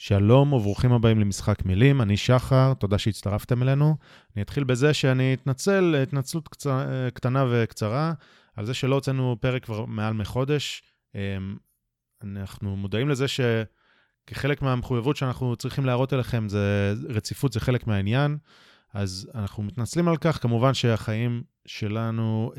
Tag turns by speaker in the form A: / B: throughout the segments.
A: שלום וברוכים הבאים למשחק מילים, אני שחר, תודה שהצטרפתם אלינו. אני אתחיל בזה שאני אתנצל, התנצלות קטנה וקצרה, על זה שלא הוצאנו פרק כבר מעל מחודש. אנחנו מודעים לזה שכחלק מהמחויבות שאנחנו צריכים להראות אליכם, רציפות זה חלק מהעניין, אז אנחנו מתנצלים על כך. כמובן שהחיים שלנו,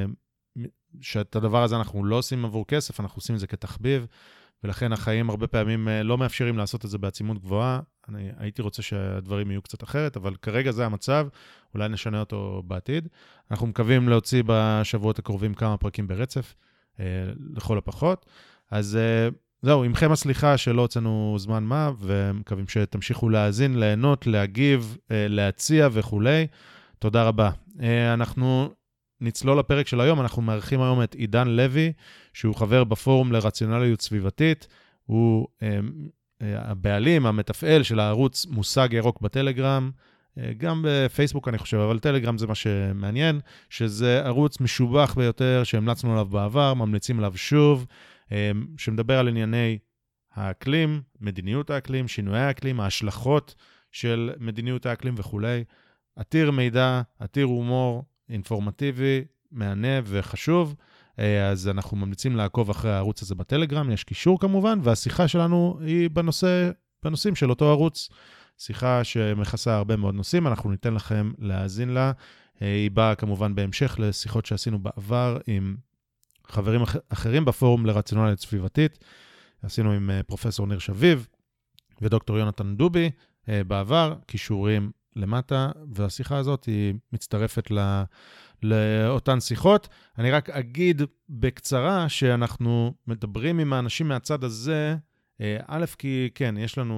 A: שאת הדבר הזה אנחנו לא עושים עבור כסף, אנחנו עושים את זה כתחביב, ולכן החיים הרבה פעמים לא מאפשרים לעשות את זה בעצימות גבוהה. אני הייתי רוצה שהדברים יהיו קצת אחרת, אבל כרגע זה המצב, אולי נשנה אותו בעתיד. אנחנו מקווים להוציא בשבועות הקרובים כמה פרקים ברצף, לכל הפחות. אז זהו, עמכם הסליחה שלא הוצאנו זמן מה, ומקווים שתמשיכו להאזין, ליהנות, להגיב, להציע וכו'. תודה רבה. אנחנו נצלול לפרק של היום, אנחנו מארחים היום את עידן לוי, שהוא חבר בפורום לרציונליות סביבתית, הוא הבעלים, המתפעל של הערוץ מושג ירוק בטלגרם, גם בפייסבוק אני חושב, אבל טלגרם זה מה שמעניין, שזה ערוץ משובח ביותר, שהמלצנו עליו בעבר, ממליצים עליו שוב, שמדבר על ענייני האקלים, מדיניות האקלים, שינויי האקלים, ההשלכות של מדיניות האקלים וכו'. עתיר מידע, עתיר הומור, אינפורמטיבי, מענה וחשוב, אז אנחנו ממליצים לעקוב אחרי הערוץ הזה בטלגרם, יש קישור כמובן, והשיחה שלנו היא בנושאים של אותו ערוץ, שיחה שמכסה הרבה מאוד נושאים, אנחנו ניתן לכם להאזין לה, היא באה כמובן בהמשך לשיחות שעשינו בעבר עם חברים אחרים בפורום לרציונליות סביבתית, עשינו עם פרופסור ניר שביב ודוקטור יונתן דובי בעבר, קישורים למטה, והשיחה הזאת היא מצטרפת לאותן שיחות. אני רק אגיד בקצרה שאנחנו מדברים עם האנשים מהצד הזה, א', כי כן, יש לנו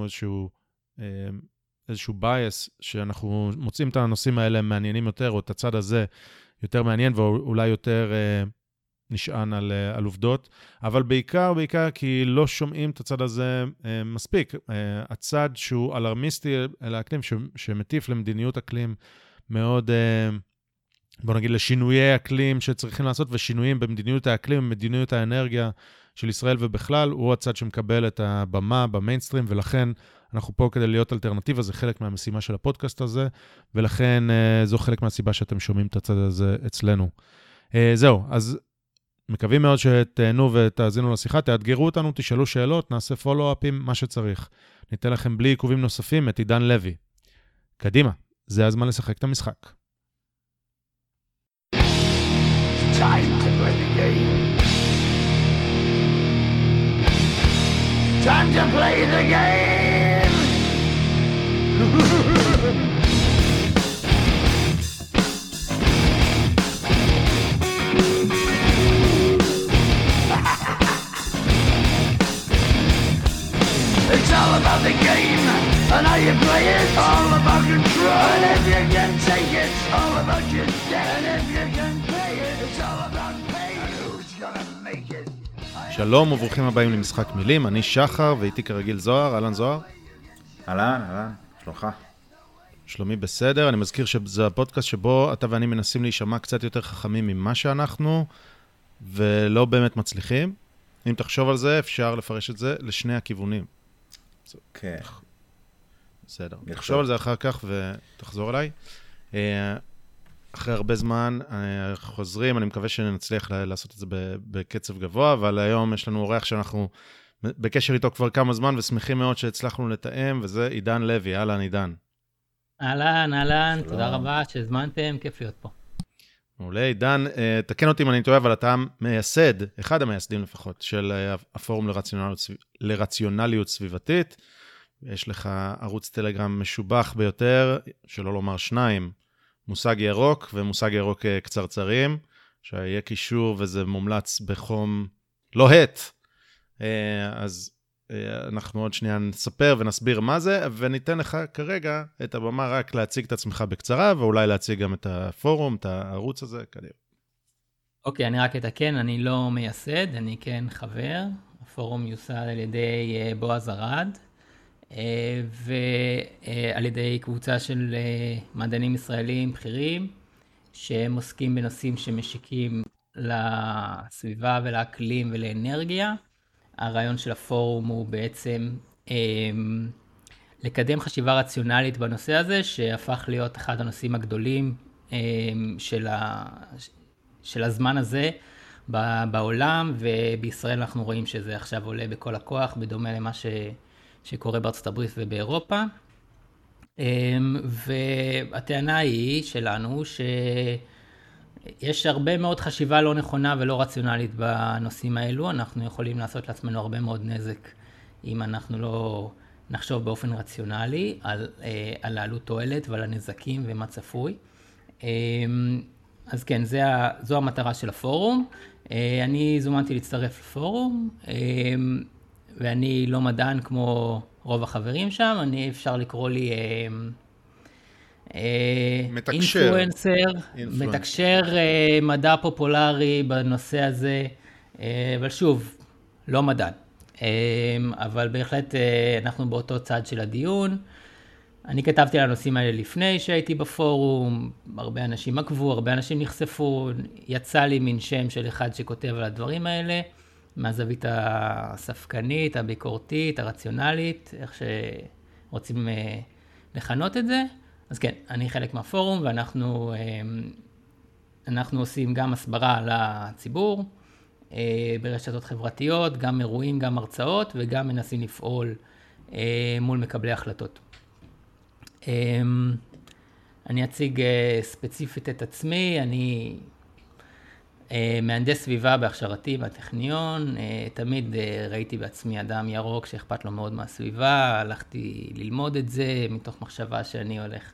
A: איזשהו bias, שאנחנו מוצאים את הנושאים האלה מעניינים יותר, או את הצד הזה יותר מעניין, ואולי יותר נשען על עובדות, אבל בעיקר כי לא שומעים את הצד הזה מספיק. הצד שהוא אלרמיסטי אל האקלים, שמטיף למדיניות אקלים מאוד, בוא נגיד, לשינויי אקלים שצריכים לעשות, ושינויים במדיניות האקלים, במדיניות האנרגיה של ישראל ובכלל, הוא הצד שמקבל את הבמה במיינסטרים, ולכן אנחנו פה כדי להיות אלטרנטיבה, זה חלק מהמשימה של הפודקאסט הזה, ולכן זו חלק מהסיבה שאתם שומעים את הצד הזה אצלנו. זהו, אז מקווים מאוד שתהנו ותאזינו לשיחה, תאתגרו אותנו, תשאלו שאלות, נעשה פולו-אפים, מה שצריך. ניתן לכם בלי עיכובים נוספים את עידן לוי. קדימה, זה הזמן לשחק את המשחק.
B: Time to play the game. Time to play the game. It's all about the game and how you play it. All about control. And if you can take it, it's all about your debt. And if you can pay it, it's all about pay. And who's gonna make it?
A: שלום וברוכים הבאים למשחק מילים, אני שחר ואיתי כרגיל זוהר, אהלן זוהר.
C: אהלן, שלומך.
A: שלומי בסדר, אני מזכיר שזה הפודקאסט שבו אתה ואני מנסים להישמע קצת יותר חכמים ממה שאנחנו, ולא באמת מצליחים. אם תחשוב על זה, אפשר לפרש את זה לשני הכיוונים.
C: כן.
A: בסדר. תחשוב על זה אחר כך ותחזור אליי. אחרי הרבה זמן חוזרים, אני מקווה שנצליח לעשות את זה בקצב גבוה, אבל היום יש לנו אורח שאנחנו בקשר איתו כבר כמה זמן, ושמחים מאוד שהצלחנו לתאם, וזה עידן לוי. אהלן עידן.
D: אהלן, תודה רבה שהזמנתם, כיף להיות פה.
A: מעולה, עידן, תקן אותי אם אני טועה, אבל אתה מייסד, אחד המייסדים לפחות, של הפורום לרציונליות סביבתית. יש לך ערוץ טלגרם משובח ביותר, שלא לומר שניים, מושג ירוק ומושג ירוק קצרצרים, שיהיה קישור וזה מומלץ בחום לוהט. אז אנחנו עוד שנייה נספר ונסביר מה זה, וניתן לך כרגע את הבמה רק להציג את עצמך בקצרה, ואולי להציג גם את הפורום, את הערוץ הזה, קדימה.
D: אוקיי, אני רק אתקן, אני לא מייסד, אני כן חבר. הפורום יוסד על ידי בועז ארד, ועל ידי קבוצה של מדענים ישראלים בכירים, שהם עוסקים בנושאים שמשיקים לסביבה ולאקלים ולאנרגיה. הרעיון של הפורום הוא בעצם לקדם חשיבה רציונלית בנושא הזה, שהפך להיות אחד הנושאים הגדולים של הזמן הזה בעולם, ובישראל אנחנו רואים שזה עכשיו עולה בכל הכוח, בדומה למה שקורה בארצות הברית ובאירופה. והטענה היא שלנו שיש הרבה מאוד חשיבה לא נכונה ולא רציונלית בנושאים האלו. אנחנו יכולים לעשות לעצמנו הרבה מאוד נזק אם אנחנו לא נחשוב באופן רציונלי על העלות תועלת ועל הנזקים ומה צפוי. אז כן, זו המטרה של הפורום. אני זומנתי להצטרף לפורום, ואני לא מדען כמו רוב החברים שם, אפשר לקרוא לי אינפלואנסר, מתקשר מדע פופולרי בנושא הזה, אבל שוב, לא מדען. אבל בהחלט אנחנו באותו צד של הדיון. אני כתבתי על הנושאים האלה לפני שהייתי בפורום, הרבה אנשים עקבו, הרבה אנשים נחשפו, יצא לי מין שם של אחד שכותב על הדברים האלה, מהזווית הספקנית, הביקורתית, הרציונלית, איך שרוצים לכנות את זה. אז כן, אני חלק מהפורום, ואנחנו עושים גם הסברה לציבור, ברשתות חברתיות, גם אירועים, גם הרצאות, וגם מנסים לפעול מול מקבלי החלטות. אני אציג ספציפית את עצמי, אני מהנדס סביבה בהכשרתי בטכניון, תמיד ראיתי בעצמי אדם ירוק שאכפת לו מאוד מהסביבה, הלכתי ללמוד את זה מתוך מחשבה שאני הולך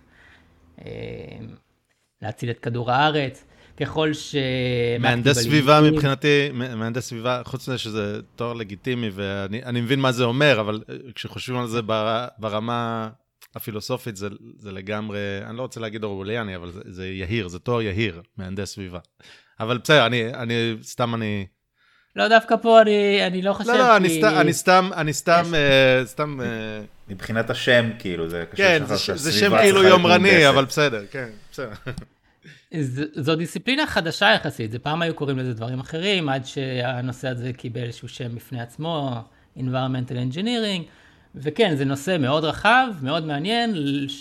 D: להציל את כדור הארץ, ככל ש...
A: מהנדס סביבה מבחינתי, מהנדס סביבה, חוץ מזה שזה תואר לגיטימי, ואני מבין מה זה אומר, אבל כשחושבים על זה ברמה הפילוסופית, זה לגמרי, אני לא רוצה להגיד אורווליאני, אבל זה יהיר, זה תואר יהיר, מהנדס סביבה. אבל בסדר, אני...
D: לא, דווקא פה אני לא חושב
A: לא, אני סתם...
C: מבחינת השם, כאילו, זה קשור
A: כן, זה שם כאילו יומרני, אבל בסדר, כן, בסדר.
D: זו דיסציפלינה חדשה יחסית, זה פעם היו קוראים לזה דברים אחרים, עד שהנושא הזה קיבל איזשהו שם בפני עצמו, environmental engineering, וכן, זה נושא מאוד רחב, מאוד מעניין,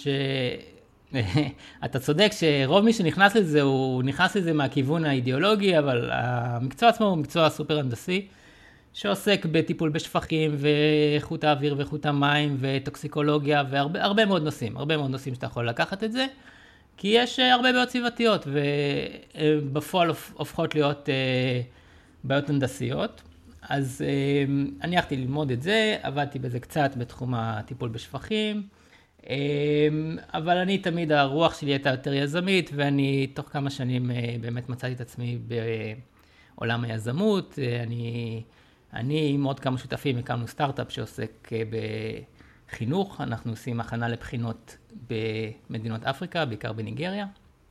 D: אתה צודק שרוב מי שנכנס לזה, הוא נכנס לזה מהכיוון האידיאולוגי, אבל המקצוע עצמו הוא מקצוע סופר הנדסי, שעוסק בטיפול בשפכים, ואיכות האוויר ואיכות המים, וטוקסיקולוגיה, והרבה מאוד נושאים, שאתה יכול לקחת את זה, כי יש הרבה בעיות סביבתיות, ובפועל הופכות להיות בעיות הנדסיות. אז אני הלכתי ללמוד את זה, עבדתי בזה קצת בתחום הטיפול בשפכים, אבל אני תמיד, הרוח שלי הייתה יותר יזמית, ואני תוך כמה שנים באמת מצאתי את עצמי בעולם היזמות. אני עם עוד כמה שותפים הקמנו סטארט-אפ שעוסק בחינוך, אנחנו עושים הכנה לבחינות במדינות אפריקה, בעיקר בניגריה,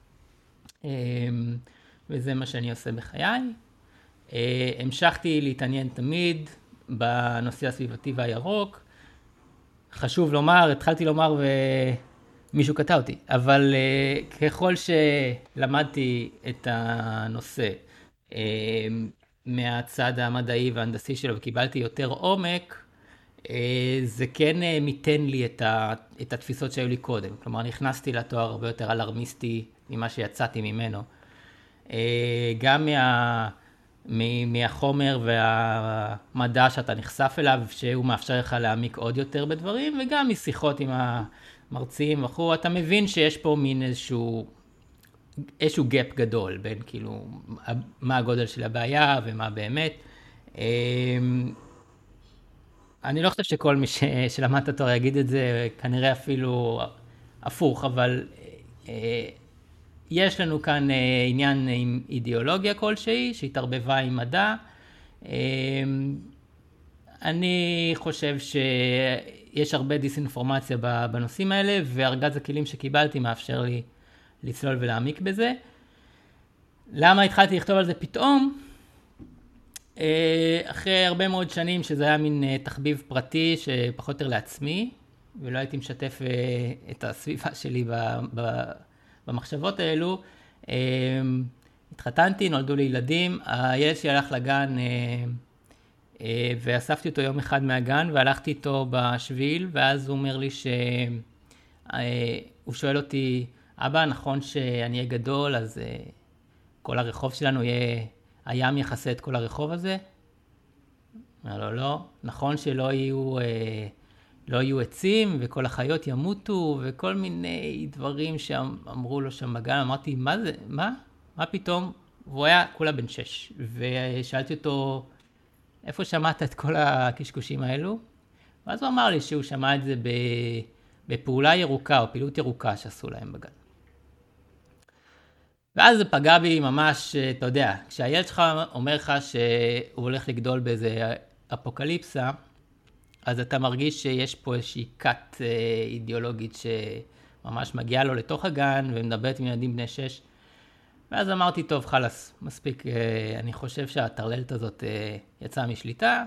D: וזה מה שאני עושה בחיי. המשכתי להתעניין תמיד בנושא הסביבתי והירוק. חשוב לומר, התחלתי לומר ומישהו קטע אותי, אבל ככל שלמדתי את הנושא מהצד המדעי וההנדסי שלו וקיבלתי יותר עומק, זה כן מיתן לי את התפיסות שהיו לי קודם. כלומר, נכנסתי לתואר הרבה יותר אלרמיסטי ממה שיצאתי ממנו. גם מהחומר והמדע שאתה נחשף אליו, שהוא מאפשר לך להעמיק עוד יותר בדברים, וגם משיחות עם המרצים וכו', אתה מבין שיש פה מין איזשהו גאפ גדול, בין כאילו מה הגודל של הבעיה ומה באמת. אני לא חושב שכל מי שלמד את התואר יגיד את זה, כנראה אפילו הפוך, אבל יש לנו כאן עניין עם אידיאולוגיה כלשהי, שהתערבבה עם מדע. אני חושב שיש הרבה דיסאינפורמציה בנושאים האלה, וארגז הכלים שקיבלתי מאפשר לי לצלול ולהעמיק בזה. למה התחלתי לכתוב על זה פתאום? אחרי הרבה מאוד שנים שזה היה מין תחביב פרטי שפחות יותר לעצמי, ולא הייתי משתף את הסביבה שלי במחשבות האלו. התחתנתי, נולדו לי ילדים, הילד שלי הלך לגן ואספתי אותו יום אחד מהגן, והלכתי איתו בשביל, ואז הוא אומר לי הוא שואל אותי, אבא, נכון שאני אהיה גדול, אז כל הרחוב שלנו יהיה, הים יחסה את כל הרחוב הזה? אומר לו, לא, נכון שלא יהיו עצים, וכל החיות ימותו, וכל מיני דברים שאמרו לו שם בגן. אמרתי, מה זה? מה פתאום? והוא היה כולה בן 6, ושאלתי אותו, איפה שמעת את כל הקשקושים האלו? ואז הוא אמר לי שהוא שמע את זה בפעולה ירוקה, או פעילות ירוקה שעשו להם בגן. ואז זה פגע בי ממש, אתה יודע, כשהילד שלך אומר לך שהוא הולך לגדול באיזה אפוקליפסה, אז אתה מרגיש שיש פה איזושהי כת אידיאולוגית שממש מגיעה לו לתוך הגן, ומדברת עם ילדים בני 6. ואז אמרתי, טוב, חלס, מספיק, אני חושב שהטרללת הזאת יצאה משליטה.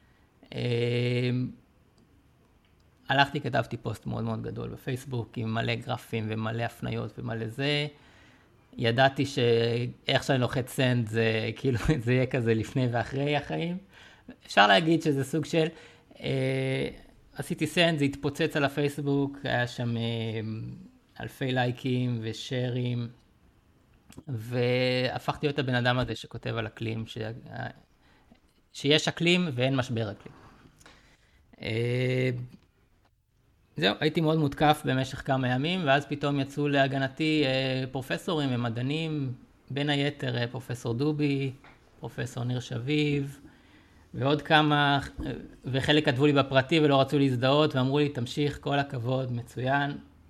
D: הלכתי, כתבתי פוסט מאוד מאוד גדול בפייסבוק, עם מלא גרפים ומלא הפניות ומלא זה. ידעתי שאיך שאני לוחץ סנד, זה כאילו, זה יהיה כזה לפני ואחרי החיים. אפשר להגיד שזה סוג של, עשיתי סנד, זה התפוצץ על הפייסבוק, היה שם אלפי לייקים ושארים, והפכתי להיות הבן אדם הזה שכותב על אקלים, שיש אקלים ואין משבר אקלים. זהו, הייתי מאוד מותקף במשך כמה ימים, ואז פתאום יצאו להגנתי פרופסורים ומדענים, בין היתר פרופסור דובי, פרופסור ניר שביב, ועוד כמה, וחלק כתבו לי בפרטי ולא רצו להזדהות, ואמרו לי, תמשיך, כל הכבוד, מצוין,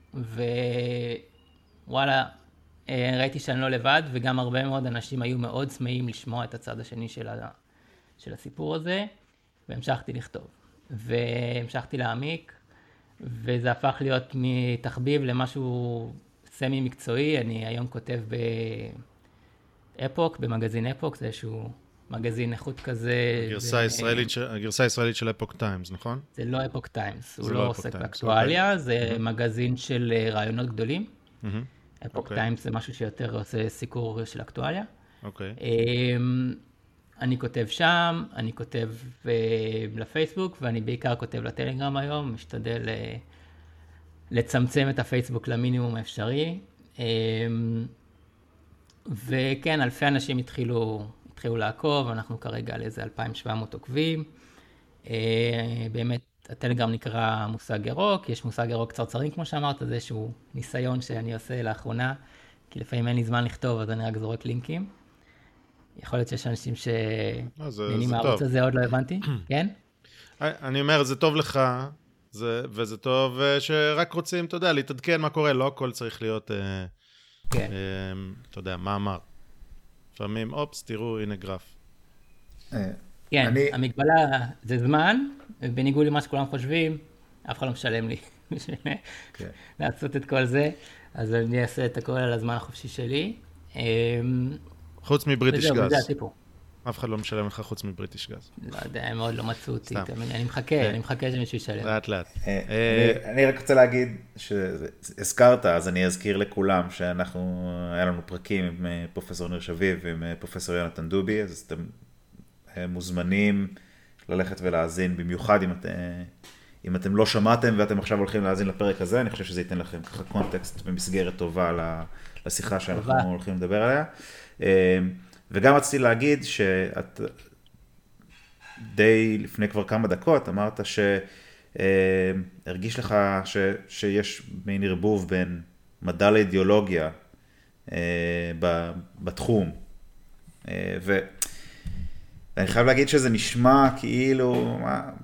D: ווואלה, ראיתי שאני לא לבד, וגם הרבה מאוד אנשים היו מאוד צמאים לשמוע את הצד השני של הסיפור הזה, והמשכתי לכתוב, והמשכתי להעמיק, וזה הפך להיות מתחביב למשהו סמי מקצועי. אני היום כותב באפוק, במגזין אפוק, זה איזשהו מגזין איכות כזה.
A: הגרסה הישראלית של אפוק טיימס, נכון?
D: זה לא אפוק טיימס, הוא לא עוסק באקטואליה, זה מגזין של רעיונות גדולים. אפוק טיימס זה משהו שיותר עושה סיקור של אקטואליה. אני כותב שם, אני כותב לפייסבוק, ואני בעיקר כותב לטלגרם היום, משתדל לצמצם את הפייסבוק למינימום האפשרי. וכן, אלפי אנשים התחילו לעקוב, אנחנו כרגע על איזה 2,700 עוקבים. באמת, הטלגרם נקרא מושג ירוק, יש מושג ירוק קצרצרים, כמו שאמרת, זה איזשהו ניסיון שאני עושה לאחרונה, כי לפעמים אין לי זמן לכתוב, אז אני רק זורק לינקים. יכול להיות שיש אנשים שנהנים מהערוץ הזה, עוד לא הבנתי, כן?
A: אני אומר, זה טוב לך, וזה טוב שרק רוצים, אתה יודע, להתעדכן מה קורה, לא הכל צריך להיות, אתה יודע, מה אמר. לפעמים, אופס, תראו, הנה גרף.
D: כן, המגבלה זה זמן, בניגוד למה שכולם חושבים, אף אחד לא משלם לי לעשות את כל זה, אז אני אעשה את הכל על הזמן החופשי שלי.
A: חוץ מבריטיש גז.
D: זה הסיפור.
A: אף אחד לא משלם לך חוץ מבריטיש גז.
D: לא יודע, הם מאוד לא מצאו אותי. אני מחכה שמישהו ישלם.
A: לאט לאט.
C: אני רק רוצה להגיד שהזכרת, אז אני אזכיר לכולם שאנחנו, היה לנו פרקים עם פרופסור ניר שביב ועם פרופסור יונתן דובי, אז אתם מוזמנים ללכת ולהאזין, במיוחד אם אתם לא שמעתם ואתם עכשיו הולכים להאזין לפרק הזה, אני חושב שזה ייתן לכם ככה קונטקסט ומסגרת טובה לשיחה שאנחנו הולכים לדבר עליה. וגם רציתי להגיד שאת די לפני כבר כמה דקות אמרת שהרגיש לך שיש מין ערבוב בין מדע לאידיאולוגיה בתחום. ואני חייב להגיד שזה נשמע כאילו,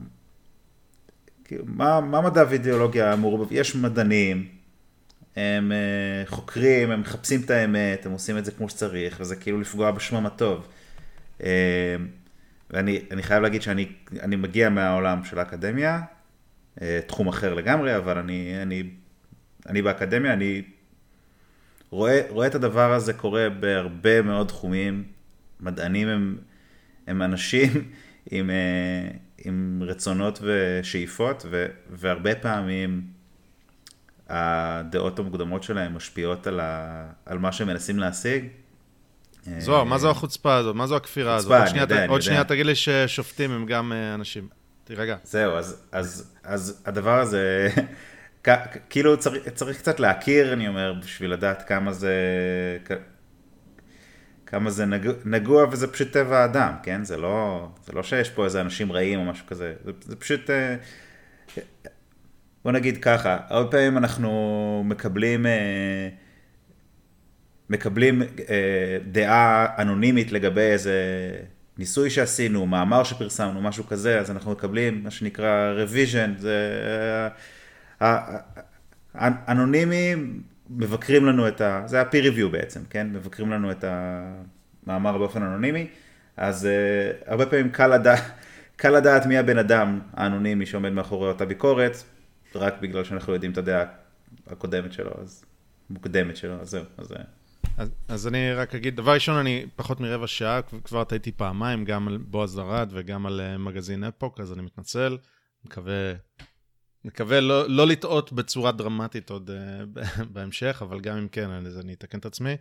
C: מה מדע ואידיאולוגיה אמור? יש מדענים, הם חוקרים, הם מחפשים את האמת, הם עושים את זה כמו שצריך, וזה כאילו לפגוע בשמם הטוב. ואני חייב להגיד שאני מגיע מהעולם של האקדמיה, תחום אחר לגמרי, אבל אני באקדמיה, אני רואה את הדבר הזה קורה בהרבה מאוד תחומים. מדענים הם אנשים עם רצונות ושאיפות, והרבה פעמים הדעות המוקדמות שלהם משפיעות על מה שהם מנסים להשיג.
A: זוהר, מה זו החוצפה הזאת? מה זו הכפירה הזאת? עוד שנייה תגיד לי ששופטים הם גם אנשים. תירגע.
C: זהו, אז הדבר הזה, כאילו צריך קצת להכיר, אני אומר, בשביל לדעת כמה זה נגוע, וזה פשוט טבע האדם, כן? זה לא שיש פה איזה אנשים רעים או משהו כזה, זה פשוט, בוא נגיד ככה, הרבה פעמים אנחנו מקבלים דעה אנונימית לגבי איזה ניסוי שעשינו, מאמר שפרסמנו, משהו כזה, אז אנחנו מקבלים מה שנקרא revision, זה אנונימים מבקרים לנו זה ה-peer review בעצם, כן? מבקרים לנו את המאמר באופן אנונימי, אז הרבה פעמים קל לדעת מי הבן אדם האנונימי שעומד מאחורי אותה ביקורת, רק בגלל שאנחנו יודעים את הדעה הקודמת שלו, אז מוקדמת שלו, אז זהו,
A: אז אני רק אגיד, דבר ראשון, אני פחות מרבע שעה, כבר טעיתי פעמיים, גם על בועז ארד וגם על מגזין אפוק, אז אני מתנצל, מקווה לא לטעות בצורה דרמטית עוד בהמשך, אבל גם אם כן, אז אני אתקן את עצמי.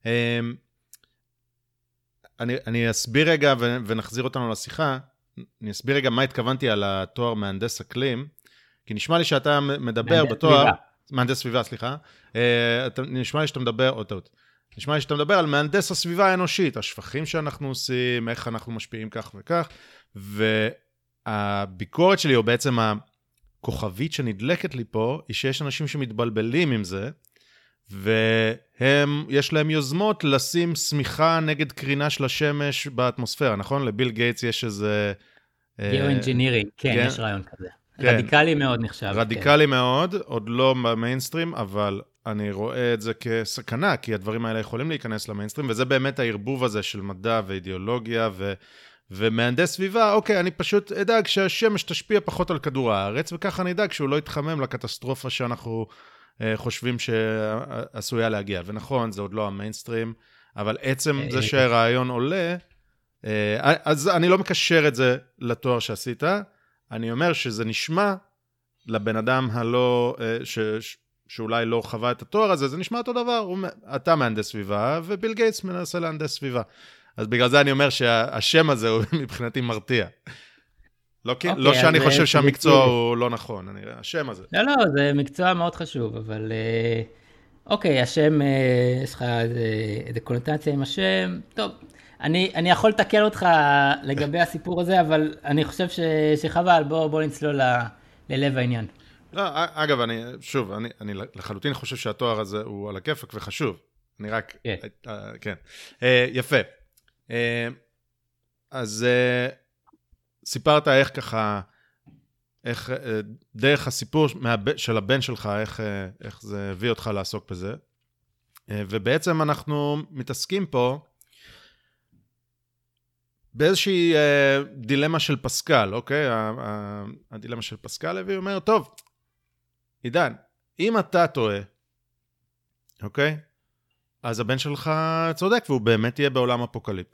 A: אני אסביר רגע, ונחזיר אותנו לשיחה, אני אסביר רגע מה התכוונתי על התואר מהנדס אקלים, כי נשמע לי שאתה מדבר בתואר, מהנדס סביבה, סליחה, נשמע לי שאתה מדבר על מהנדס הסביבה האנושית, השפכים שאנחנו עושים, איך אנחנו משפיעים כך וכך, והביקורת שלי, או בעצם הכוכבית שנדלקת לי פה, היא שיש אנשים שמתבלבלים עם זה, ויש להם יוזמות לשים סמיכה נגד קרינה של השמש באטמוספירה, נכון? לביל גייטס יש איזה...
D: גיאו-אנג'ינירינג, כן, יש רעיון כזה. רדיקלי מאוד נחשב.
A: רדיקלי מאוד, עוד לא במיינסטרים, אבל אני רואה את זה כסכנה, כי הדברים האלה יכולים להיכנס למיינסטרים, וזה באמת הערבוב הזה של מדע ואידיאולוגיה ומהנדס סביבה. אוקיי, אני פשוט אדאג שהשמש תשפיע פחות על כדור הארץ, וככה אני אדאג שהוא לא יתחמם לקטסטרופה שאנחנו חושבים שעשויה להגיע. ונכון, זה עוד לא המיינסטרים, אבל עצם זה שהרעיון עולה, אז אני לא מקשר את זה לתואר שעשית, אני אומר שזה נשמע לבן אדם שאולי לא חווה את התואר הזה, זה נשמע אותו דבר, אתה מהנדס סביבה, וביל גייטס מנסה להנדס סביבה. אז בגלל זה אני אומר שהשם הזה הוא מבחינתי מרתיע. לא שאני חושב שהמקצוע הוא לא נכון, השם הזה.
D: לא, זה מקצוע מאוד חשוב, אבל אוקיי, השם, יש לך איזה קונוטציה עם השם, טוב. אני יכול לתקל אותך לגבי הסיפור הזה, אבל אני חושב שחבל, בוא נצלול ללב העניין.
A: לא, אגב, אני לחלוטין חושב שהתואר הזה הוא על הכיפק וחשוב. אני רק... כן. יפה. אז סיפרת איך ככה, איך דרך הסיפור של הבן שלך, איך זה הביא אותך לעסוק בזה. ובעצם אנחנו מתעסקים פה, באיזושהי דילמה של פסקל, אוקיי? הדילמה של פסקל הביא, אומר, טוב, עידן, אם אתה טועה, אוקיי? אז הבן שלך צודק, והוא באמת יהיה בעולם אפוקליפטי.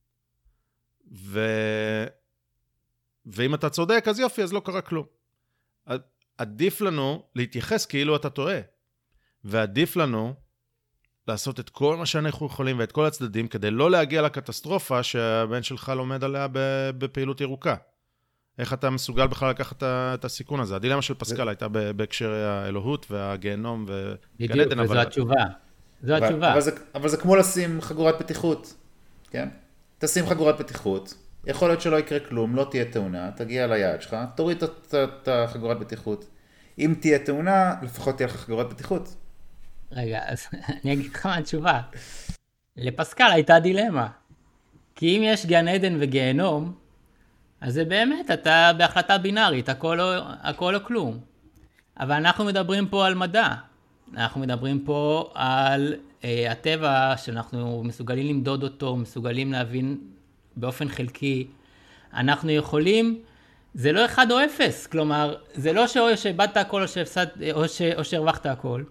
A: ואם אתה צודק, אז יופי, אז לא קרה כלום. עדיף לנו להתייחס כאילו אתה טועה, ועדיף לנו לעשות את כל מה שאנחנו יכולים ואת כל הצדדים, כדי לא להגיע לקטסטרופה שהבן שלך לומד עליה בפעילות ירוקה. איך אתה מסוגל בכלל לקחת את הסיכון הזה? הדילמה של פסקל הייתה בהקשר האלוהות והגיהנום
D: בדיוק, וזו התשובה. זו התשובה.
C: אבל זה כמו לשים חגורת בטיחות, כן? תשים חגורת בטיחות, יכול להיות שלא יקרה כלום, לא תהיה תאונה, תגיע ליעד שלך, תוריד את החגורת בטיחות. אם תהיה תאונה, לפחות תהיה לך חגורת בטיחות.
D: רגע, אז אני אגיד לך מה התשובה. לפסקל הייתה דילמה. כי אם יש גן עדן וגיהנום, אז זה באמת, אתה בהחלטה בינארית, הכל או כלום. אבל אנחנו מדברים פה על מדע. אנחנו מדברים פה על הטבע שאנחנו מסוגלים למדוד אותו, מסוגלים להבין באופן חלקי. אנחנו יכולים, זה לא 1 או 0, כלומר, זה לא שאיבדת הכל או שהרווחת הכל.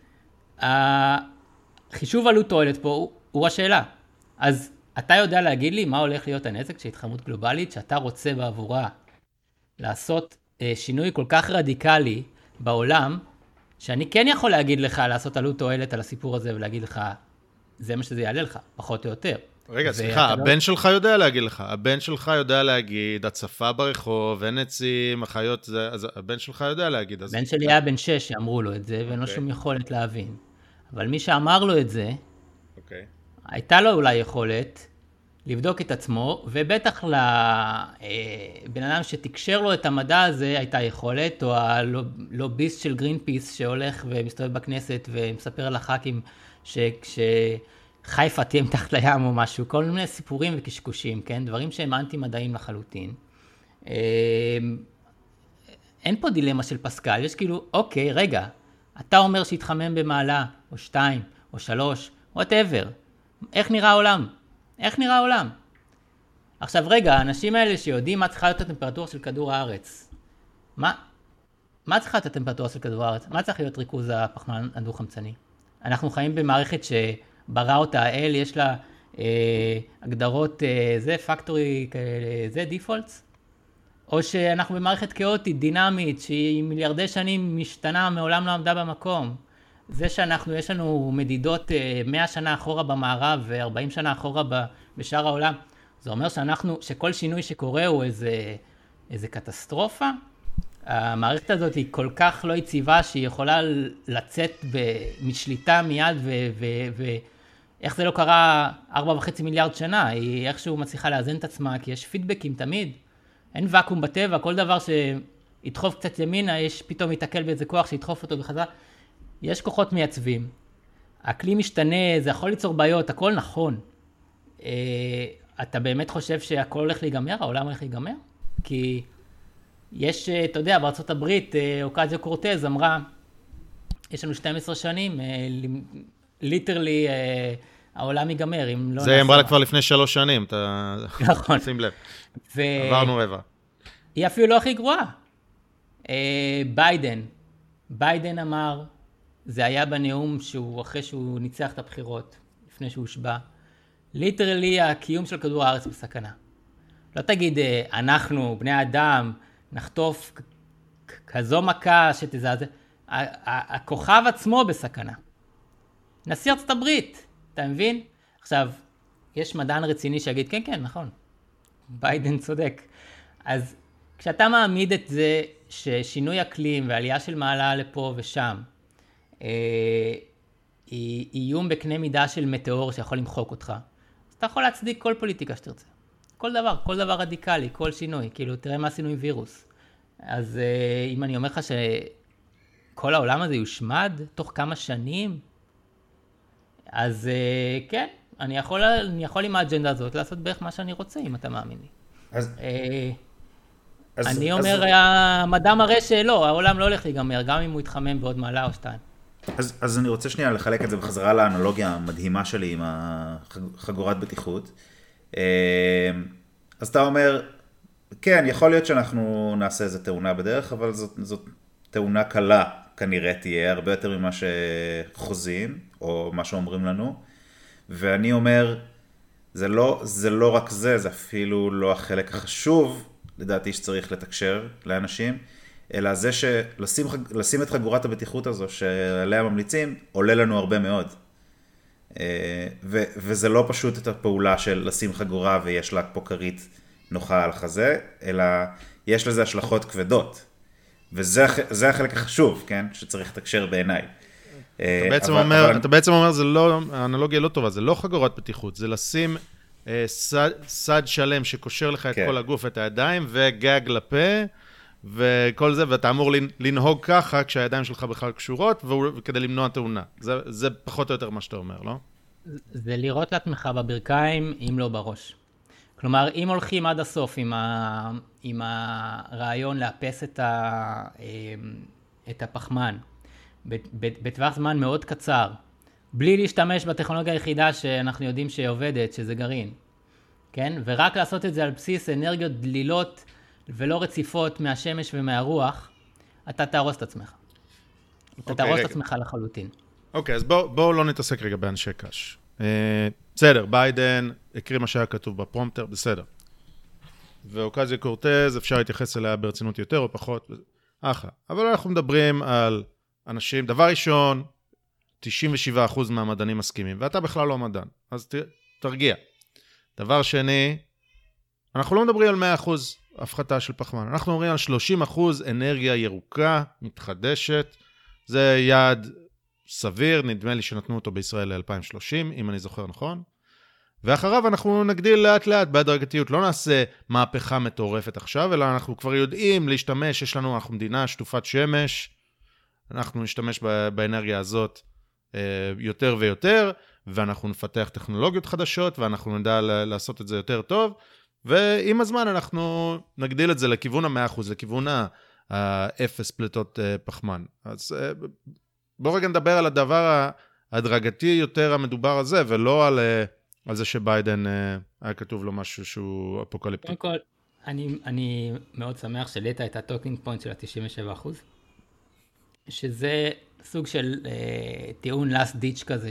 D: החישוב עלות תועלת פה הוא השאלה. אז אתה יודע להגיד לי מה הולך להיות הנזק של התחממות גלובלית, שאתה רוצה בעבורה לעשות שינוי כל כך רדיקלי בעולם, שאני כן יכול להגיד לך לעשות עלות תועלת על הסיפור הזה ולהגיד לך, זה מה שזה יעלה לך, פחות או יותר.
A: רגע, סליחה, הבן שלך יודע להגיד לך, הבן שלך יודע להגיד, הצפה ברחוב, אין עצים, החיות, אז הבן שלך יודע להגיד.
D: הבן שלי היה בן 6 שאמרו לו את זה, ואין לו שום יכולת להבין. אבל מי שאמר לו את זה, הייתה לו אולי יכולת לבדוק את עצמו, ובטח לבן אדם שתקשר לו את המדע הזה הייתה יכולת, או הלוביסט של גרינפיס שהולך ומסתובב בכנסת ומספר לח"כים שחיפה תהיה מתחת לים או משהו, כל מיני סיפורים וקשקושים, כן? דברים שהם אנטי-מדעיים לחלוטין. אין פה דילמה של פסקל, יש כאילו, אוקיי, רגע, אתה אומר שהתחמם במעלה, או 2, או 3, whatever. איך נראה העולם? איך נראה העולם? עכשיו רגע, האנשים האלה שיודעים מה צריכה להיות הטמפרטורה של כדור הארץ, מה צריכה להיות הטמפרטורה של כדור הארץ? מה צריך להיות ריכוז הפחמן הדו-חמצני? אנחנו חיים במערכת שברא אותה האל, יש לה הגדרות, זה פקטורי, זה דיפולטס? או שאנחנו במערכת כאוטית, דינמית, שהיא מיליארדי שנים משתנה, מעולם לא עמדה במקום. זה שאנחנו, יש לנו מדידות 100 שנה אחורה במערב ו40 שנה אחורה בשאר העולם, זה אומר שכל שינוי שקורה הוא איזה קטסטרופה. המערכת הזאת היא כל כך לא יציבה שהיא יכולה לצאת משליטה מיד ואיך זה לא קרה 4.5 מיליארד שנה, היא איכשהו מצליחה לאזן את עצמה כי יש פידבקים תמיד. אין ואקום בטבע, כל דבר שידחוף קצת ימינה, יש פתאום יתקל באיזה כוח שידחוף אותו בחזרה. יש כוחות מייצבים. הכלי משתנה, זה יכול ליצור בעיות, הכל נכון. אתה באמת חושב שהכל הולך להיגמר, העולם הולך להיגמר? כי יש, אתה יודע, בארצות הברית, אוקזיו קורטז אמרה, יש לנו 12 שנים, ליטרלי, העולם ייגמר, אם לא...
A: זה אמרה לה כבר לפני 3 שנים, אתה...
D: נכון.
A: שים לב. עברנו רבע.
D: היא אפילו לא הכי גרועה. ביידן אמר, זה היה בנאום אחרי שהוא ניצח את הבחירות, לפני שהוא הושבע, ליטרלי הקיום של כדור הארץ בסכנה. לא תגיד, אנחנו, בני האדם, נחטוף כזו מכה שתזעזע. הכוכב עצמו בסכנה. נשיא ארצות הברית, אתה מבין? עכשיו, יש מדען רציני שיגיד, כן, כן, נכון. ביידן צודק. אז כשאתה מעמיד את זה ששינוי אקלים ועלייה של מעלה לפה ושם, היא איום בקנה מידה של מטאור שיכול למחוק אותך, אז אתה יכול להצדיק כל פוליטיקה שתרצה. כל דבר רדיקלי, כל שינוי. כאילו, תראה מה עשינו עם וירוס. אז אם אני אומר לך שכל העולם הזה יושמד תוך כמה שנים, אז כן, אני יכול עם האג'נדה הזאת לעשות בערך מה שאני רוצה, אם אתה מאמין לי. אני אומר, המדע מראה שלא, העולם לא הולך להיגמר, גם אם הוא יתחמם בעוד מעלה או 2.
C: אז אני רוצה שנייה לחלק את זה בחזרה לאנלוגיה המדהימה שלי עם החגורת בטיחות. אז אתה אומר, כן, יכול להיות שאנחנו נעשה איזו תאונה בדרך, אבל זאת תאונה קלה כנראה תהיה, הרבה יותר ממה שחוזים, או מה שאומרים לנו. ואני אומר, זה לא רק זה, זה אפילו לא החלק החשוב, לדעתי שצריך לתקשר לאנשים, אלא זה שלשים את חגורת הבטיחות הזו שעליה ממליצים, עולה לנו הרבה מאוד. וזה לא פשוט את הפעולה של לשים חגורה ויש לה פה כרית נוחה על חזה, אלא יש לזה השלכות כבדות. וזה החלק החשוב, כן? שצריך לתקשר בעיניי.
A: אתה בעצם אומר, האנלוגיה לא טובה, זה לא חגורת בטיחות, זה לשים סד שלם שקושר לך את כל הגוף, את הידיים, וגג לפה, וכל זה, ואתה אמור לנהוג ככה, כשהידיים שלך בכלל קשורות, וכדי למנוע תאונה. זה פחות או יותר מה שאתה אומר, לא?
D: זה לראות לעצמך בברכיים, אם לא בראש. כלומר, אם הולכים עד הסוף עם הרעיון לאפס את הפחמן, בטווח זמן מאוד קצר, בלי להשתמש בטכנולוגיה היחידה שאנחנו יודעים שעובדת, שזה גרעין, כן? ורק לעשות את זה על בסיס אנרגיות דלילות ולא רציפות מהשמש ומהרוח, אתה תהרוס את עצמך. אתה תהרוס את עצמך לחלוטין.
A: אוקיי, אז בואו לא נתעסק רגע באנשי קש. בסדר, ביידן הקריא מה שהיה כתוב בפרומפטר, בסדר. ואוקזיו קורטז, אפשר להתייחס אליה ברצינות יותר או פחות, אחלה. אבל אנחנו מדברים על אנשים, דבר ראשון, 97% מהמדענים מסכימים, ואתה בכלל לא מדען, אז תרגיע. דבר שני, אנחנו לא מדברים על 100% הפחתה של פחמן, אנחנו מדברים על 30% אנרגיה ירוקה, מתחדשת, זה יעד סביר, נדמה לי שנתנו אותו בישראל ל-2030, אם אני זוכר נכון, ואחריו אנחנו נגדיל לאט לאט בהדרגתיות, לא נעשה מהפכה מטורפת עכשיו, אלא אנחנו כבר יודעים להשתמש, אנחנו מדינה שטופת שמש, אנחנו נשתמש באנרגיה הזאת יותר ויותר, ואנחנו נפתח טכנולוגיות חדשות, ואנחנו נדע לעשות את זה יותר טוב, ועם הזמן אנחנו נגדיל את זה לכיוון ה-100%, לכיוון ה-0 פליטות פחמן. אז בואו רגע נדבר על הדבר ההדרגתי יותר המדובר הזה, ולא על זה שביידן היה כתוב לו משהו שהוא אפוקליפטי.
D: קודם כל, אני מאוד שמח שלית את הטוקינג פוינט של ה-97%, שזה סוג של טיעון last ditch כזה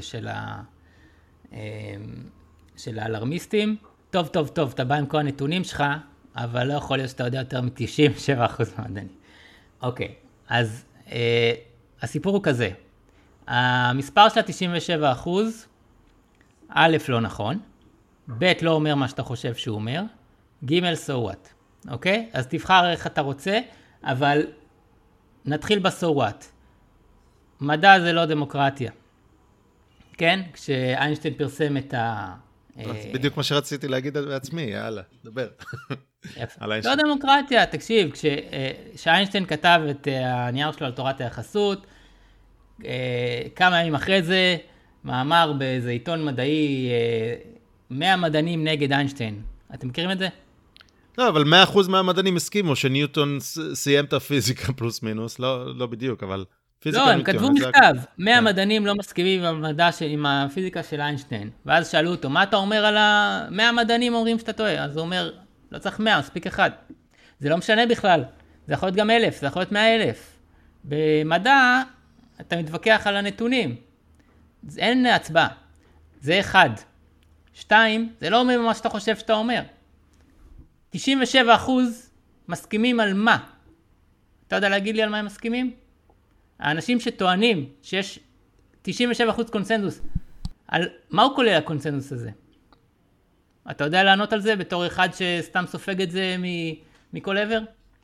D: של האלרמיסטים. טוב, טוב, טוב, אתה בא עם כל הנתונים שלך, אבל לא יכול להיות שאתה יודע יותר מ-97% מהמדענים. אוקיי, אז הסיפור הוא כזה. המספר של ה-97%, א', לא נכון, ב', לא אומר מה שאתה חושב שהוא אומר, ג', so what, אוקיי? אז תבחר איך אתה רוצה, אבל נתחיל ב-so what. מדע זה לא דמוקרטיה, כן? כשאיינשטיין פרסם את ה...
A: בדיוק מה שרציתי להגיד בעצמי, יאללה, דבר.
D: לא דמוקרטיה, תקשיב, כשאיינשטיין כתב את הנייר שלו על תורת היחסות, כמה ימים אחרי זה, מאמר באיזה עיתון מדעי, 100 מדענים נגד איינשטיין. אתם מכירים את זה?
A: לא, אבל 100% מהמדענים הסכימו שניוטון סיים את הפיזיקה פלוס מינוס, לא בדיוק, אבל פיזיקה
D: לא, הם
A: ניוטון.
D: כתבו מכתב, 100 מדענים לא מסכימים עם הפיזיקה של איינשטיין, ואז שאלו אותו, מה אתה אומר על 100 מדענים אומרים שאתה טועה? אז הוא אומר, לא צריך 100, מספיק אחד. זה לא משנה בכלל, זה יכול להיות גם 1,000, זה יכול להיות 100,000. במדע, אתה מתווכח על הנתונים. אין הצבעה. זה 1. 2, זה לא אומר מה שאתה חושב שאתה אומר. 97% מסכימים על מה? אתה יודע להגיד לי על מה הם מסכימים? האנשים שטוענים שיש 97% קונסנזוס, על מה הוא כולל הקונסנזוס הזה? אתה יודע לענות על זה בתור אחד שסתם סופג את זה מכל עבר?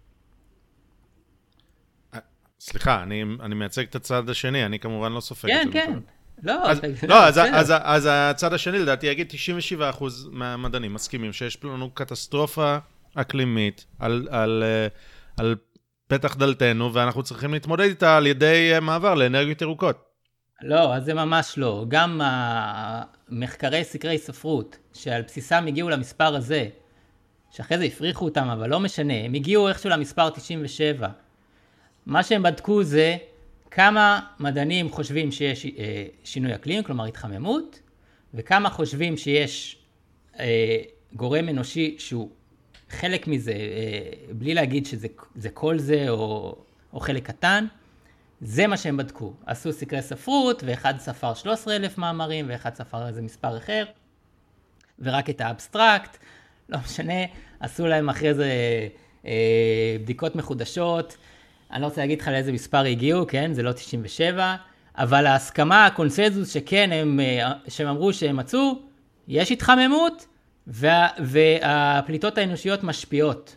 A: סליחה, אני מייצג את הצד השני, אני כמובן לא סופג את זה.
D: כן, כן.
A: אז הצד השני, לדעתי, יגיד 97% מהמדענים מסכימים שיש לנו קטסטרופה אקלימית על פתח דלתנו, ואנחנו צריכים להתמודד איתה על ידי מעבר לאנרגיות ירוקות.
D: לא, אז זה ממש לא. גם מחקרי סקרי ספרות, שעל בסיסם הגיעו למספר הזה, שאחרי זה הפריחו אותם, אבל לא משנה, הם הגיעו איכשהו למספר 97. מה שהם בדקו זה כמה מדענים חושבים שיש שינוי אקלים, כלומר התחממות, וכמה חושבים שיש גורם אנושי שהוא חלק מזה, בלי להגיד שזה כל זה או חלק קטן. זה מה שהם בדקו. עשו סקרי ספרות, ואחד ספר 13,000 מאמרים, ואחד ספר איזה מספר אחר, ורק את האבסטרקט, לא משנה, עשו להם אחרי זה בדיקות מחודשות, אני לא רוצה להגיד לך לאיזה מספר הגיעו, כן, זה לא 97, אבל ההסכמה, הקונסנזוס שכן, שהם אמרו שהם מצאו, יש התחממות, והפליטות האנושיות משפיעות.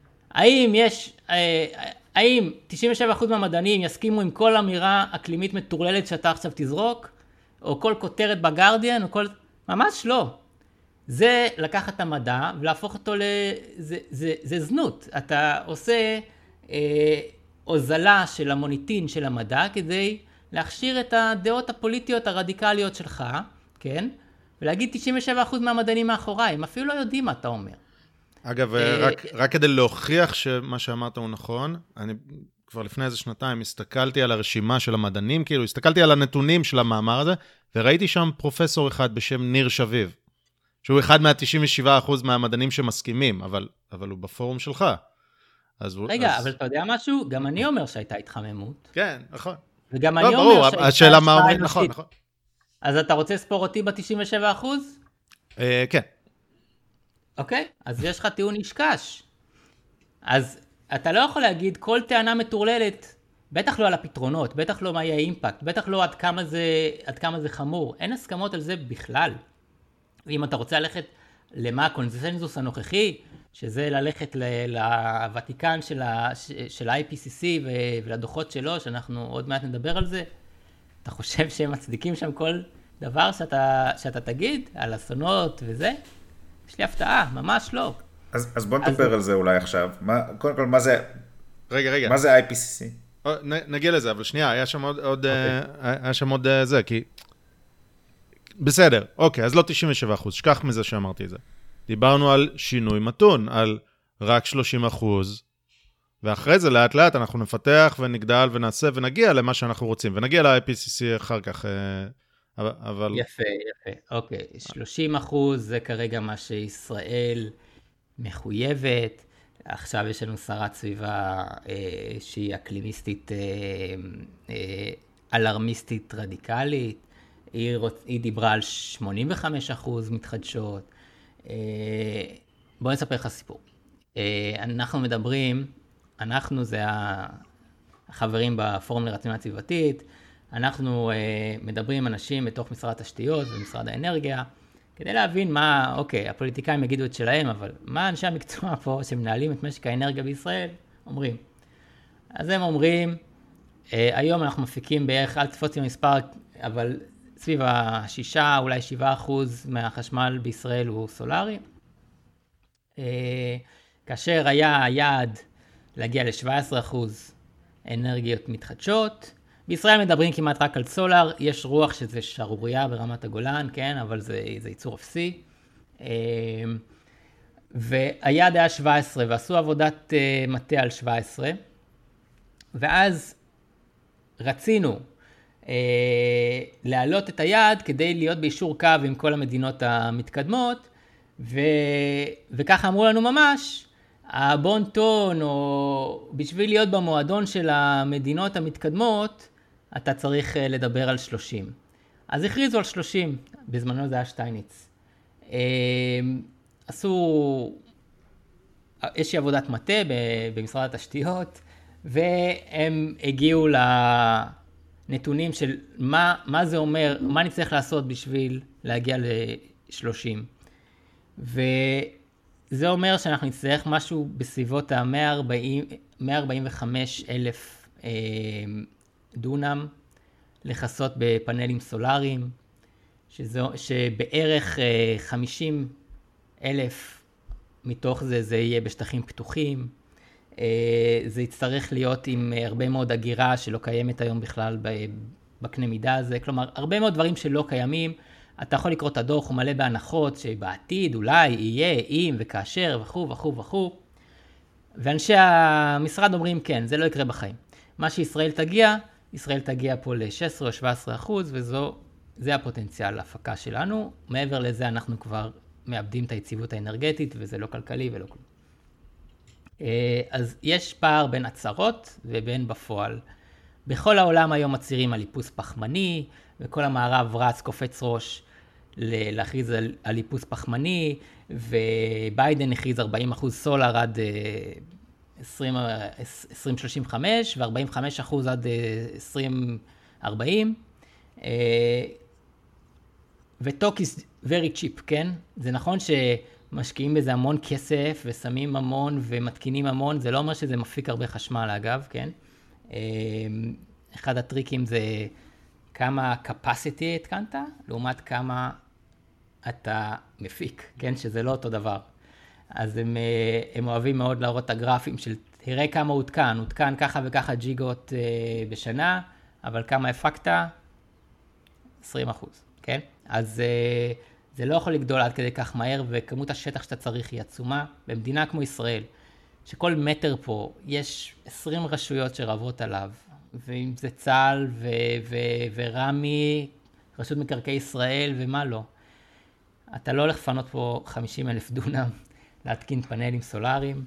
D: האם 97% מהמדענים יסכימו עם כל אמירה אקלימית מטורללת שאתה עכשיו תזרוק, או כל כותרת בגרדיאן, או כל... ממש לא. זה לקחת את המדע ולהפוך אותו זה זנות. אתה עושה הוזלה של המוניטין של המדע כדי להכשיר את הדעות הפוליטיות הרדיקליות שלך, כן? ולהגיד 97% מהמדענים מאחוריי, הם אפילו לא יודעים מה אתה אומר.
A: אגב, רק כדי להוכיח שמה שאמרת הוא נכון, אני כבר לפני איזה שנתיים הסתכלתי על הרשימה של המדענים, כאילו הסתכלתי על הנתונים של המאמר הזה, וראיתי שם פרופסור אחד בשם ניר שביב, שהוא אחד מה-97% מהמדענים שמסכימים, אבל הוא בפורום שלך.
D: רגע, אבל אתה יודע משהו? גם אני אומר שהייתה התחממות.
A: כן, נכון.
D: וגם אני אומר שהייתה...
A: השאלה מה אומרים, נכון.
D: אז אתה רוצה לספור אותי ב-97%?
A: כן.
D: אוקיי, אז יש לך טיעון נשקש. אז אתה לא יכול להגיד כל טענה מטורללת, בטח לא על הפתרונות, בטח לא מה יהיה האימפקט, בטח לא עד כמה זה חמור. אין הסכמות על זה בכלל. ואם אתה רוצה ללכת למה הקונצנזוס הנוכחי, שזה ללכת לוותיקן של ה-IPCC ולדוחות שלו, שאנחנו עוד מעט נדבר על זה. אתה חושב שהם מצדיקים שם כל דבר שאתה תגיד על אסונות וזה? יש לי הפתעה, ממש לא.
C: אז בוא נדבר על זה אולי עכשיו. קודם כל, מה זה...
A: רגע.
C: מה זה IPCC?
A: נגיע לזה, אבל שנייה, היה שם עוד זה, כי... בסדר, אוקיי, אז לא 97%, שכח מזה שאמרתי את זה. דיברנו על שינוי מתון, על רק 30%, ואחרי זה לאט לאט אנחנו נפתח ונגדל ונעשה ונגיע למה שאנחנו רוצים, ונגיע ל-IPCC אחר כך, אבל...
D: יפה, אוקיי, 30% זה כרגע מה שישראל מחויבת, עכשיו יש לנו שרת סביבה שהיא אקלימיסטית, אלרמיסטית רדיקלית, היא דיברה על 85% מתחדשות. בוא נספר לך סיפור. אנחנו מדברים, אנחנו זה החברים בפורום לרציונליות סביבתית, אנחנו מדברים עם אנשים בתוך משרד התשתיות ומשרד האנרגיה, כדי להבין מה, אוקיי, הפוליטיקאים יגידו את שלהם, אבל מה אנשי המקצוע פה שמנהלים את משק האנרגיה בישראל אומרים? אז הם אומרים, היום אנחנו מפיקים בערך, אל תפוץ עם מספר, אבל סביב ה6, אולי 7% מהחשמל בישראל הוא סולרי. כאשר היה היעד להגיע ל-17% אנרגיות מתחדשות, בישראל מדברים כמעט רק על סולר, יש רוח שזה שרוריה ברמת הגולן, כן, אבל זה ייצור אפסי. והיעד היה 17, ועשו עבודת מטה על 17, ואז רצינו להעלות את היעד כדי להיות באישור קו עם כל המדינות המתקדמות, וככה אמרו לנו ממש, הבון טון, או בשביל להיות במועדון של המדינות המתקדמות, אתה צריך לדבר על 30. אז הכריזו על 30, בזמנו זה היה שטייניץ. עשו איזושהי עבודת מטה במשרד התשתיות, והם הגיעו לנתונים של מה זה אומר, מה נצטרך לעשות בשביל להגיע ל-30. וזה אומר שאנחנו נצטרך משהו בסביבות ה-145,000 דונם לחסות בפאנלים סולריים, שבערך 50,000 מתוך זה יהיה בשטחים פתוחים. זה יצטרך להיות עם הרבה מאוד הגירה שלא קיימת היום בכלל בקנה מידה הזה. כלומר, הרבה מאוד דברים שלא קיימים. אתה יכול לקרוא את הדוח, הוא מלא בהנחות שבעתיד אולי יהיה, אם וכאשר וכו'. ואנשי המשרד אומרים כן, זה לא יקרה בחיים. מה שישראל תגיע פה ל-16 או 17%, וזה הפוטנציאל להפקה שלנו. מעבר לזה אנחנו כבר מאבדים את היציבות האנרגטית, וזה לא כלכלי ולא כלום. אז יש פער בין הצהרות ובין בפועל. בכל העולם היום מצהירים על איפוס פחמני, וכל המערב רץ קופץ ראש להכריז על איפוס פחמני, וביידן הכריז 40% סולר עד 2035, ו-45% עד 2040. ו-talk is very cheap, כן? זה נכון שמשקיעים בזה המון כסף, ושמים המון ומתקינים המון, זה לא אומר שזה מפיק הרבה חשמל אגב, כן? אחד הטריקים זה כמה capacity התקנת, לעומת כמה אתה מפיק, כן? שזה לא אותו דבר. אז הם אוהבים מאוד להראות את הגרפים של, תראה כמה הותקן ככה וככה ג'יגות בשנה, אבל כמה הפקת? 20%, כן? אז זה לא יכול לגדול עד כדי כך מהר, וכמות השטח שאתה צריך היא עצומה. במדינה כמו ישראל, שכל מטר פה יש 20 רשויות שרבות עליו, ואם זה צה"ל ורמי, רשות מקרקעי ישראל ומה לא. אתה לא הולך לפנות פה 50,000 דונם להתקין פאנלים סולאריים.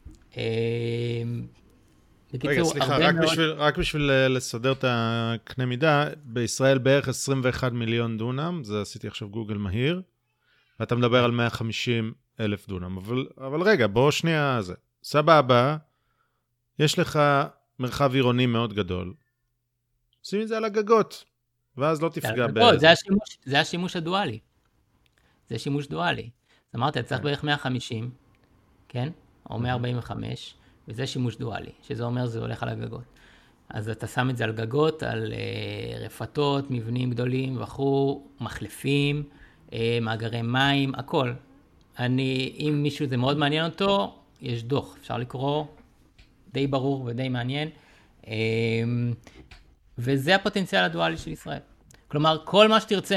A: רגע, סליחה, רק בשביל לסדר את הקנה מידה, בישראל בערך 21 מיליון דונם, זה עשיתי עכשיו גוגל מהיר, ואתה מדבר על 150,000 דונם, אבל רגע, בוא שנייה זה. סבבה, יש לך מרחב עירוני מאוד גדול, שים את זה על הגגות, ואז לא תפגע
D: זה השימוש הדואלי. זה שימוש דואלי. אז אמרתי, צריך בערך 150, כן? או 145, וזה שימוש דואלי, שזה אומר זה הולך על הגגות. אז אתה שם את זה על גגות, על רפתות, מבנים גדולים וכו', מחלפים, מאגרי מים, הכל. אם מישהו זה מאוד מעניין אותו, יש דוח, אפשר לקרוא, די ברור ודי מעניין. וזה הפוטנציאל הדואלי של ישראל. כלומר, כל מה שתרצה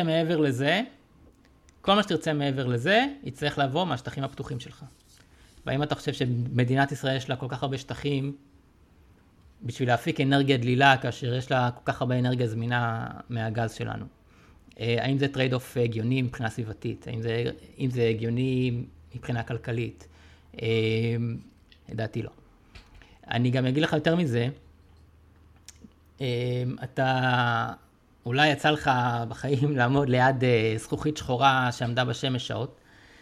D: מעבר לזה, יצטרך לבוא מהשטחים הפתוחים שלך. והאם אתה חושב שמדינת ישראל יש לה כל כך הרבה שטחים, בשביל להפיק אנרגיה דלילה, כאשר יש לה כל כך הרבה אנרגיה זמינה מהגז שלנו? האם זה טרייד אוף הגיוני מבחינה סביבתית? האם זה הגיוני מבחינה כלכלית? לדעתי לא. אני גם אגיד לך יותר מזה, אתה אולי יצא לך בחיים לעמוד ליד זכוכית שחורה שעמדה בשמש שעות.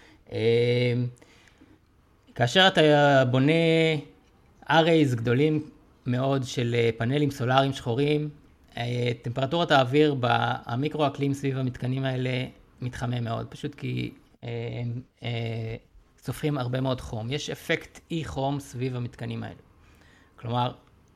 D: כאשר אתה בונה ארייז גדולים מאוד של פאנלים סולאריים שחורים, טמפרטורת האוויר במיקרו-אקלים סביב המתקנים האלה מתחמם מאוד, פשוט כי הם צופים הרבה מאוד חום. יש אפקט אי חום סביב המתקנים האלה. כלומר,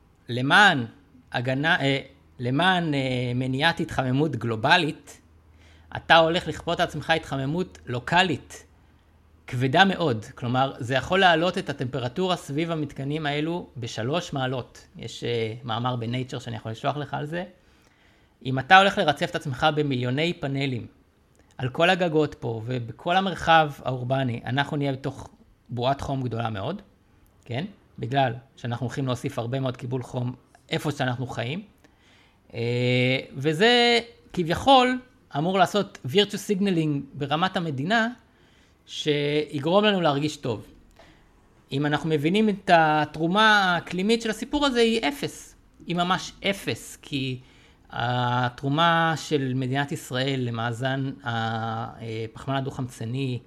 D: למען מניעת התחממות גלובלית, אתה הולך לכפות לעצמך התחממות לוקלית, כבדה מאוד. כלומר, זה יכול להעלות את הטמפרטורה סביב המתקנים האלו ב3 מעלות. יש מאמר בנייצ'ר שאני יכול לשלוח לך על זה. אם אתה הולך לרצף את עצמך במיליוני פאנלים, על כל הגגות פה ובכל המרחב האורבני, אנחנו נהיה בתוך בועת חום גדולה מאוד, כן? בגלל שאנחנו הולכים להוסיף הרבה מאוד קיבול חום איפה שאנחנו חיים. וזה כביכול אמור לעשות virtue signaling ברמת המדינה, שיגרום לנו להרגיש טוב. אם אנחנו מבינים את התרומה האקלימית של הסיפור הזה, היא 0. היא ממש 0, כי התרומה של מדינת ישראל למאזן הפחמן הדו-חמצני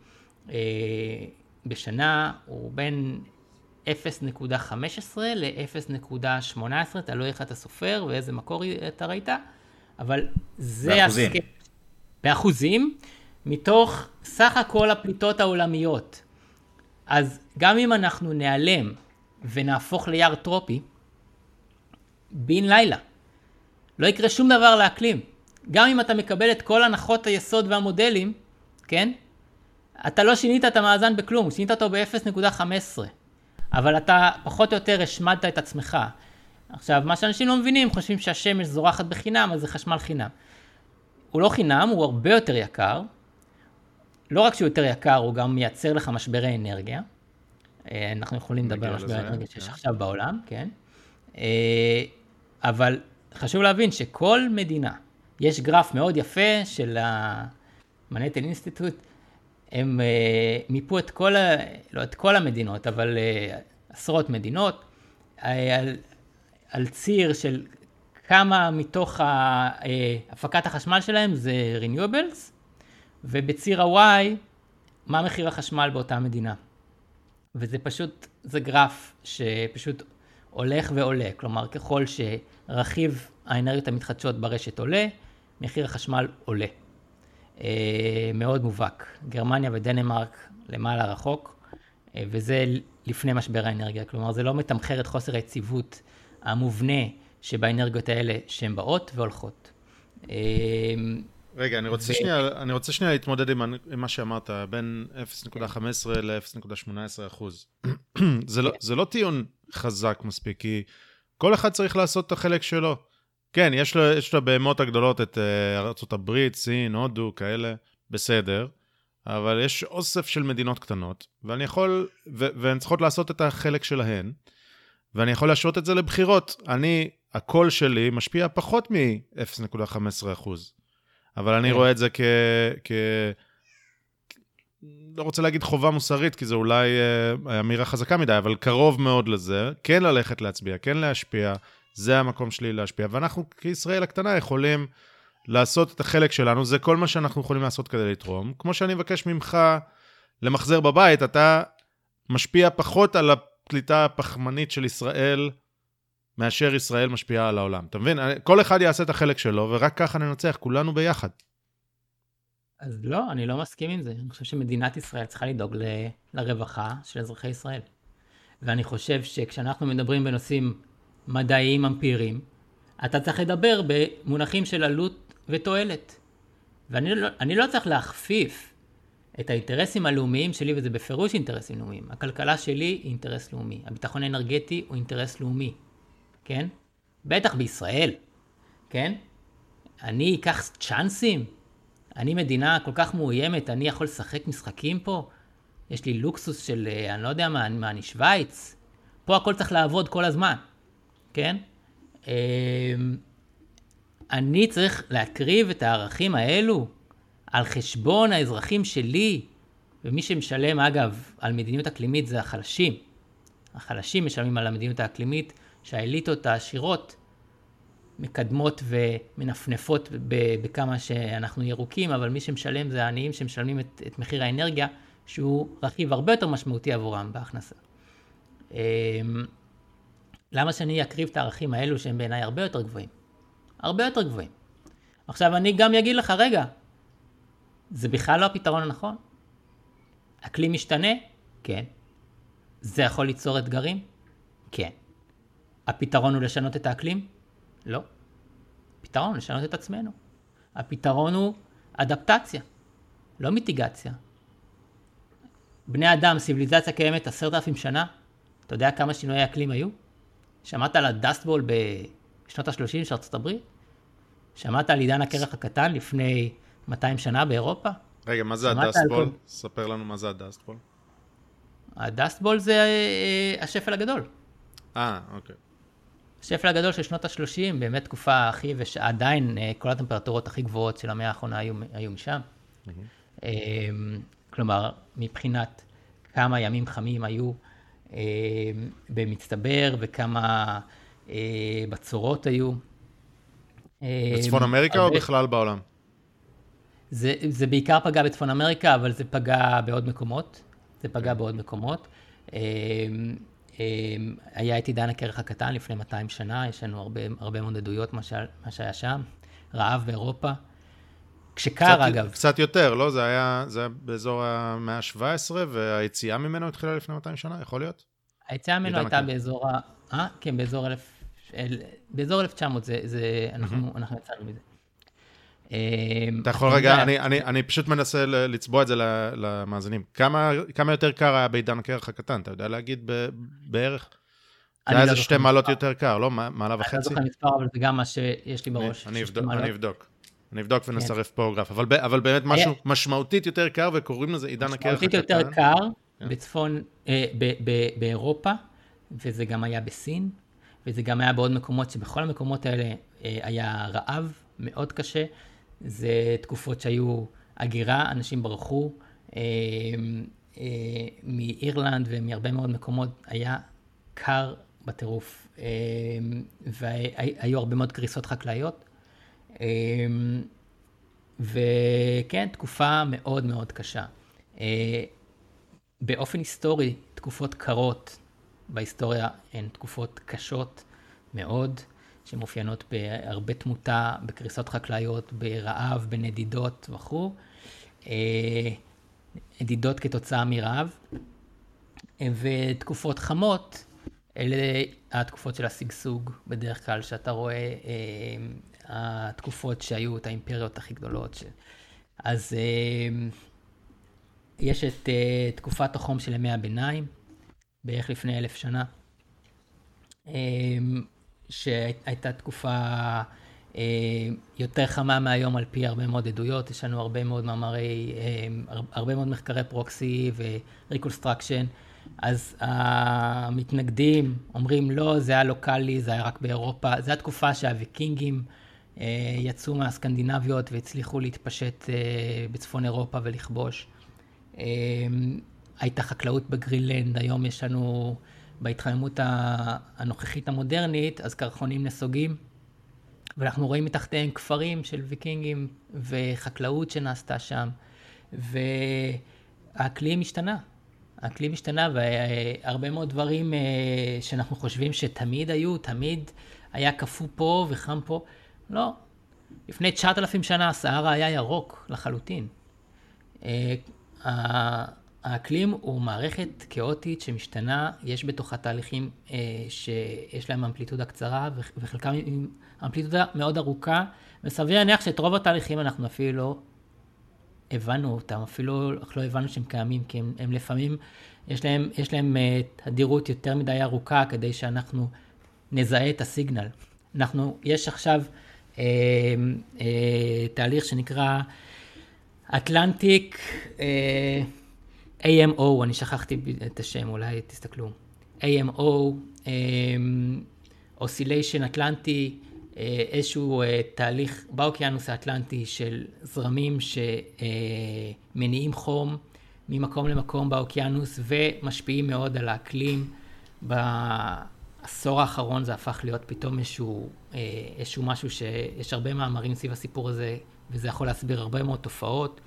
D: בשנה הוא בין 0.15 ל-0.18, תלוי איך אתה סופר ואיזה מקור אתה ראית, אבל זה
C: באחוזים.
D: באחוזים, מתוך סך הכל הפליטות העולמיות. אז גם אם אנחנו נעלם ונהפוך ליער טרופי, בן לילה, לא יקרה שום דבר לאקלים. גם אם אתה מקבל את כל הנחות היסוד והמודלים, כן? אתה לא שינית את המאזן בכלום, שינית אותו ב-0.15. אבל אתה פחות או יותר השמדת את עצמך. עכשיו, מה שאנשים לא מבינים, חושבים שהשמש זורחת בחינם, אז זה חשמל חינם. הוא לא חינם, הוא הרבה יותר יקר. לא רק שהוא יותר יקר, הוא גם מייצר לך משברי אנרגיה. אנחנו יכולים לדבר על משברי אנרגיה שיש עכשיו בעולם, כן? אבל חשוב להבין שכל מדינה, יש גרף מאוד יפה של המנהטן אינסטיטוט, הם מיפו את לא את כל המדינות, אבל עשרות מדינות, על ציר של כמה מתוך הפקת החשמל שלהם זה renewables, ובציר ה-Y, מה מחיר החשמל באותה מדינה. וזה פשוט, זה גרף שפשוט הולך ועולה. כלומר, ככל שרכיב האנרגיות המתחדשות ברשת עולה, מחיר החשמל עולה. מאוד מובהק. גרמניה ודנמרק למעלה רחוק, וזה לפני משבר האנרגיה. כלומר, זה לא מתמחר את חוסר היציבות המובנה שבאנרגיות האלה שהן באות והולכות.
A: רגע, אני רוצה שנייה להתמודד עם מה שאמרת, בין 0.15 ל-0.18%. זה לא טיעון חזק מספיק, כי כל אחד צריך לעשות את החלק שלו. כן, יש לו בהמות הגדולות את ארצות הברית, סין, הודו, כאלה, בסדר, אבל יש אוסף של מדינות קטנות, והן צריכות לעשות את החלק שלהן, ואני יכול להשרות את זה לבחירות. הקול שלי משפיע פחות מ-0.15%. אבל אני רואה את זה לא רוצה להגיד חובה מוסרית, כי זה אולי אמירה חזקה מדי, אבל קרוב מאוד לזה, כן ללכת להצביע, כן להשפיע, זה המקום שלי להשפיע, ואנחנו כישראל הקטנה יכולים לעשות את החלק שלנו, זה כל מה שאנחנו יכולים לעשות כדי לתרום. כמו שאני מבקש ממך למחזר בבית, אתה משפיע פחות על הפליטה הפחמנית של ישראל, מאשר ישראל משפיעה על העולם. אתה מבין? כל אחד יעשה את החלק שלו, ורק ככה ננצח, כולנו ביחד.
D: אז לא, אני לא מסכים עם זה. אני חושב שמדינת ישראל צריכה לדאוג לרווחה של אזרחי ישראל. ואני חושב שכשאנחנו מדברים בנושאים מדעיים אמפיריים, אתה צריך לדבר במונחים של עלות ותועלת. ואני לא צריך להכפיף את האינטרסים הלאומיים שלי, וזה בפירוש אינטרסים לאומיים. הכלכלה שלי היא אינטרס לאומי. הביטחון האנרגטי הוא אינטרס לאומי. כן? בטח בישראל. כן? אני אקח צ'אנסים. אני מדינה כל כך מאוימת, אני יכול לשחק משחקים פה. יש לי לוקסוס של, אני לא יודע מה, אני שוויץ. פה הכל צריך לעבוד כל הזמן. כן? אני צריך להקריב את הערכים האלו על חשבון האזרחים שלי, ומי שמשלם, אגב, על מדיניות אקלימית זה החלשים. החלשים משלמים על המדיניות האקלימית, שהאליטות העשירות מקדמות ומנפנפות בכמה שאנחנו ירוקים, אבל מי שמשלם זה העניים שמשלמים את מחיר האנרגיה, שהוא רכיב הרבה יותר משמעותי עבורם בהכנסה. למה שאני אקריב את הערכים האלו שהם בעיניי הרבה יותר גבוהים? הרבה יותר גבוהים. עכשיו אני גם אגיד לך, רגע, זה בכלל לא הפתרון הנכון. אקלים משתנה? כן. זה יכול ליצור אתגרים? כן. הפתרון הוא לשנות את האקלים? לא. הפתרון הוא לשנות את עצמנו. הפתרון הוא אדפטציה, לא מיטיגציה. בני אדם, סיביליזציה קיימת 10,000 שנה. אתה יודע כמה שינויי אקלים היו? שמעת על הדאסטבול בשנות ה-30 של ארצות הברית? שמעת על עידן הקרח הקטן לפני 200 שנה באירופה?
A: רגע, מה זה הדאסטבול? ספר לנו מה זה הדאסטבול.
D: הדאסטבול זה השפל הגדול.
A: אוקיי.
D: השפל הגדול של שנות ה-30, באמת תקופה הכי, ועדיין כל הטמפרטורות הכי גבוהות של המאה האחרונה היו משם. כלומר, מבחינת כמה ימים חמים היו במצטבר, וכמה בצורות היו.
A: בצפון אמריקה או בכלל בעולם?
D: זה בעיקר פגע בצפון אמריקה, אבל זה פגע בעוד מקומות. היה את עידן הקרח הקטן לפני 200 שנה, יש לנו הרבה מאוד עדויות מה שהיה שם. רעב באירופה. כשקר אגב.
A: קצת יותר, לא? זה היה באזור המאה ה-17, והיציאה ממנו התחילה לפני 200 שנה, יכול להיות?
D: היציאה ממנו הייתה באזור כן, באזור 1900, אנחנו יצאנו מזה.
A: אתה יכול רגע, אני פשוט מנסה לצבוע את זה למאזינים. כמה יותר קר היה בעידן הקרח הקטן? אתה יודע להגיד בערך? זה היה איזה 2 מעלות יותר קר, לא? מעלה וחצי?
D: אני לא זוכר מספר, אבל זה גם מה שיש לי בראש.
A: אני אבדוק ונצרף פה גרף. אבל באמת משהו משמעותית יותר קר, וקוראים לזה עידן הקרח הקטן.
D: משמעותית יותר קר בצפון, באירופה, וזה גם היה בסין, וזה גם היה בעוד מקומות, שבכל המקומות האלה היה רעב מאוד קשה. זה תקופות שהיו הגירה, אנשים ברחו מאירלנד ומהרבה מאוד מקומות, היה קר בטירוף, והיו הרבה מאוד קריסות חקלאיות, וכן, תקופה מאוד מאוד קשה. באופן היסטורי, תקופות קרות בהיסטוריה הן תקופות קשות מאוד, שמאופיינות בהרבה תמותה, בקריסות חקלאיות, ברעב, בנדידות וכו'. נדידות כתוצאה מרעב. ותקופות חמות, אלה התקופות של השגשוג, בדרך כלל שאתה רואה התקופות שהיו את האימפריות הכי גדולות. אז יש את תקופת החום של ימי הביניים, בערך לפני 1,000 שנה. שהייתה תקופה יותר חמה מהיום על פי הרבה מאוד עדויות. יש לנו הרבה מאוד הרבה מאוד מחקרי פרוקסי וריקונסטרקשן. אז המתנגדים אומרים לא, זה היה לוקלי, זה היה רק באירופה. זו התקופה שהוויקינגים יצאו מהסקנדינביות והצליחו להתפשט בצפון אירופה ולכבוש. הייתה חקלאות בגרינלנד, היום יש לנו בהתחממות הנוכחית המודרנית, אז קרחונים נסוגים, ואנחנו רואים מתחתיהם כפרים של ויקינגים וחקלאות שנעשתה שם, והאקלים השתנה. האקלים השתנה, והרבה מאוד דברים שאנחנו חושבים שתמיד היו, תמיד היה קפוא פה וחם פה. לא. לפני 9,000 שנה הסהרה היה ירוק לחלוטין. האקלים הוא מערכת כאוטית שמשתנה, יש בתוכה תהליכים שיש להם אמפליטודה קצרה, וחלקם עם אמפליטודה מאוד ארוכה, וסביר להניח שאת רוב התהליכים אנחנו אפילו לא הבנו אותם, אפילו לא הבנו שהם קיימים, כי הם לפעמים, יש להם תדירות יותר מדי ארוכה, כדי שאנחנו נזהה את הסיגנל. יש עכשיו תהליך שנקרא אטלנטיק, AMO, אני שכחתי את השם, אולי תסתכלו. AMO, אוסיליישן אטלנטי, איזשהו תהליך באוקיינוס האטלנטי של זרמים שמניעים חום ממקום למקום באוקיינוס ומשפיעים מאוד על האקלים. בעשור האחרון זה הפך להיות פתאום איזשהו משהו שיש הרבה מאמרים סביב הסיפור הזה, וזה יכול להסביר הרבה מאוד תופעות.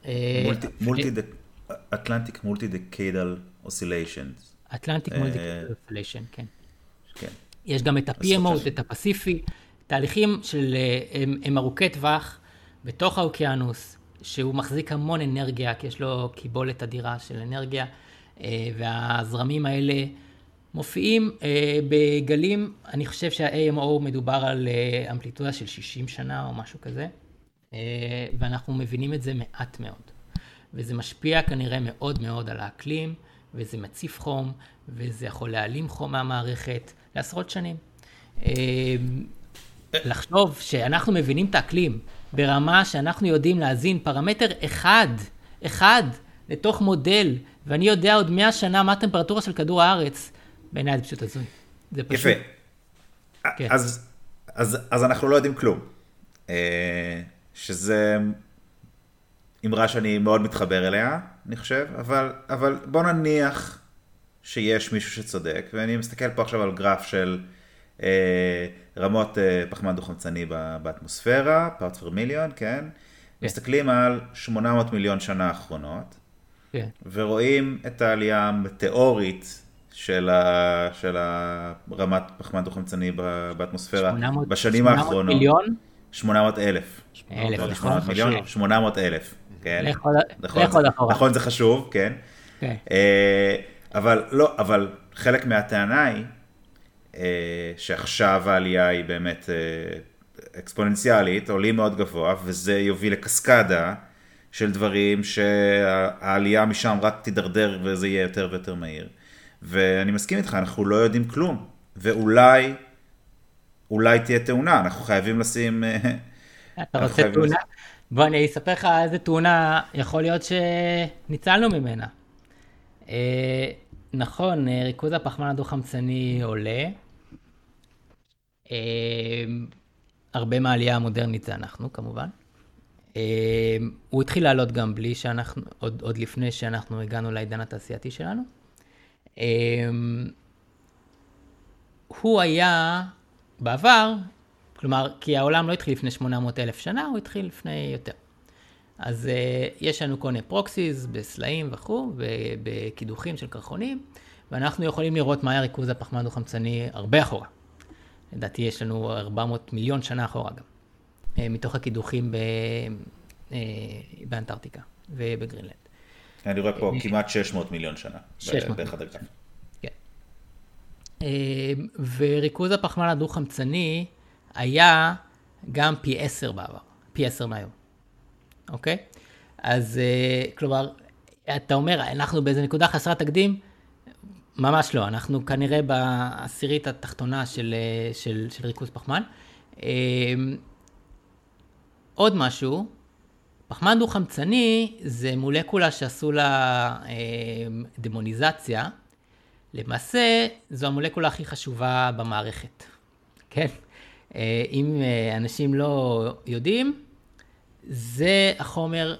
C: Atlantic Multi-Decadal Oscillations.
D: Atlantic Multi-Decadal Oscillation, כן. יש גם את ה-PMO, את הפסיפי, תהליכים הם ארוכי טווח בתוך האוקיינוס, שהוא מחזיק המון אנרגיה, כי יש לו קיבולת אדירה של אנרגיה, והזרמים האלה מופיעים בגלים, אני חושב שה-AMO מדובר על אמפליטודה של 60 שנה או משהו כזה, ואנחנו מבינים את זה מעט מאוד. וזה משפיע כנראה מאוד מאוד על האקלים, וזה מציף חום, וזה יכול להעלים חום מהמערכת לעשרות שנים. לחשוב שאנחנו מבינים את האקלים ברמה שאנחנו יודעים להזין פרמטר אחד לתוך מודל, ואני יודע עוד 100 שנה מה הטמפרטורה של כדור הארץ, בעיניי זה פשוט הזוי. זה פשוט...
C: יפה.
D: כן.
C: אז אנחנו לא יודעים כלום. שזה אמרה שאני מאוד מתחבר אליה, אני חושב, אבל בוא נניח שיש מישהו שצודק, ואני מסתכל פה עכשיו על גרף של רמות פחמן דו-חמצני באטמוספירה, parts per million, כן? מסתכלים על 800 מיליון שנה האחרונות, ורואים את העלייה המטאורית של רמת פחמן דו-חמצני באטמוספירה בשנים האחרונות.
D: 800 מיליון?
C: 800,000. 800 מיליון, 800,000. נכון, זה חשוב, כן. אבל חלק מהטענה היא שעכשיו העלייה היא באמת אקספוננציאלית, עולים מאוד גבוה, וזה יוביל לקסקדה של דברים שהעלייה משם רק תדרדר וזה יהיה יותר ויותר מהיר. ואני מסכים איתך, אנחנו לא יודעים כלום, ואולי תהיה תאונה, אנחנו חייבים לשים...
D: אתה רוצה תאונה? בוא אני אספר לך איזה תאונה יכול להיות שניצלנו ממנה. נכון, ריכוז הפחמן הדו-חמצני עולה. הרבה מהעלייה המודרנית זה אנחנו, כמובן. הוא התחיל לעלות גם בלי שאנחנו, עוד לפני שאנחנו הגענו לעידן התעשייתי שלנו. הוא היה בעבר, כלומר, כי העולם לא התחיל לפני 800,000 שנה, הוא התחיל לפני יותר. אז יש לנו כל מיני פרוקסיס בסלעים וכו', ובקידוחים של קרחונים, ואנחנו יכולים לראות מה היה ריכוז הפחמן דו-חמצני הרבה אחורה. לדעתי יש לנו 400 מיליון שנה אחורה גם, מתוך הקידוחים באנטארקטיקה ובגרינלנד.
C: אני רואה פה כמעט 600 מיליון שנה, באחד הגרף.
D: כן. וריכוז הפחמן הדו-חמצני היה גם פי 10 בעבר, פי 10 מהיום. אוקיי? אז כלומר, אתה אומר, אנחנו באיזה נקודה חסרת תקדים? ממש לא, אנחנו כנראה בעשירית התחתונה של ריכוז פחמן. עוד משהו, פחמן דו-חמצני זה מולקולה שעשו לה דמוניזציה. למעשה, זו המולקולה הכי חשובה במערכת. כן? אם אנשים לא יודעים, זה החומר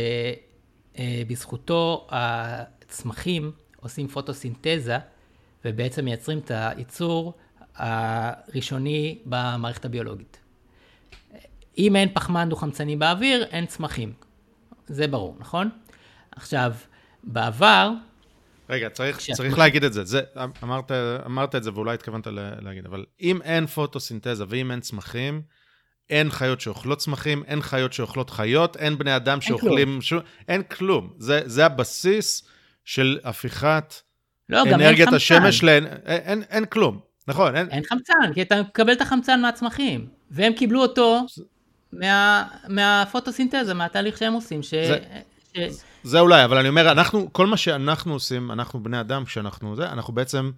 D: שבזכותו הצמחים עושים פוטוסינתזה, ובעצם מייצרים את הייצור הראשוני במערכת הביולוגית. אם אין פחמן דו-חמצני באוויר, אין צמחים. זה ברור, נכון? עכשיו, בעבר...
A: רגע, צריך להגיד את זה. אמרת את זה ואולי התכוונת להגיד, אבל אם אין פוטוסינתזה ואם אין צמחים, אין חיות שאוכלות צמחים, אין חיות שאוכלות חיות, אין בני אדם שאוכלים... אין כלום. זה הבסיס של הפיכת אנרגיית השמש. אין כלום. נכון.
D: אין חמצן, כי אתה מקבל את החמצן מהצמחים, והם קיבלו אותו מהפוטוסינתזה, מהתהליך שהם עושים.
A: זה אולי, אבל אני אומר, כל מה שאנחנו עושים, אנחנו בני אדם, אנחנו בעצם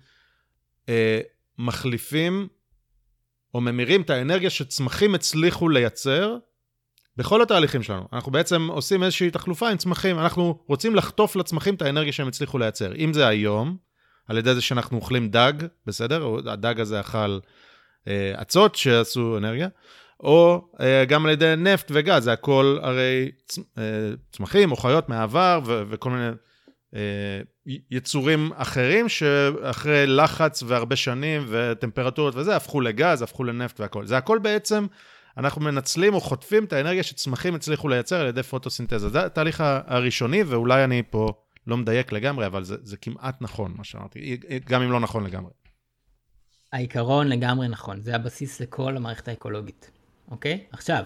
A: מחליפים, או ממירים את האנרגיה שצמחים הצליחו לייצר, בכל התהליכים שלנו. אנחנו בעצם עושים איזושהי תחלופה עם צמחים, אנחנו רוצים לחטוף לצמחים את האנרגיה שהם הצליחו לייצר. אם זה היום, על ידי זה שאנחנו אוכלים דג, בסדר? הדג הזה אכל עצות שעשו אנרגיה, או גם על ידי נפט וגז, זה הכל הרי צמחים או חיות מהעבר, וכל מיני יצורים אחרים, שאחרי לחץ והרבה שנים וטמפרטורות וזה, הפכו לגז, הפכו לנפט והכל. זה הכל בעצם, אנחנו מנצלים או חוטפים את האנרגיה שצמחים הצליחו לייצר על ידי פוטוסינתזה. זה התהליך הראשוני, ואולי אני פה לא מדייק לגמרי, אבל זה כמעט נכון מה שאמרתי, גם אם לא נכון לגמרי.
D: העיקרון לגמרי נכון, זה הבסיס לכל המערכת האקולוגית. אוקיי? עכשיו,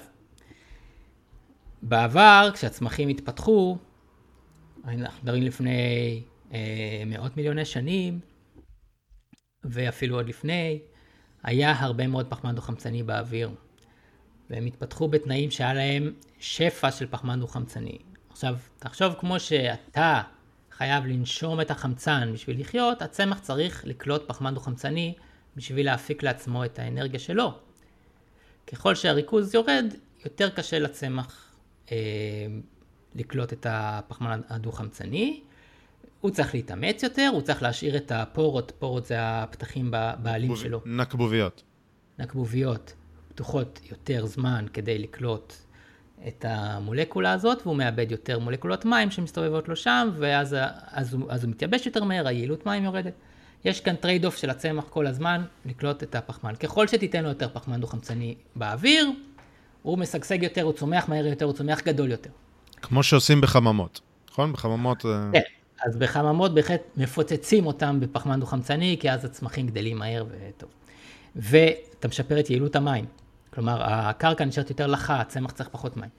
D: בעבר, כשהצמחים התפתחו, אנחנו מדברים לפני מאות מיליוני שנים, ואפילו עוד לפני, היה הרבה מאוד פחמן דו-חמצני באוויר. והם התפתחו בתנאים שהיה להם שפע של פחמן דו-חמצני. עכשיו, תחשוב כמו שאתה חייב לנשום את החמצן בשביל לחיות, הצמח צריך לקלוט פחמן דו-חמצני בשביל להפיק לעצמו את האנרגיה שלו. ככל שהריכוז יורד, יותר קשה לצמח לקלוט את הפחמן הדו-חמצני. הוא צריך להתאמץ יותר, הוא צריך להשאיר את הפורות, פורות זה הפתחים בעלים שלו.
A: נקבוביות.
D: נקבוביות, פתוחות יותר זמן כדי לקלוט את המולקולה הזאת, והוא מאבד יותר מולקולות מים שמסתובבות לו שם, ואז הוא מתייבש יותר מהר, היעילות מים יורדת. יש כאן טרייד אוף של הצמח כל הזמן לקלוט את הפחמן. ככל שתיתן לו יותר פחמן דו-חמצני באוויר, הוא משגשג יותר, הוא צומח מהר יותר, הוא צומח גדול יותר.
A: כמו שעושים בחממות, נכון? בחממות...
D: כן, אז בחממות בהחלט מפוצצים אותם בפחמן דו-חמצני, כי אז הצמחים גדלים מהר וטוב. ואתה משפר את יעילות המים. כלומר, הקרקע נשארת יותר לחה, הצמח צריך פחות מים.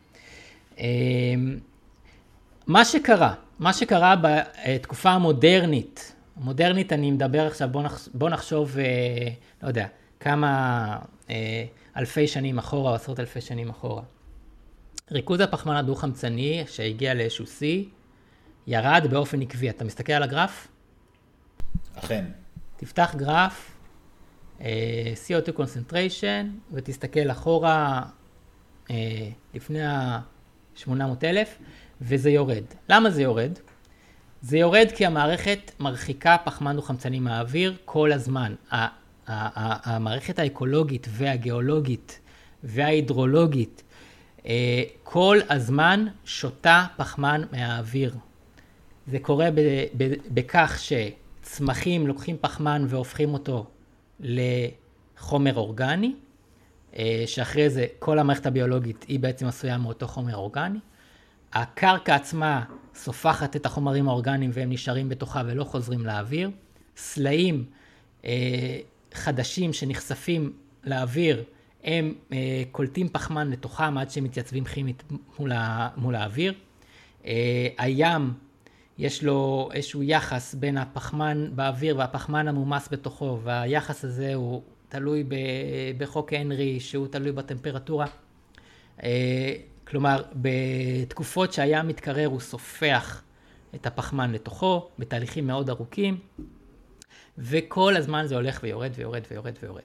D: מה שקרה בתקופה המודרנית, אני מדבר עכשיו, בוא נחשוב, לא יודע, כמה אלפי שנים אחורה, או 10,000 שנים אחורה. ריכוז הפחמן הדו-חמצני שהגיע לאיזשהו C, ירד באופן עקבי. אתה מסתכל על הגרף?
C: אכן.
D: תפתח גרף, CO2 concentration, ותסתכל אחורה לפני ה-800,000, וזה יורד. למה זה יורד? זה יורד כי המערכת מרחיקה פחמן דו-חמצני מהאוויר כל הזמן. המערכת האקולוגית והגיאולוגית וההידרולוגית כל הזמן שותה פחמן מהאוויר. זה קורה בכך שצמחים לוקחים פחמן והופכים אותו לחומר אורגני, שאחרי זה כל המערכת הביולוגית היא בעצם עשויה מאותו חומר אורגני. הקרקע עצמה סופחת את החומרים האורגניים והם נשארים בתוכה ולא חוזרים לאוויר. סלעים חדשים שנחשפים לאוויר, הם קולטים פחמן לתוכם עד שהם מתייצבים כימית מול האוויר. הים, יש לו איזשהו יחס בין הפחמן באוויר והפחמן המומס בתוכו, והיחס הזה הוא תלוי בחוק הנרי, שהוא תלוי בטמפרטורה. כלומר, בתקופות שהים מתקרר הוא סופח את הפחמן לתוכו, בתהליכים מאוד ארוכים, וכל הזמן זה הולך ויורד ויורד ויורד ויורד.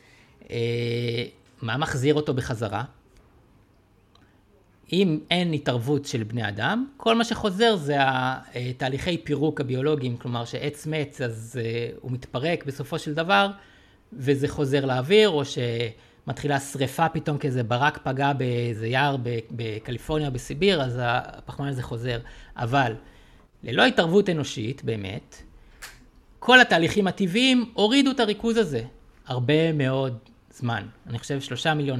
D: מה מחזיר אותו בחזרה? אם אין התערבות של בני אדם, כל מה שחוזר זה התהליכי פירוק הביולוגיים, כלומר שעץ מת אז הוא מתפרק בסופו של דבר, וזה חוזר לאוויר, או שמתחילה שריפה פתאום כזה ברק פגע באיזה יער בקליפורניה או בסיביר, אז הפחמן הזה חוזר. אבל ללא התערבות אנושית באמת, כל התהליכים הטבעיים הורידו את הריכוז הזה הרבה מאוד זמן. אני חושב 3 מיליון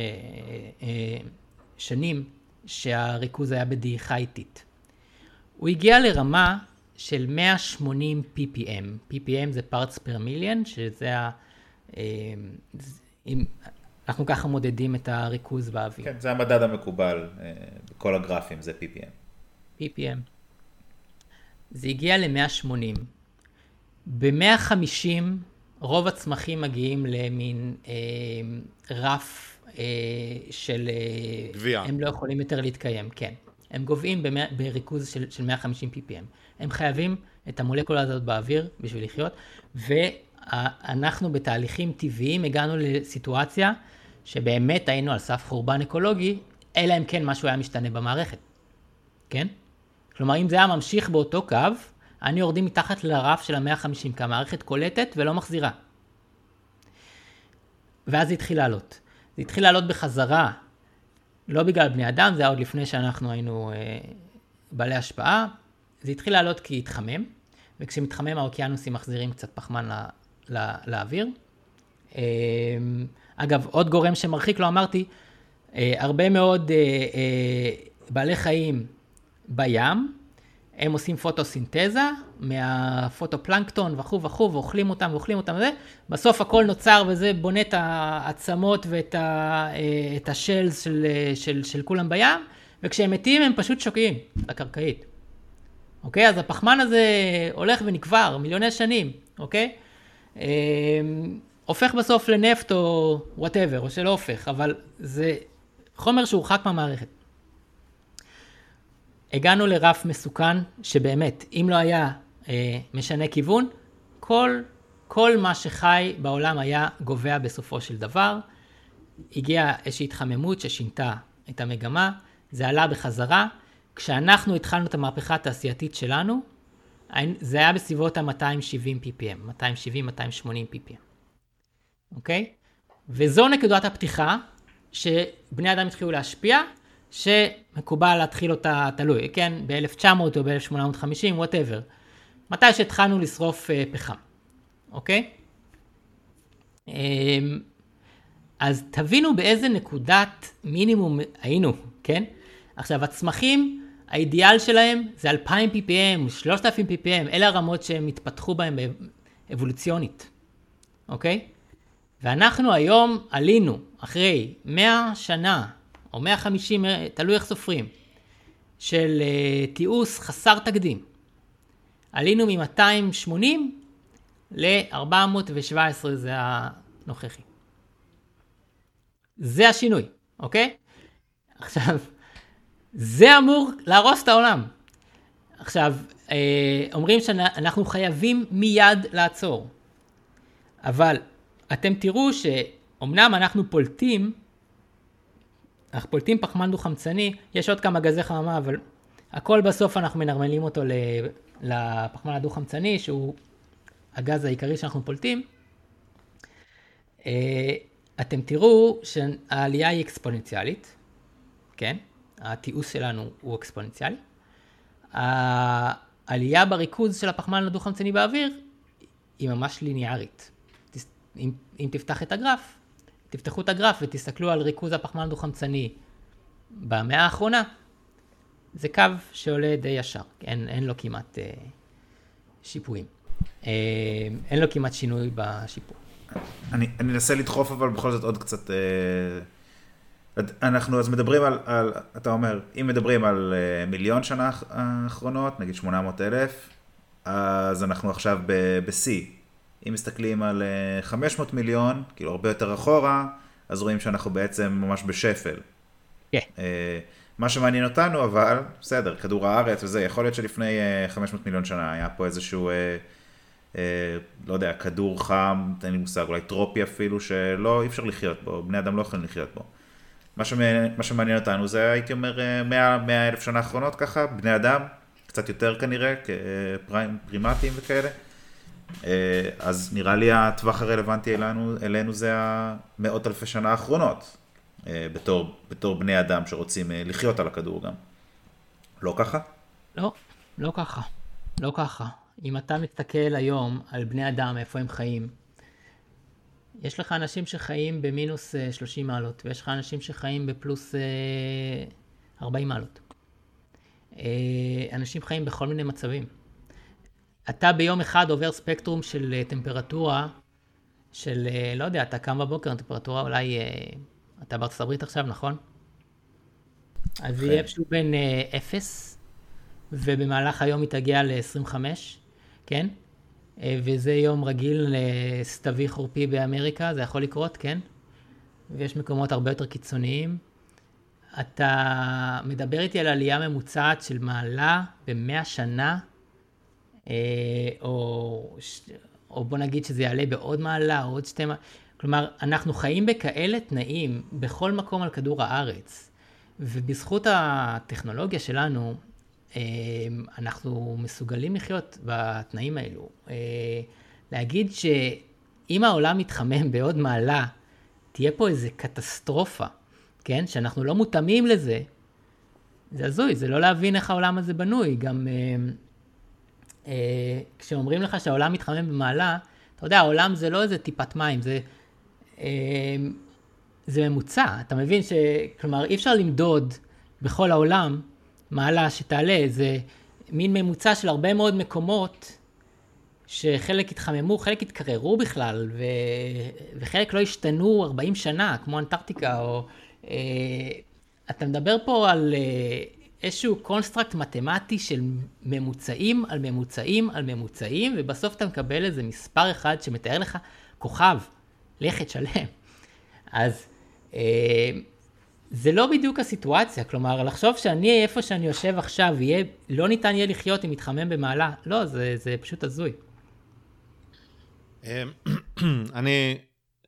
D: שנים שהריכוז היה בדעיכה איטית. הוא הגיע לרמה של 180 ppm. ppm זה parts per million, שזה אנחנו ככה מודדים את הריכוז באוויר.
C: כן, זה המדד המקובל בכל הגרפים, זה ppm.
D: ppm. זה הגיע ל-180. ב-150 רוב הצמחים מגיעים למין רף של...
A: גבייה.
D: הם לא יכולים יותר להתקיים, כן. הם גובעים בריכוז של 150 ppm. הם חייבים את המולקולה הזאת באוויר בשביל לחיות, ואנחנו בתהליכים טבעיים הגענו לסיטואציה שבאמת היינו על סף חורבן אקולוגי, אלא אם כן משהו היה משתנה במערכת. כן? כלומר, אם זה היה ממשיך באותו קו, אני יורדים מתחת לרף של ה-150, כי המערכת קולטת ולא מחזירה. ואז זה התחיל לעלות. זה התחיל לעלות בחזרה, לא בגלל בני אדם, זה היה עוד לפני שאנחנו היינו בעלי השפעה. זה התחיל לעלות כי התחמם, וכשמתחמם האוקיינוסים מחזירים קצת פחמן לאוויר. אגב, עוד גורם שמרחיק, לא אמרתי, הרבה מאוד בעלי חיים בים, הם עושים פוטוסינתזה מהפוטופלנקטון וכו', ואוכלים אותם, וזה. בסוף הכל נוצר וזה בונה את העצמות ואת השלס של כולם בים, וכשהם מתים הם פשוט שוקעים לקרקעית. אוקיי? אז הפחמן הזה הולך ונקבר מיליוני שנים, אוקיי? הופך בסוף לנפט או whatever, או שלא הופך, אבל זה חומר שהורחק מהמערכת. הגענו לרף מסוכן שבאמת, אם לא היה משנה כיוון, כל מה שחי בעולם היה גובע בסופו של דבר. הגיעה איזושהי התחממות ששינתה את המגמה, זה עלה בחזרה. כשאנחנו התחלנו את המהפכה התעשייתית שלנו, זה היה בסביבות ה-270 ppm, 270-280 ppm. אוקיי? וזו נקודת הפתיחה שבני אדם התחילו להשפיע, שמקובל להתחיל אותה תלוי, כן? ב-1900 או ב-1850, whatever. מתי שהתחלנו לשרוף פחם, אוקיי? אז תבינו באיזה נקודת מינימום היינו, כן? עכשיו, הצמחים, האידיאל שלהם זה 2,000 ppm, 3,000 ppm, אלה הרמות שהם התפתחו בהם אבולוציונית, אוקיי? ואנחנו היום עלינו, אחרי 100 שנה, או 150, תלוי איך סופרים, של תיעוש חסר תקדים. עלינו מ-280 ל-417, זה הנוכחי. זה השינוי, אוקיי? עכשיו, זה אמור להרוס את העולם. עכשיו, אומרים שאנחנו חייבים מיד לעצור. אבל אתם תראו שאומנם אנחנו פולטים פחמן דו-חמצני, יש עוד כמה גזי חממה, אבל הכל בסוף אנחנו מנרמלים אותו לפחמן הדו-חמצני, שהוא הגז העיקרי שאנחנו פולטים. אתם תראו שהעלייה היא אקספוננציאלית, כן? התיעוש שלנו הוא אקספוננציאלי. העלייה בריכוז של הפחמן הדו-חמצני באוויר היא ממש ליניארית. אם תפתחו את הגרף ותסתכלו על ריכוז הפחמן הדו-חמצני במאה האחרונה, זה קו שעולה די ישר, אין לו כמעט שיפועים. אין לו כמעט שינוי בשיפור.
C: אני אנסה לדחוף אבל בכל זאת עוד קצת... אנחנו אז מדברים על, אתה אומר, אם מדברים על 1,000,000 שנה האחרונות, נגיד 800,000, אז אנחנו עכשיו ב-C. אם מסתכלים על 500 מיליון, כאילו הרבה יותר אחורה, אז רואים שאנחנו בעצם ממש בשפל.
D: כן.
C: מה שמעניין אותנו, אבל, בסדר, כדור הארץ וזה, יכול להיות שלפני 500 מיליון שנה היה פה איזשהו, לא יודע, כדור חם, תן לי מושג, אולי טרופי אפילו, שלא, אי אפשר לחיות בו, בני אדם לא יכולים לחיות בו. מה שמעניין אותנו זה, הייתי אומר, 100,000 שנה האחרונות ככה, בני אדם, קצת יותר כנראה, פרימטים וכאלה. אז נראה לי הטווח הרלוונטי אלינו זה המאות אלפי שנה האחרונות, בתור בני אדם שרוצים לחיות על הכדור גם. לא ככה?
D: לא ככה. לא ככה. אם אתה מסתכל היום על בני אדם, איפה הם חיים, יש לך אנשים שחיים במינוס 30 מעלות, ויש לך אנשים שחיים בפלוס 40 מעלות. אנשים חיים בכל מיני מצבים. אתה ביום אחד עובר ספקטרום של טמפרטורה של, לא יודע, אתה קם בבוקר, הטמפרטורה אולי, אתה בארצות הברית עכשיו, נכון? אז יהיה איפשהו בין 0, ובמהלך היום היא תגיע ל-25, כן? וזה יום רגיל לסתווי חורפי באמריקה, זה יכול לקרות, כן? ויש מקומות הרבה יותר קיצוניים. אתה מדבר איתי על עלייה ממוצעת של מעלה ב-100 שנה, או בוא נגיד שזה יעלה בעוד מעלה, או עוד 2 מעלה. כלומר, אנחנו חיים בכאלה תנאים בכל מקום על כדור הארץ, ובזכות הטכנולוגיה שלנו, אנחנו מסוגלים לחיות בתנאים האלו. להגיד שאם העולם מתחמם בעוד מעלה, תהיה פה איזו קטסטרופה, כן? שאנחנו לא מותאמים לזה, זה הזוי, זה לא להבין איך העולם הזה בנוי. גם כשאומרים לך שהעולם מתחמם במעלה, אתה יודע, העולם זה לא איזה טיפת מים, זה ממוצע. אתה מבין כלומר, אי אפשר למדוד בכל העולם מעלה שתעלה, זה מין ממוצע של הרבה מאוד מקומות, שחלק התחממו, חלק התקררו בכלל, וחלק לא השתנו 40 שנה, כמו אנטארקטיקה, או... אתה מדבר פה על איזשהו קונסטרקט מתמטי של ממוצעים על ממוצעים על ממוצעים, ובסוף אתה מקבל איזה מספר אחד שמתאר לך כוכב, לכת שלם. אז זה לא בדיוק הסיטואציה, כלומר, לחשוב שאני איפה שאני יושב עכשיו, לא ניתן יהיה לחיות אם מתחמם במעלה, לא, זה פשוט הזוי.
A: אני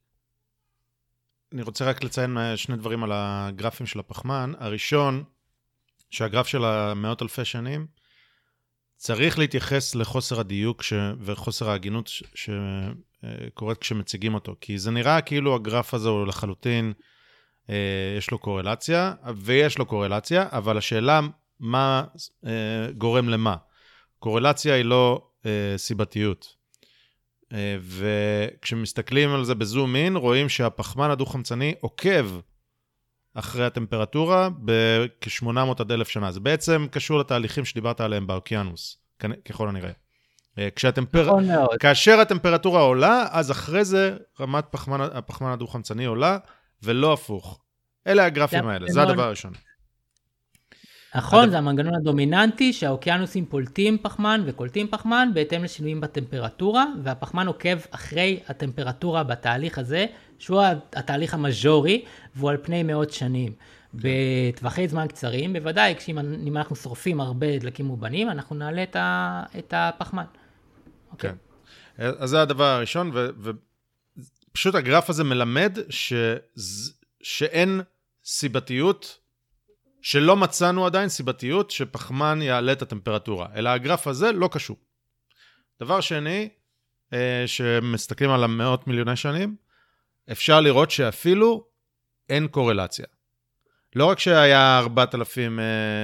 A: רוצה רק לציין 2 דברים על הגרפים של הפחמן. הראשון, שהגרף של המאות אלפי שנים, צריך להתייחס לחוסר הדיוק וחוסר ההגינות שקורית כשמציגים אותו, כי זה נראה כאילו הגרף הזה הוא לחלוטין, יש לו קורלציה, ויש לו קורלציה, אבל השאלה מה גורם למה. קורלציה היא לא סיבתיות. וכשמסתכלים על זה בזום אין, רואים שהפחמן הדו-חמצני עוקב אחרי הטמפרטורה בכ-800 עד 1,000 שנה. זה בעצם קשור לתהליכים שדיברת עליהם באוקיינוס, ככל הנראה. כאשר הטמפרטורה עולה, אז אחרי זה רמת הפחמן הדו-חמצני עולה, ולא הפוך. אלה הגרפים האלה, זה הדבר הראשון.
D: נכון, זה המנגנון הדומיננטי שהאוקיינוסים פולטים פחמן וקולטים פחמן בהתאם לשינויים בטמפרטורה, והפחמן עוקב אחרי הטמפרטורה בתהליך הזה, שהוא התהליך המז'ורי, והוא על פני מאות שנים. בטווחי זמן קצרים, בוודאי, אם אנחנו שורפים הרבה דלקים מובנים, אנחנו נעלה את הפחמן.
A: כן. אז זה הדבר הראשון, ופשוט הגרף הזה מלמד שאין סיבתיות, שלא מצאנו עדיין סיבתיות שפחמן יעלה את הטמפרטורה, אלא הגרף הזה לא קשור. דבר שני, שמסתכלים על המאות מיליוני שנים, אפשר לראות שאפילו אין קורלציה. לא רק שהיה 4,000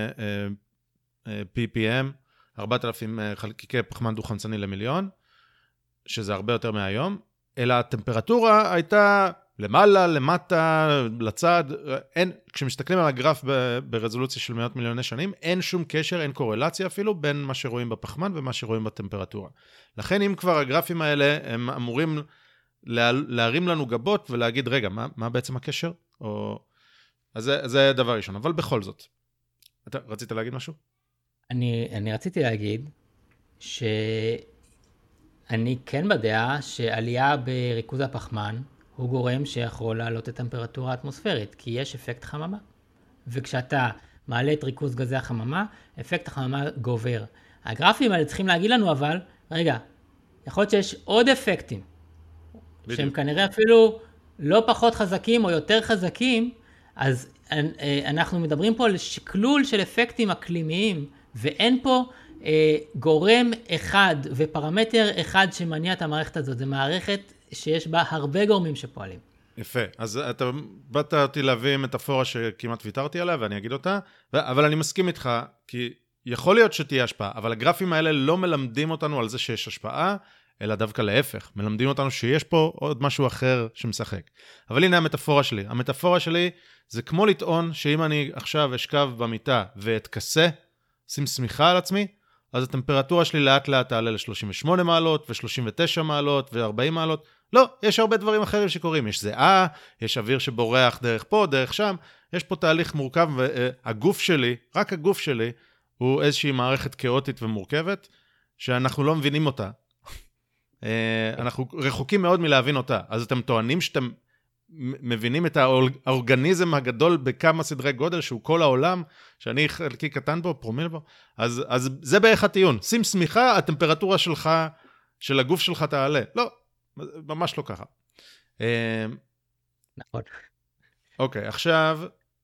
A: ppm, 4,000 חלקיקי פחמן דו-חמצני למיליון, שזה הרבה יותר מהיום, אלא הטמפרטורה הייתה למעלה, למטה, לצד, כשמסתכלים על הגרף ברזולוציה של מאות מיליוני שנים, אין שום קשר, אין קורלציה אפילו בין מה שרואים בפחמן ומה שרואים בטמפרטורה. לכן אם כבר הגרפים האלה, הם אמורים להרים לנו גבות ולהגיד, רגע, מה בעצם הקשר? אז זה דבר ראשון, אבל בכל זאת. אתה רצית להגיד משהו?
D: אני רציתי להגיד שאני כן בדעה שעלייה בריכוז הפחמן הוא גורם שיכול להעלות את הטמפרטורה האטמוספרית, כי יש אפקט חממה. וכשאתה מעלה את ריכוז גזי החממה, אפקט החממה גובר. הגרפים האלה צריכים להגיד לנו אבל, רגע, יכול להיות שיש עוד אפקטים, בדיוק. שהם כנראה אפילו לא פחות חזקים או יותר חזקים, אז אנחנו מדברים פה על שקלול של אפקטים אקלימיים, ואין פה גורם אחד ופרמטר אחד שמניע את המערכת הזאת. זו מערכת שיש בה הרבה גורמים שפועלים.
A: יפה. אז אתה באת אותי להביא מטאפורה שכמעט ויתרתי עליה, ואני אגיד אותה, אבל אני מסכים איתך, כי יכול להיות שתהיה השפעה, אבל הגרפים האלה לא מלמדים אותנו על זה שיש השפעה, אלא דווקא להפך. מלמדים אותנו שיש פה עוד משהו אחר שמשחק. אבל הנה המטאפורה שלי. המטאפורה שלי זה כמו לטעון שאם אני עכשיו אשכב במיטה ואתכסה, שים סמיכה על עצמי, אז הטמפרטורה שלי לאט לאט תעלה ל-38 מעלות ו-39 מעלות ו-40 מעלות. לא, יש הרבה דברים אחרים שקורים. יש זיעה, יש אוויר שבורח דרך פה, דרך שם. יש פה תהליך מורכב, והגוף שלי, רק הגוף שלי, הוא איזושהי מערכת כאוטית ומורכבת, שאנחנו לא מבינים אותה. אנחנו רחוקים מאוד מלהבין אותה. אז אתם טוענים שאתם מבינים את האורגניזם הגדול בכמה סדרי גודל, שהוא כל העולם, שאני חלקי קטן בו, פרומיל בו. אז זה בערך הטיעון. שים סמיכה, הטמפרטורה שלך, של הגוף שלך תעלה. לא, ממש לא ככה.
D: נכון.
A: אוקיי, עכשיו,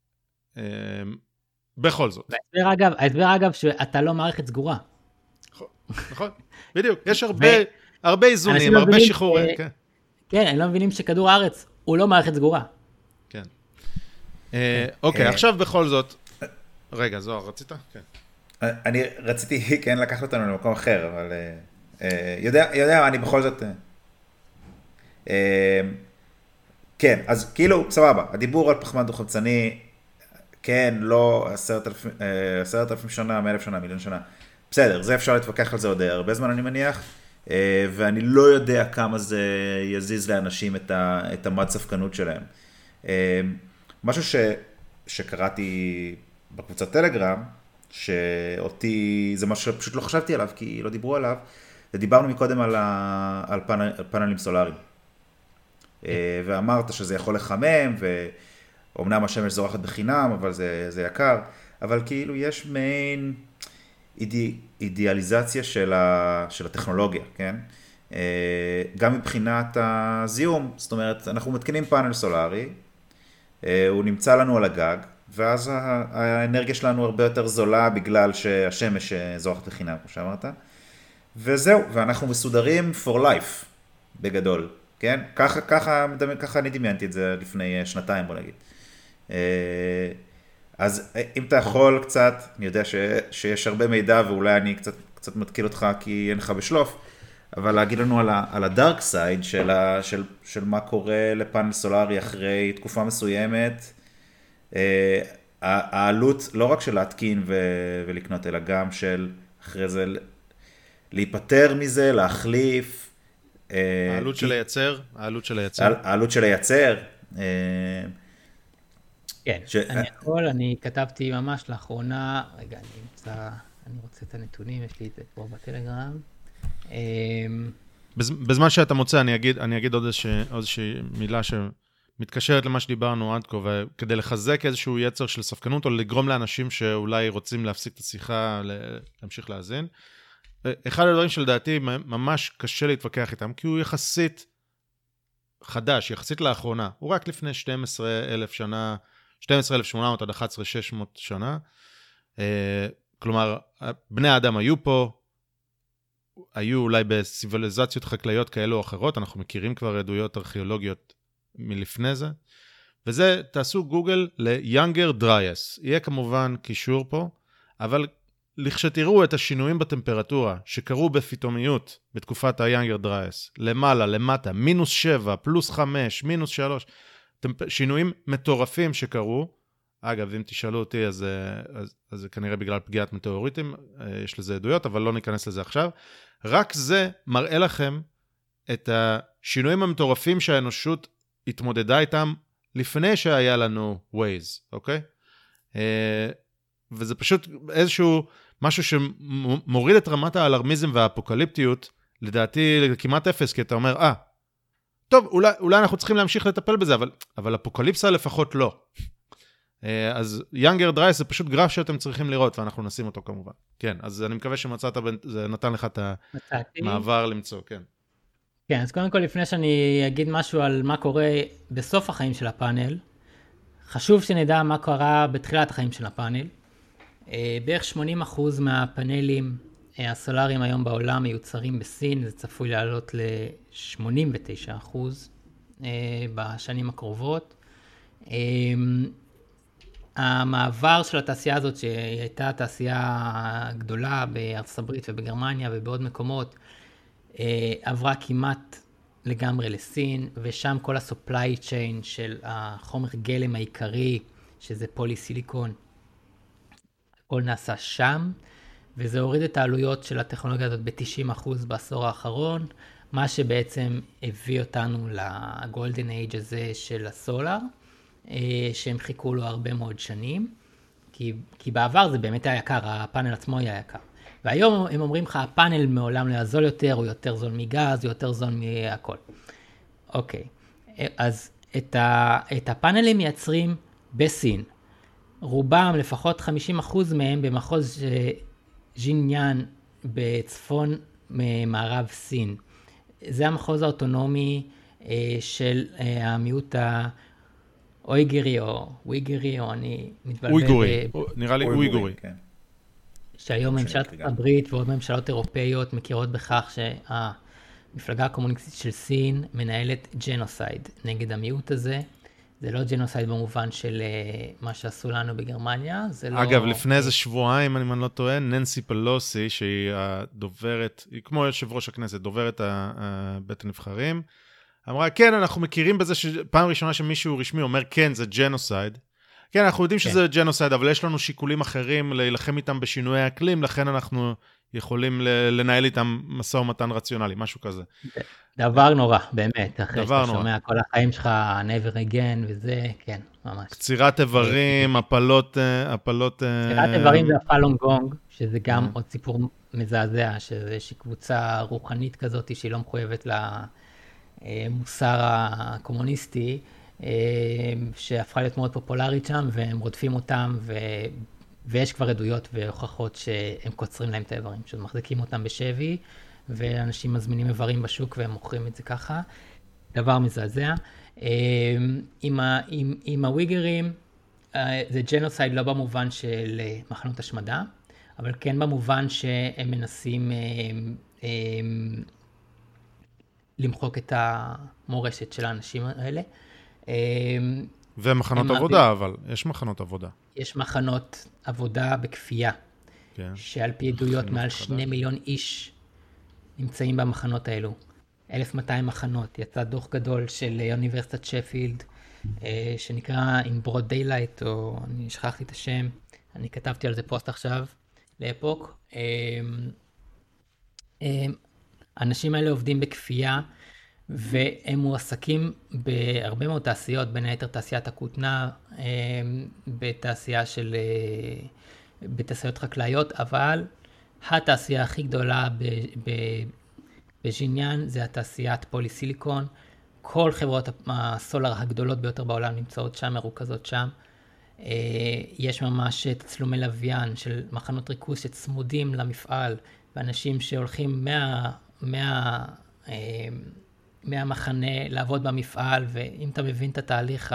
A: בכל זאת.
D: ההסבר אגב, שאתה לא מערכת סגורה.
A: נכון, בדיוק. יש הרבה איזונים, הרבה שחרורים.
D: כן, הם לא מבינים שכדור הארץ הוא לא מערכת סגורה.
A: כן. אוקיי, עכשיו בכל זאת, רגע, זוהר, רצית? כן.
C: אני רציתי, כן, לקחת אותנו למקום אחר, אבל יודע, אני בכל זאת... כן, אז כאילו, סבבה, הדיבור על פחמן דו-חמצני, כן, לא 10,000 שנה, 100,000 שנה, מיליון שנה. בסדר, זה אפשר להתווכח על זה עוד הרבה זמן, אני מניח, ואני לא יודע כמה זה יזיז לאנשים את המד ספקנות שלהם. משהו שקראתי בקבוצת טלגרם, שאותי, זה משהו שפשוט לא חשבתי עליו, כי לא דיברו עליו, ודיברנו מקודם על פאנלים סולאריים. ואמרת שזה יכול לחמם, ואומנם השמש זורחת בחינם, אבל זה יקר, אבל כאילו יש מעין אידיאליזציה של הטכנולוגיה, כן? גם מבחינת הזיהום, זאת אומרת, אנחנו מתקינים פאנל סולארי, הוא נמצא לנו על הגג, ואז האנרגיה שלנו הרבה יותר זולה בגלל שהשמש זורחת בחינם, כמו שאמרת. וזהו, ואנחנו מסודרים for life, בגדול, כן? ככה אני דמיינתי את זה לפני שנתיים, בוא נגיד. אז אם אתה יכול קצת, אני יודע שיש הרבה מידע, ואולי אני קצת מתקיל אותך כי אין לך בשלוף, אבל להגיד לנו על הדארק סייד של מה קורה לפאנל סולארי אחרי תקופה מסוימת, העלות לא רק של להתקין ולקנות, אלא גם של אחרי זה להיפטר מזה, להחליף.
A: העלות של לייצר,
C: העלות של לייצר.
D: כן, אני כתבתי ממש לאחרונה, רגע, אני רוצה את הנתונים, יש לי את זה פה בטלגרם.
A: בזמן שאתה מוצא, אני אגיד עוד איזושהי מילה שמתקשרת למה שדיברנו עד כה, וכדי לחזק איזשהו יצר של ספקנות, או לגרום לאנשים שאולי רוצים להפסיק את השיחה, להמשיך להאזין. אחד הדברים שלדעתי ממש קשה להתווכח איתם, כי הוא יחסית חדש, יחסית לאחרונה. הוא רק לפני 12,000 שנה, 12,800 עד 11,600 שנה. כלומר, בני האדם היו פה, היו אולי בסיביליזציות חקלאיות כאלו או אחרות, אנחנו מכירים כבר עדויות ארכיאולוגיות מלפני זה, וזה, תעשו גוגל ל-Younger Dryas, יהיה כמובן קישור פה, אבל לכשתראו את השינויים בטמפרטורה שקרו בפתאומיות בתקופת ה-Younger Dryas, למעלה, למטה, -7, +5, -3, שינויים מטורפים שקרו, אגב, אם תשאלו אותי, אז זה כנראה בגלל פגיעת מטאוריטים, יש לזה עדויות, אבל לא ניכנס לזה עכשיו. רק זה מראה לכם את השינויים המטורפים שהאנושות התמודדה איתם לפני שהיה לנו Waze, אוקיי? וזה פשוט איזשהו משהו שמוריד את רמת האלרמיזם והאפוקליפטיות, לדעתי כמעט אפס, כי אתה אומר, טוב, אולי אנחנו צריכים להמשיך לטפל בזה, אבל אפוקליפסה לפחות לא. אז Younger Dryas זה פשוט גרף שאתם צריכים לראות, ואנחנו נשים אותו כמובן. כן, אז אני מקווה שמצאת, זה נתן לך את המעבר למצוא, כן.
D: כן, אז קודם כל לפני שאני אגיד משהו על מה קורה בסוף החיים של הפאנל, חשוב שנדע מה קרה בתחילת החיים של הפאנל. בערך 80% מהפאנלים הסולאריים היום בעולם מיוצרים בסין, זה צפוי לעלות ל-89% בשנים הקרובות. המעבר של התעשייה הזאת, שהיא הייתה תעשייה גדולה בארצות הברית ובגרמניה ובעוד מקומות, עברה כמעט לגמרי לסין, ושם כל ה-supply chain של החומר גלם העיקרי, שזה פוליסיליקון, הכל נעשה שם, וזה הוריד את העלויות של הטכנולוגיה הזאת ב-90% בעשור האחרון. מה שבעצם הביא אותנו לגולדן אייג' הזה של הסולר, שהם חיכו לו הרבה מאוד שנים, כי בעבר זה באמת היה יקר, הפאנל עצמו היה יקר. והיום הם אומרים לך, הפאנל מעולם לא יזול יותר, הוא יותר זול מגז, הוא יותר זול מהכל. אוקיי, אז את הפאנלים מייצרים בסין. רובם, לפחות 50% מהם, במחוז ז'יניאן בצפון מערב סין. זה המחוז האוטונומי של המיעוט האויגרי או וויגרי, או אני מתבלבל.
A: אויגורי, נראה לי אויגורי.
D: שהיום ממשלת הברית ועוד ממשלות אירופאיות מכירות בכך שהמפלגה הקומוניסטית של סין מנהלת ג'נוסייד נגד המיעוט הזה. זה לא ג'נוסייד במובן של מה שעשו לנו בגרמניה, זה לא...
A: אגב, לפני איזה שבועיים, אני לא טועה, ננסי פלוסי, שהיא הדוברת, היא כמו יושב ראש הכנסת, דוברת בית הנבחרים, אמרה, כן, אנחנו מכירים בזה שפעם ראשונה שמישהו רשמי אומר, כן, זה ג'נוסייד. כן, אנחנו יודעים שזה ג'נוסייד, אבל יש לנו שיקולים אחרים להילחם איתם בשינוי האקלים, לכן אנחנו יכולים לנהל איתם משא ומתן רציונלי, משהו כזה.
D: דבר נורא, באמת, אחרי שאתה שומע כל החיים שלך, never again וזה, כן, ממש.
A: קצירת איברים, הפלות...
D: קצירת איברים זה הפלונגונג, שזה גם עוד סיפור מזעזע, שזה איזושהי קבוצה רוחנית כזאת, שהיא לא מחויבת למוסר הקומוניסטי, שהפכה להיות מאוד פופולרית שם, והם רודפים אותם, ויש כבר עדויות והוכחות שהם קוצרים להם את האיברים, שמחזיקים אותם בשבי, ואנשים מזמינים איברים בשוק והם מוכרים את זה ככה. דבר מזעזע. עם הוויגרים, זה ג'נוסייד לא במובן של מחנות השמדה, אבל כן במובן שהם מנסים למחוק את המורשת של האנשים האלה.
A: ומחנות עבודה, אבל יש מחנות עבודה.
D: יש מחנות עבודה בכפייה, שעל פי עדויות מעל 2 מיליון איש נמצאים במחנות האלו. 1,200 מחנות. יצא דוח גדול של אוניברסיטת שפילד, שנקרא In Broad Daylight, או אני שכחתי את השם, אני כתבתי על זה פוסט עכשיו, לאפוק. האנשים האלה עובדים בכפייה, והם מועסקים בהרבה מאוד תעשיות, בין היתר תעשיית הכותנה, בתעשיות חקלאיות, אבל התעשייה הכי גדולה בז'יניאן זה התעשיית פוליסיליקון. כל חברות הסולר הגדולות ביותר בעולם נמצאות שם, מרוכזות שם. יש ממש תצלומי לוויין של מחנות ריכוז שצמודים למפעל, ואנשים שהולכים מהמחנה לעבוד במפעל, ואם אתה מבין את התהליך,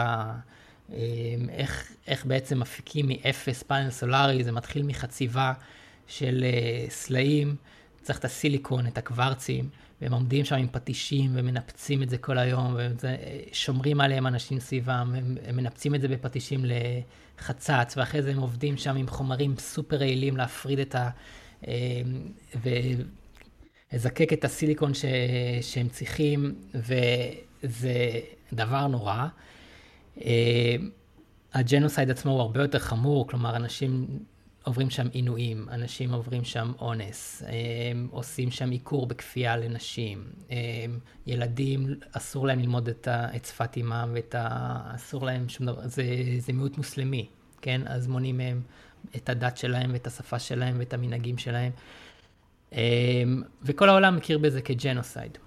D: איך בעצם מפיקים מאפס פאנל סולרי, זה מתחיל מחציבה של סלעים, צריך את הסיליקון, את הקוורצים, והם עומדים שם עם פטישים ומנפצים את זה כל היום, ושומרים עליהם אנשים סביבם, הם מנפצים את זה בפטישים לחצץ, ואחרי זה הם עובדים שם עם חומרים סופר רעילים להפריד את ולזקק את הסיליקון שהם צריכים, וזה דבר נורא. הג'נוסייד עצמו הוא הרבה יותר חמור, כלומר אנשים עוברים שם עינויים, אנשים עוברים שם אונס, עושים שם עיקור בכפייה לנשים, ילדים אסור להם ללמוד את שפת אמם, אסור להם שום דבר, זה מיעוט מוסלמי, כן? אז מונים מהם את הדת שלהם ואת השפה שלהם ואת המנהגים שלהם, וכל העולם מכיר בזה כג'נוסייד.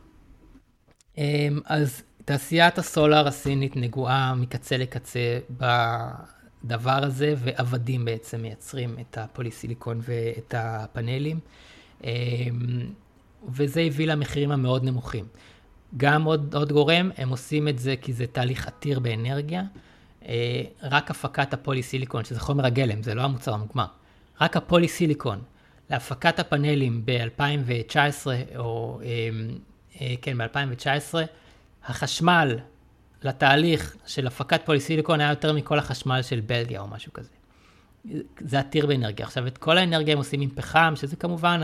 D: אז תעשיית הסולר הסינית נגועה מקצה לקצה בדבר הזה, ועבדים בעצם מייצרים את הפוליסיליקון ואת הפאנלים, וזה הביא למחירים המאוד נמוכים. גם עוד גורם, הם עושים את זה כי זה תהליך עתיר באנרגיה, רק הפקת הפוליסיליקון, שזה חומר הגלם, זה לא המוצר המוגמר, רק הפוליסיליקון, להפקת הפאנלים ב-2019, או כן, ב-2019, החשמל לתהליך של הפקת פוליסיליקון היה יותר מכל החשמל של בלגיה או משהו כזה. זה עתיר באנרגיה. עכשיו, את כל האנרגיה הם עושים עם פחם, שזה כמובן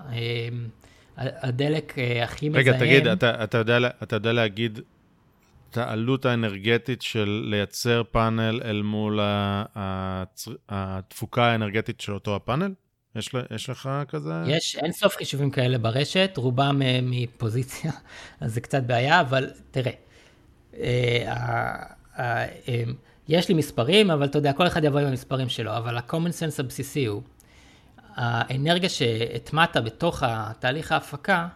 D: הדלק הכי מזהם. רגע,
A: תגיד, אתה יודע להגיד את העלות האנרגטית של לייצר פאנל אל מול התפוקה האנרגטית של אותו הפאנל? יש לך כזה?
D: יש אין סוף חישובים כאלה ברשת, רובם מפוזיציה, אז זה קצת בעיה, אבל תראה, יש לי מספרים, אבל אתה יודע, כל אחד יבוא עם המספרים שלו, אבל ה-common sense הבסיסי הוא, האנרגיה שהטמעת בתוך התהליך ההפקה,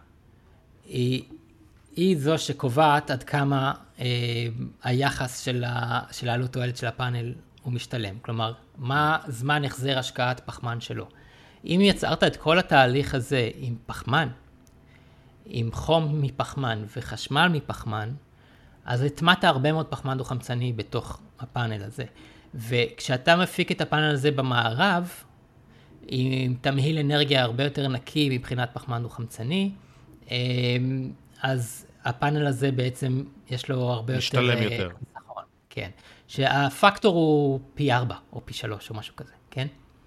D: היא זו שקובעת עד כמה היחס של העלות תועלת של הפאנל הוא משתלם. כלומר, מה זמן החזר השקעת פחמן שלו. אם יצרת את כל התהליך הזה עם פחמן, עם חום מפחמן וחשמל מפחמן, אז הטמעת הרבה מאוד פחמן דו-חמצני בתוך הפאנל הזה. וכשאתה מפיק את הפאנל הזה במערב, עם תמהיל אנרגיה הרבה יותר נקי מבחינת פחמן דו-חמצני, אז הפאנל הזה בעצם יש לו הרבה יותר...
A: משתלם יותר.
D: נכון, כן. שהפקטור הוא פי 4 או פי 3 או משהו כזה, כן?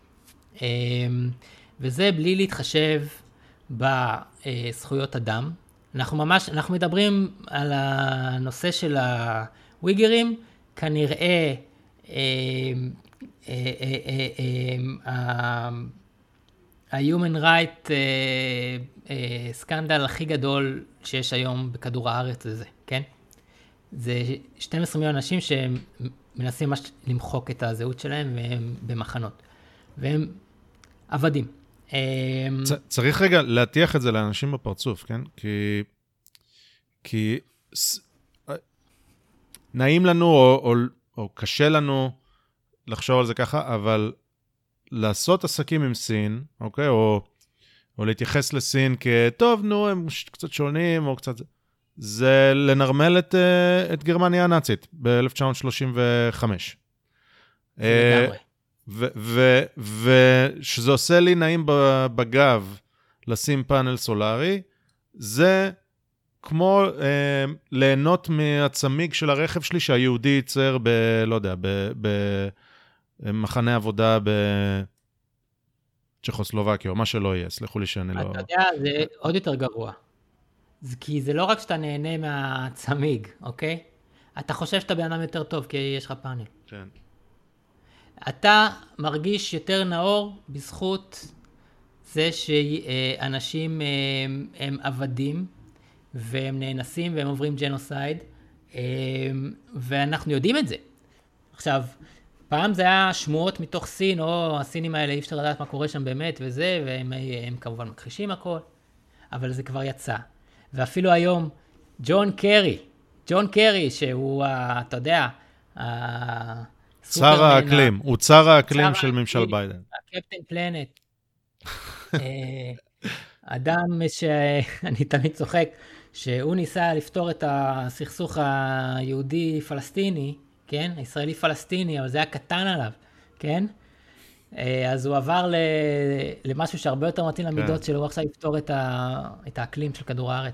D: וזה בלי להתחשב בזכויות אדם. אנחנו מדברים על הנושא של הוויגרים, כנראה ה-human right סקנדל הכי גדול שיש היום בכדור הארץ זה, כן? זה 12 מיליון אנשים שמנסים למחוק את הזהות שלהם והם במחנות. והם עבדים.
A: צריך רגע להטיח את זה לאנשים בפרצוף, כן? כי נעים לנו או קשה לנו לחשוב על זה ככה, אבל לעשות עסקים עם סין, אוקיי? או להתייחס לסין כטוב, נו, הם קצת שונים, או קצת... זה לנרמל את גרמניה הנאצית ב-1935.
D: לגמרי.
A: ושזה עושה לי נעים בגב לשים פאנל סולרי, זה כמו ליהנות מהצמיג של הרכב שלי שהיהודי ייצר לא יודע, במחנה עבודה בצ'כוסלובקיה, או מה שלא יהיה, סלחו לי שאני לא...
D: אתה יודע, זה עוד יותר גרוע. כי זה לא רק שאתה נהנה מהצמיג, אוקיי? אתה חושב שאתה בן אדם יותר טוב, כי יש לך פאנל.
A: כן.
D: אתה מרגיש יותר נאור בזכות זה שאנשים הם עבדים, והם נאנסים והם עוברים ג'נוסייד, ואנחנו יודעים את זה. עכשיו, פעם זה היה שמועות מתוך סין, או הסינים האלה, אי אפשר לדעת מה קורה שם באמת וזה, והם כמובן מכחישים הכל, אבל זה כבר יצא. ואפילו היום, ג'ון קרי, שהוא, אתה יודע,
A: צר האקלים, הוא צר האקלים של ממשל ביידן.
D: הקפטן פלנט. אדם שאני תמיד צוחק, שהוא ניסה לפתור את הסכסוך היהודי-פלסטיני, כן? הישראלי-פלסטיני, אבל זה היה קטן עליו, כן? אז הוא עבר למשהו שהרבה יותר מתאים למידות שלו, הוא עכשיו יפתור את האקלים של כדור הארץ.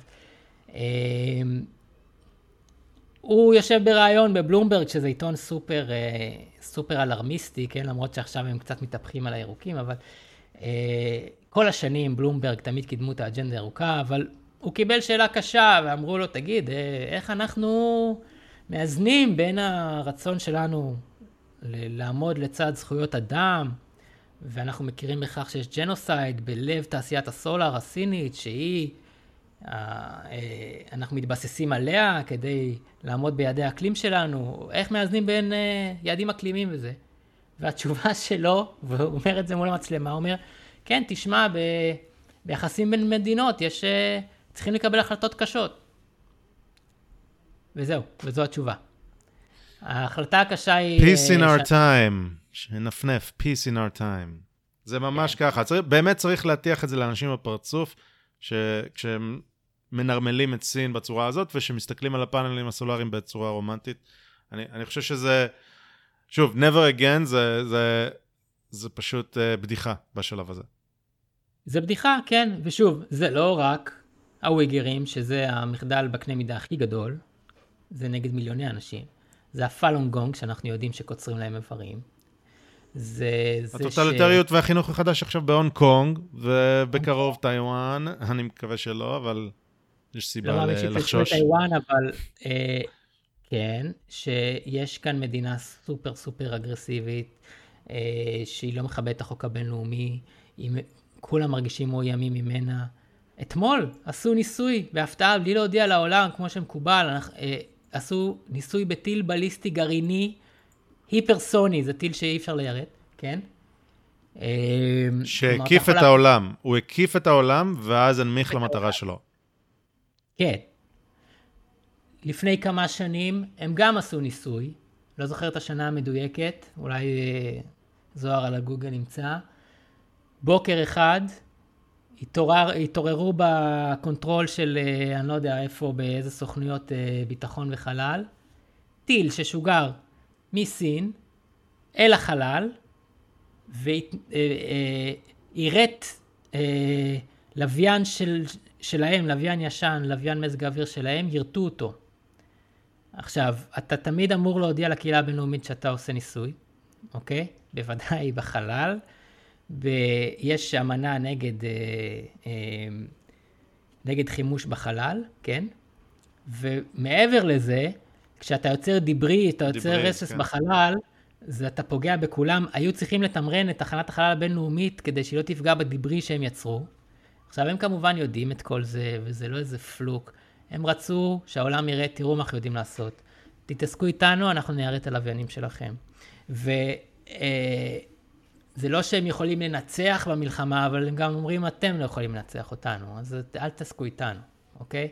D: הוא יושב ברעיון בבלומברג, שזה עיתון סופר אלרמיסטי, כן? למרות שעכשיו הם קצת מתהפכים על הירוקים, אבל כל השנים בלומברג תמיד קידמו את האג'נדה ירוקה, אבל הוא קיבל שאלה קשה, ואמרו לו, תגיד, איך אנחנו מאזנים בין הרצון שלנו לעמוד לצד זכויות אדם, ואנחנו מכירים בכך שיש ג'נוסייד בלב תעשיית הסולר הסינית, שהיא, אנחנו מתבססים עליה כדי לעמוד ביעדי האקלים שלנו, איך מאזנים בין יעדים אקלימיים וזה. והתשובה שלו, והוא אומר את זה מול המצלמה, הוא אומר, כן, תשמע, ביחסים בין מדינות צריכים לקבל החלטות קשות. וזהו, וזו התשובה. ההחלטה הקשה היא...
A: Peace in our time, שנפנף, peace in our time. זה ממש ככה, באמת צריך להטיח את זה לאנשים בפרצוף, כשהם מנרמלים את סין בצורה הזאת, ושמסתכלים על הפאנלים הסולריים בצורה רומנטית. אני חושב שזה, שוב, never again, זה פשוט בדיחה בשלב הזה.
D: זה בדיחה, כן, ושוב, זה לא רק הוויגרים, שזה המחדל בקנה מידה הכי גדול, זה נגד מיליוני אנשים. זה הפלונג גונג, שאנחנו יודעים שקוצרים להם איברים.
A: הטוטליטריות והחינוך החדש עכשיו בהונג קונג, ובקרוב טיואן, אני מקווה שלא, אבל יש סיבה לחשוש.
D: טיואן, אבל כן, שיש כאן מדינה סופר אגרסיבית, שהיא לא מכבדת את החוק הבינלאומי, כולם מרגישים מאוימים ממנה. אתמול עשו ניסוי בהפתעה, בלי להודיע לעולם, כמו שמקובל, עשו ניסוי בטיל בליסטי גרעיני, היפרסוני, זה טיל שאי אפשר ליירט, כן?
A: שהקיף את העולם, הוא הקיף את העולם, ואז הנמיך למטרה שלו.
D: כן. לפני כמה שנים הם גם עשו ניסוי, לא זוכר את השנה המדויקת, אולי זוהר על הגוגל נמצא. בוקר אחד, התעוררו בקונטרול של, אני לא יודע איפה, באיזה סוכנויות ביטחון וחלל, טיל ששוגר מסין אל החלל, והירט לוויין שלהם, לוויין ישן, לוויין מזג האוויר שלהם, ירטו אותו. עכשיו, אתה תמיד אמור להודיע לקהילה הבינלאומית שאתה עושה ניסוי, אוקיי? בוודאי בחלל. יש אמנה נגד חימוש בחלל, כן? ומעבר לזה, כשאתה יוצר דיברי, אתה יוצר רסס כן. בחלל, זה אתה פוגע בכולם. היו צריכים לתמרן את תחנת החלל הבינלאומית כדי שהיא לא תפגע בדיברי שהם יצרו. עכשיו, הם כמובן יודעים את כל זה, וזה לא איזה פלוק. הם רצו שהעולם יראה, תראו מה אנחנו יודעים לעשות. תתעסקו איתנו, אנחנו נערה את הלוויינים שלכם. זה לא שהם יכולים לנצח במלחמה, אבל הם גם אומרים, אתם לא יכולים לנצח אותנו, אז אל תעסקו איתנו, אוקיי?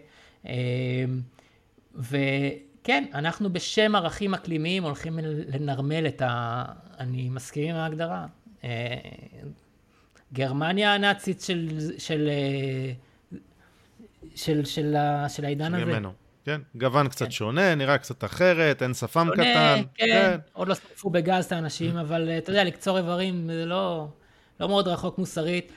D: וכן, אנחנו בשם ערכים אקלימיים הולכים לנרמל אני מסכים עם ההגדרה. גרמניה הנאצית של העידן הזה.
A: ממנו. כן, גוון קצת שונה, נראה קצת אחרת, אין שפם קטן.
D: כן, עוד לא שרפו בגז את האנשים, אבל אתה יודע, לקצור איברים זה לא מאוד רחוק מוסרית,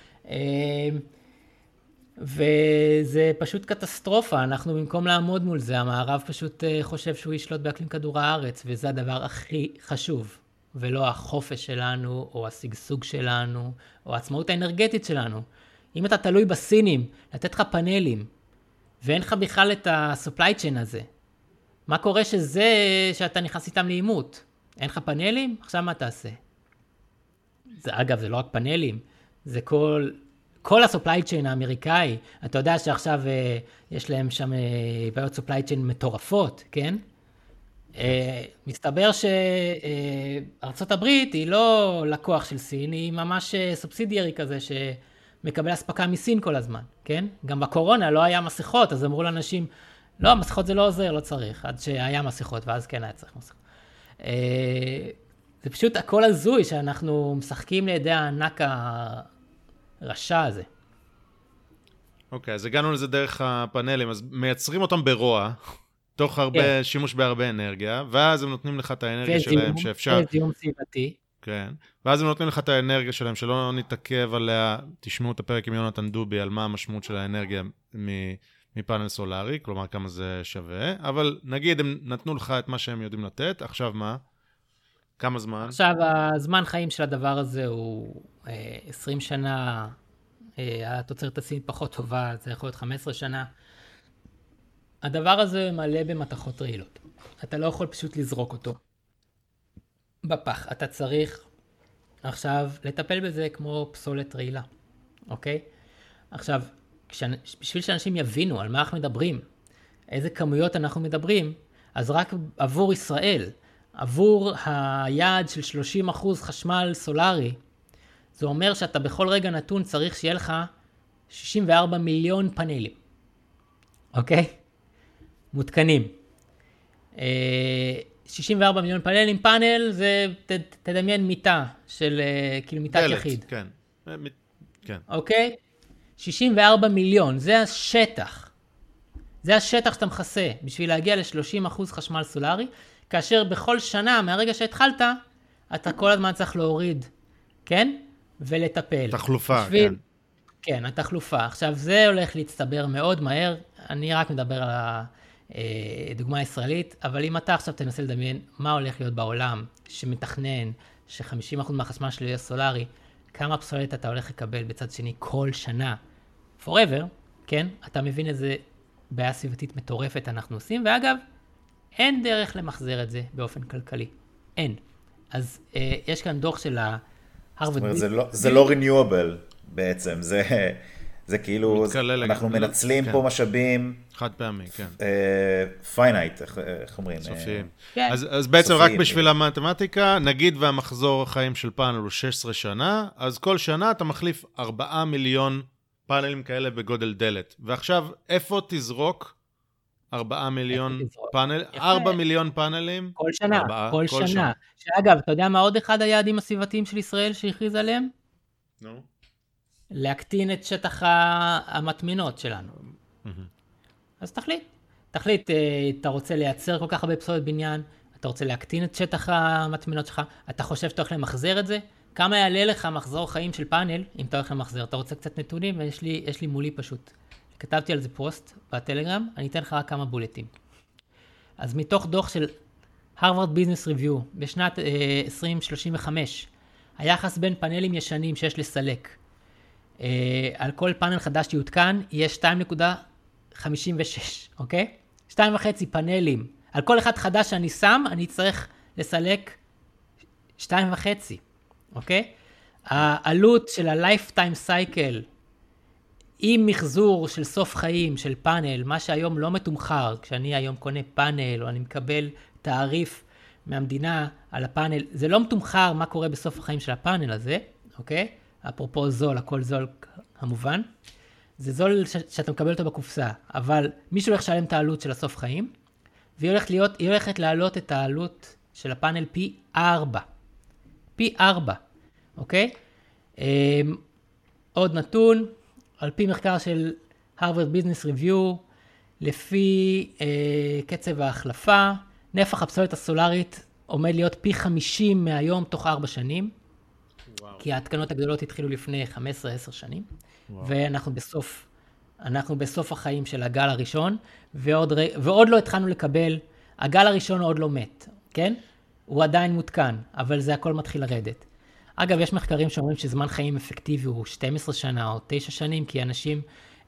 D: וזה פשוט קטסטרופה, אנחנו במקום לעמוד מול זה, המערב פשוט חושב שהוא ישלוט באקלים כדור הארץ, וזה הדבר הכי חשוב, ולא החופש שלנו, או השגשוג שלנו, או העצמאות האנרגטית שלנו. אם אתה תלוי בסינים, לתת לך פאנלים, ואין לך בכלל את ה-supply chain הזה. מה קורה שאתה נכנס איתם לעימות? אין לך פאנלים? עכשיו מה תעשה? אגב, זה לא רק פאנלים, זה כל ה-supply chain האמריקאי. אתה יודע שעכשיו יש להם שם בעיות supply chain מטורפות, כן? מסתבר שארצות הברית היא לא לקוח של סין, היא ממש סובסידיארי כזה מקבל הספקה מסין כל הזמן, כן? גם בקורונה לא היה מסכות, אז אמרו לאנשים, לא, מסכות זה לא עוזר, לא צריך, עד שהיה מסכות, ואז כן היה צריך מסכות. זה פשוט הכל הזוי שאנחנו משחקים לידי הענק הרשע הזה.
A: אוקיי, אז הגענו לזה דרך הפאנלים, אז מייצרים אותם ברוע, תוך הרבה שימוש בהרבה אנרגיה, ואז הם נותנים לך את האנרגיה שלהם שאפשר...
D: וזיהום סביבתי.
A: כן, ואז הם נותנים לך את האנרגיה שלהם, שלא נתעכב עליה, תשמעו את הפרק עם יונתן דובי, על מה המשמעות של האנרגיה מפאנל סולארי, כלומר כמה זה שווה, אבל נגיד הם נתנו לך את מה שהם יודעים לתת, עכשיו מה? כמה זמן?
D: עכשיו, הזמן חיים של הדבר הזה הוא 20 שנה, התוצרת הסינית פחות טובה, זה יכול להיות 15 שנה. הדבר הזה מלא במתכות רעילות. אתה לא יכול פשוט לזרוק אותו בפח. אתה צריך עכשיו לטפל בזה כמו פסולת רעילה, אוקיי? עכשיו, בשביל שאנשים יבינו על מה אנחנו מדברים, איזה כמויות אנחנו מדברים, אז רק עבור ישראל, עבור היעד של 30% חשמל סולארי, זה אומר שאתה בכל רגע נתון צריך שיהיה לך 64 מיליון פאנלים, אוקיי? מותקנים. 64 מיליון פאנלים, פאנל זה, תדמיין מיטה של, כאילו מיטת יחיד.
A: כן, כן.
D: אוקיי? 64 מיליון, זה השטח. זה השטח שאתה מכסה בשביל להגיע ל-30% חשמל סולארי, כאשר בכל שנה, מהרגע שהתחלת, אתה כל הזמן צריך להוריד, כן? ולטפל.
A: תחלופה, כן.
D: כן, התחלופה. עכשיו, זה הולך להצטבר מאוד מהר, אני רק מדבר על דוגמה ישראלית, אבל אם אתה עכשיו תנסה לדמיין מה הולך להיות בעולם שמתכנן ש50% מהחשמל שלו יהיה סולארי, כמה פסולת אתה הולך לקבל בצד שני כל שנה, forever, כן? אתה מבין איזה בעיה סביבתית מטורפת אנחנו עושים, ואגב, אין דרך למחזר את זה באופן כלכלי. אין. אז יש כאן דוח של
C: זאת אומרת, זה לא renewable בעצם, זה כאילו, אנחנו מנצלים פה משאבים.
A: חד פעמי, כן.
C: פיינאיט, איך אומרים?
A: סופיים. אז בעצם רק בשביל המתמטיקה, נגיד והמחזור החיים של פאנל הוא 16 שנה, אז כל שנה אתה מחליף 4 מיליון פאנלים כאלה בגודל דלת. ועכשיו, איפה תזרוק 4 מיליון פאנל? 4 מיליון פאנלים?
D: כל שנה, כל שנה. שאגב, אתה יודע מה עוד אחד היעדים הסביבתיים של ישראל שהכריז עליהם?
A: נו.
D: להקטין את שטח המטמינות שלנו. אז תחליט, אתה רוצה לייצר כל כך הרבה פסולת בניין, אתה רוצה להקטין את שטח המטמינות שלך, אתה חושב שאתה הולך למחזר את זה? כמה יעלה לך מחזור חיים של פאנל, אם אתה הולך למחזר? אתה רוצה קצת נתונים, ויש לי מולי פשוט. כתבתי על זה פוסט בטלגרם, אני אתן לך רק כמה בולטים. אז מתוך דוח של Harvard Business Review, בשנת 2035, היחס בין פאנלים ישנים שיש לסלק, על כל פאנל חדש שיותקן, יהיה 2.56, אוקיי? 2.5 פאנלים. על כל אחד חדש שאני שם, אני צריך לסלק 2.5, אוקיי? העלות של ה-Lifetime Cycle, עם מחזור של סוף חיים, של פאנל, מה שהיום לא מתומחר, כשאני היום קונה פאנל, או אני מקבל תעריף מהמדינה על הפאנל, זה לא מתומחר מה קורה בסוף החיים של הפאנל הזה, אוקיי? אפרופו זול, הכל זול המובן. זה זול שאתה מקבל אותו בקופסה, אבל מישהו הולך לשלם את העלות של הסוף חיים, והיא הולכת להעלות את העלות של הפאנל פי 4. פי 4, אוקיי? עוד נתון, על פי מחקר של Harvard Business Review, לפי קצב ההחלפה, נפח הפסולת הסולרית עומד להיות פי 50 מהיום תוך 4 שנים, כי ההתקנות הגדולות התחילו לפני 15-10 שנים, ואנחנו בסוף החיים של הגל הראשון, ועוד לא התחלנו לקבל, הגל הראשון עוד לא מת, כן? הוא עדיין מותקן, אבל זה הכל מתחיל לרדת. אגב, יש מחקרים שאומרים שזמן חיים אפקטיבי הוא 12 שנה או 9 שנים, כי אנשים,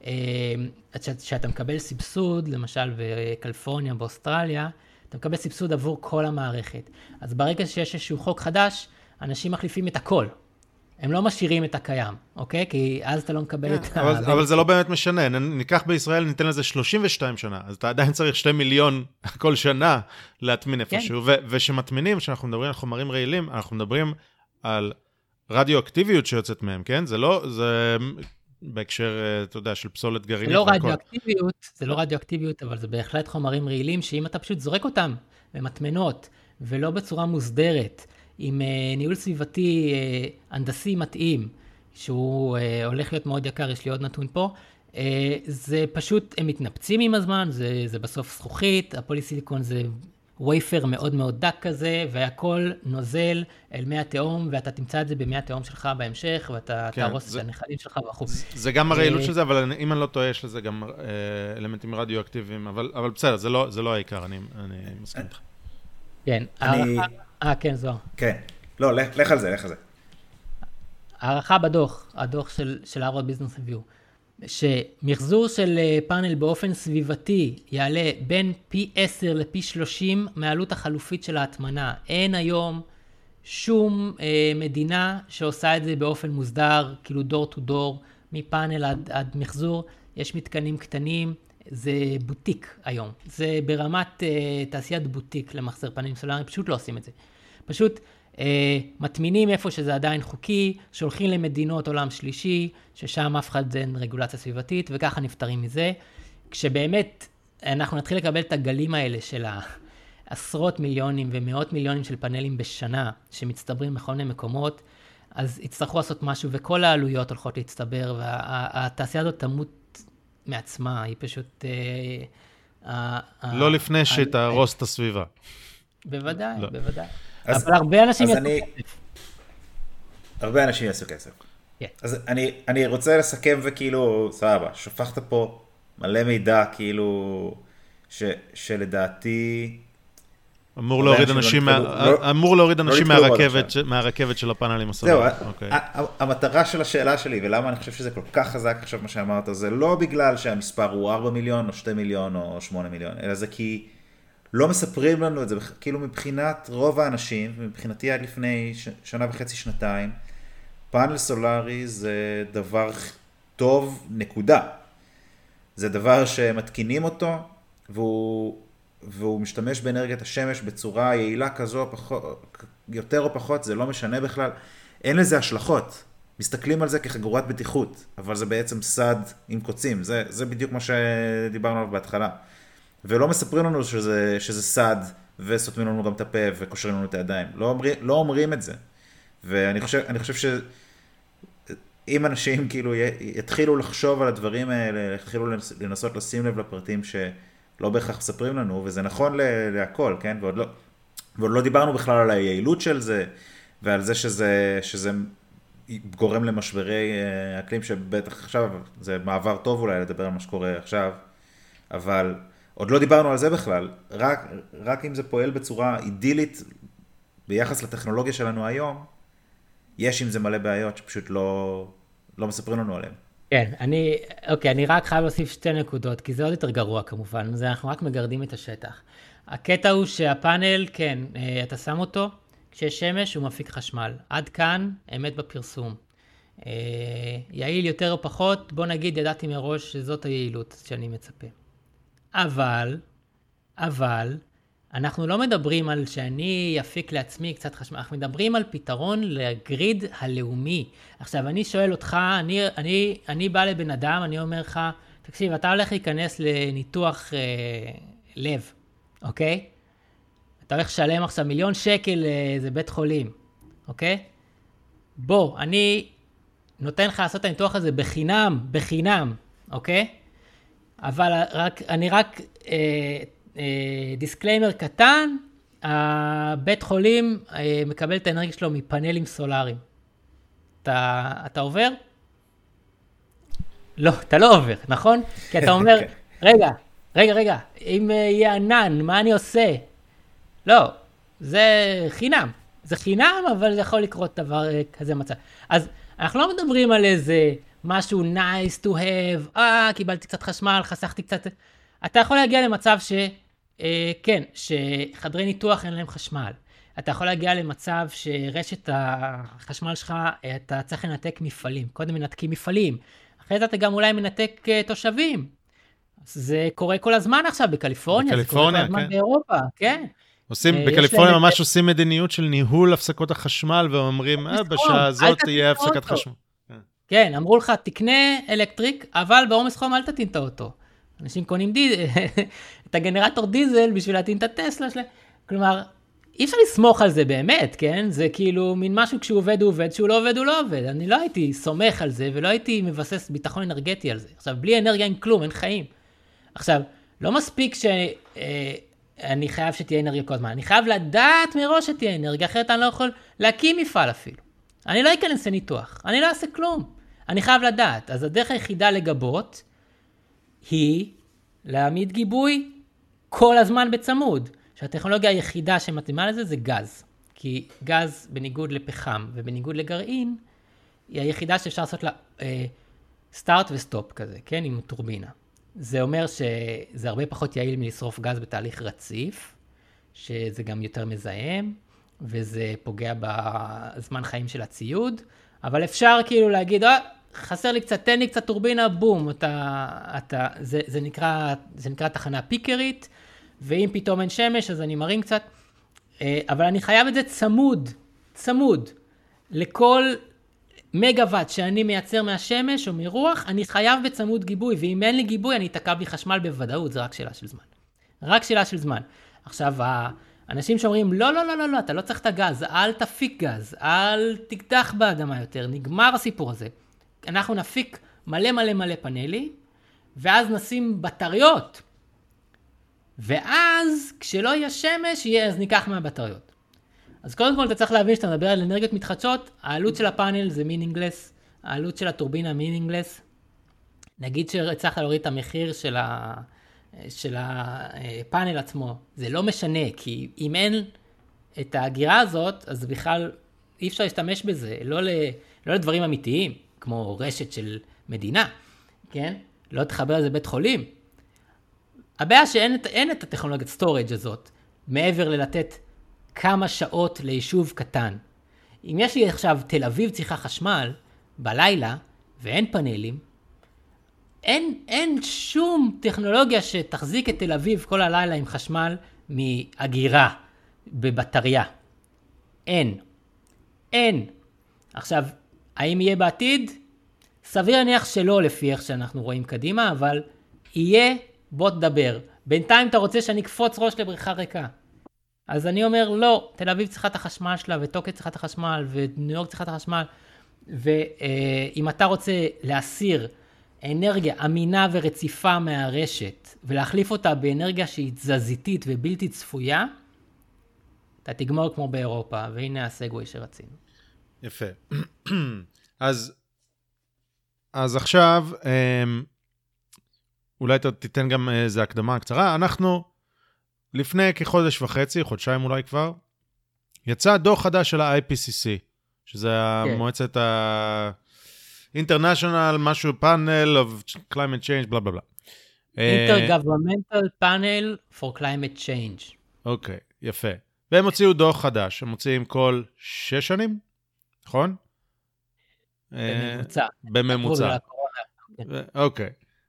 D: שאתה מקבל סבסוד, למשל בקליפורניה, באוסטרליה, אתה מקבל סבסוד עבור כל המערכת. אז ברגע שיש איזשהו חוק חדש, אנשים מחליפים את הכל. הם לא משאירים את הקיים, אוקיי? כי אז אתה לא מקבל את ה...
A: אבל זה לא באמת משנה. ניקח בישראל, ניתן לזה 32 שנה, אז אתה עדיין צריך 2 מיליון כל שנה להטמין איפשהו. ושמטמינים, כשאנחנו מדברים על חומרים רעילים, אנחנו מדברים על רדיואקטיביות שיוצאת מהם, כן? זה לא, זה בהקשר, אתה יודע, של פסולת גרעינית.
D: זה לא רדיואקטיביות, אבל זה בהחלט חומרים רעילים, שאם אתה פשוט זורק אותם במטמנות, ולא בצורה מוסדרת, עם ניהול סביבתי הנדסי מתאים, שהוא הולך להיות מאוד יקר, יש לי עוד נתון פה, זה פשוט, הם מתנפצים עם הזמן, זה בסוף זכוכית, הפוליסיליקון זה וייפר מאוד מאוד דק כזה, והכל נוזל אל מי התהום, ואתה תמצא את זה במי התהום שלך בהמשך, ואתה תהרוס את הנכדים שלך וכו'.
A: זה גם הרעילות של זה, אבל אם אני לא טועה, יש לזה גם אלמנטים רדיואקטיביים, אבל בסדר, זה לא העיקר, אני מסכים איתך.
D: כן, כן, זוהר.
C: כן, לא, לך על זה.
D: הערכה בדוח, הדוח של Harvard Business Review, שמחזור של פאנל באופן סביבתי יעלה בין פי 10 לפי 30 מהעלות החלופית של ההטמנה. אין היום שום מדינה שעושה את זה באופן מוסדר, כאילו דור טו דור, מפאנל עד מחזור. יש מתקנים קטנים, זה בוטיק היום. זה ברמת תעשיית בוטיק למחזר פאנלים סולאריים, פשוט לא עושים את זה. פשוט מטמינים איפה שזה עדיין חוקי, שולחים למדינות עולם שלישי, ששם אף אחד אין רגולציה סביבתית, וככה נפטרים מזה. כשבאמת אנחנו נתחיל לקבל את הגלים האלה של עשרות מיליונים ומאות מיליונים של פאנלים בשנה, שמצטברים בכל מיני מקומות, אז יצטרכו לעשות משהו, וכל העלויות הולכות להצטבר, והתעשייה הזאת תמות מעצמה, היא פשוט...
A: לא לפני שתהרוס את הסביבה.
D: בוודאי. אבל הרבה אנשים יעשו כסף.
C: הרבה אנשים יעשו כסף. אז אני רוצה לסכם וכאילו, סבבה, שופכת פה מלא מידע כאילו, שלדעתי...
A: אמור להוריד אנשים מהרכבת של הפאנלים הסולריים.
C: זהו, המטרה של השאלה שלי, ולמה אני חושב שזה כל כך חזק עכשיו מה שאמרת, זה לא בגלל שהמספר הוא 4 מיליון או 2 מיליון או 8 מיליון, אלא זה כי לא מספרים לנו את זה, כאילו מבחינת רוב האנשים, מבחינתי עד לפני שנה וחצי, שנתיים, פאנל סולרי זה דבר טוב, נקודה. זה דבר שמתקינים אותו, והוא משתמש באנרגיית השמש בצורה יעילה כזו, יותר או פחות, זה לא משנה בכלל. אין לזה השלכות. מסתכלים על זה כחגורת בטיחות, אבל זה בעצם סד עם קוצים. זה בדיוק מה שדיברנו עליו בהתחלה. ולא מספרים לנו שזה סד, וסותמים לנו גם את הפה, וקושרים לנו את הידיים. לא אומרים את זה. ואני חושב שאם אנשים כאילו יתחילו לחשוב על הדברים האלה, יתחילו לנסות לשים לב לפרטים שלא בהכרח מספרים לנו, וזה נכון להכל, כן? ועוד לא דיברנו בכלל על היעילות של זה, ועל זה שזה גורם למשברי אקלים, שבטח עכשיו זה מעבר טוב אולי לדבר על מה שקורה עכשיו, אבל עוד לא דיברנו על זה בכלל, רק אם זה פועל בצורה אידילית ביחס לטכנולוגיה שלנו היום, יש עם זה מלא בעיות שפשוט לא מספרים לנו עליהן.
D: כן, אני רק חייב להוסיף 2 נקודות, כי זה עוד יותר גרוע כמובן, אנחנו רק מגרדים את השטח. הקטע הוא שהפאנל, כן, אתה שם אותו, כשיש שמש הוא מפיק חשמל. עד כאן, אמת בפרסום. יעיל יותר או פחות, בוא נגיד, ידעתי מראש שזאת היעילות שאני מצפה. אבל, אנחנו לא מדברים על שאני אפיק לעצמי קצת חשמל, אנחנו מדברים על פתרון לגריד הלאומי. עכשיו, אני שואל אותך, אני בא לבן אדם, אני אומר לך, תקשיב, אתה הולך להיכנס לניתוח לב, אוקיי? אתה הולך לשלם עכשיו 1,000,000 שקל לאיזה בית חולים, אוקיי? בוא, אני נותן לך לעשות את הניתוח הזה בחינם, אוקיי? אבל אני רק דיסקליימר קטן, הבית חולים מקבל את האנרגיה שלו מפאנלים סולאריים. אתה עובר? לא, אתה לא עובר, נכון? כי אתה אומר, רגע, אם יהיה ענן, מה אני עושה? לא, זה חינם. זה חינם, אבל זה יכול לקרות דבר כזה מצב. אז אנחנו לא מדברים על איזה משהו nice to have, קיבלתי קצת חשמל, חסכתי קצת. אתה יכול להגיע למצב כן, שחדרי ניתוח אין להם חשמל. אתה יכול להגיע למצב שרשת החשמל שלך, אתה צריך לנתק מפעלים. קודם מנתקים מפעלים. אחרי זה אתה גם אולי מנתק תושבים. זה קורה כל הזמן עכשיו בקליפורניה, זה קורה כל הזמן באירופה, כן.
A: בקליפורניה ממש עושים מדיניות של ניהול הפסקות החשמל, ואומרים, בשעה הזאת תהיה הפסקת חשמל.
D: כן, אמרו לך, תקנה אלקטריק, אבל בעומס חום אל תטעין את האוטו. אנשים קונים את הגנרטור דיזל בשביל להטעין את הטסלה שלהם. כלומר, אי אפשר לסמוך על זה באמת, כן? זה כאילו מין משהו כשהוא עובד הוא עובד, כשהוא לא עובד הוא לא עובד. אני לא הייתי סומך על זה, ולא הייתי מבסס ביטחון אנרגטי על זה. עכשיו, בלי אנרגיה אין כלום, אין חיים. עכשיו, לא מספיק שאני חייב שתהיה אנרגיה כל הזמן. אני חייב לדעת מראש שתהיה אנרגיה, אחרת אני לא יכול להקים מפעל אפילו. אני לא אכנס לניתוח, אני לא אעשה כלום. אני חייב לדעת. אז הדרך היחידה לגבות היא להעמיד גיבוי כל הזמן בצמוד. שהטכנולוגיה היחידה שמתאימה לזה זה גז. כי גז, בניגוד לפחם ובניגוד לגרעין, היא היחידה שאפשר לעשות לה סטארט וסטופ כזה, כן? עם טורבינה. זה אומר שזה הרבה פחות יעיל מלשרוף גז בתהליך רציף, שזה גם יותר מזהם, וזה פוגע בזמן חיים של הציוד, אבל אפשר כאילו להגיד, חסר לי קצת, תן לי קצת טורבינה, בום, זה נקרא תחנה פיקרית, ואם פתאום אין שמש, אז אני מרים קצת, אבל אני חייב את זה צמוד, לכל מגוואט שאני מייצר מהשמש או מרוח, אני חייב בצמוד גיבוי, ואם אין לי גיבוי, אני אתקע בי חשמל בוודאות, זה רק שאלה של זמן. רק שאלה של זמן. עכשיו, האנשים שאומרים, לא, אתה לא צריך את הגז, אל תפיק גז, אל תקדח באדמה יותר, נגמר הסיפור הזה. אנחנו נפיק מלא פאנלים, ואז נשים בטריות. ואז, כשלא יהיה שמש, אז ניקח מהבטריות. אז קודם כל, אתה צריך להבין שאתה מדבר על אנרגיות מתחדשות, העלות של הפאנל זה מינינגלס, העלות של הטורבינה מינינגלס. נגיד שצריך להוריד את המחיר של הפאנל עצמו, זה לא משנה, כי אם אין את ההגירה הזאת, אז בכלל אי אפשר להשתמש בזה, לא לדברים אמיתיים, כמו רשת של מדינה, כן? לא תחבר לזה בית חולים. הבעיה שאין את הטכנולוגיית סטורג' הזאת, מעבר ללתת כמה שעות ליישוב קטן. אם יש לי עכשיו תל אביב צריכה חשמל בלילה, ואין פאנלים, אין שום טכנולוגיה שתחזיק את תל אביב כל הלילה עם חשמל מאגירה בבטריה. אין. עכשיו, האם יהיה בעתיד? סביר להניח שלא לפי איך שאנחנו רואים קדימה, אבל יהיה, בוא תדבר. בינתיים אתה רוצה שאני אקפוץ ראש לבריכה ריקה. אז אני אומר, לא, תל אביב צריכה את החשמל שלה, וטוקיו צריכה את החשמל, וניו יורק צריכה את החשמל, ואם אתה רוצה להסיר אנרגיה אמינה ורציפה מהרשת, ולהחליף אותה באנרגיה שהיא תזזיתית ובלתי צפויה, אתה תגמור כמו באירופה, והנה הסגווי שרצינו.
A: יפה. אז עכשיו, אולי תיתן גם איזו הקדמה קצרה. אנחנו, לפני כחודש וחצי, חודשיים אולי כבר, יצא דוח חדש של ה-IPCC, שזה המועצת ה-International משהו Panel of Climate Change, בלה בלה בלה.
D: Intergovernmental Panel for Climate Change.
A: אוקיי, יפה. והם הוציאו דוח חדש, הם מוציאים כל 6 שנים, נכון? בממוצע. אוקיי.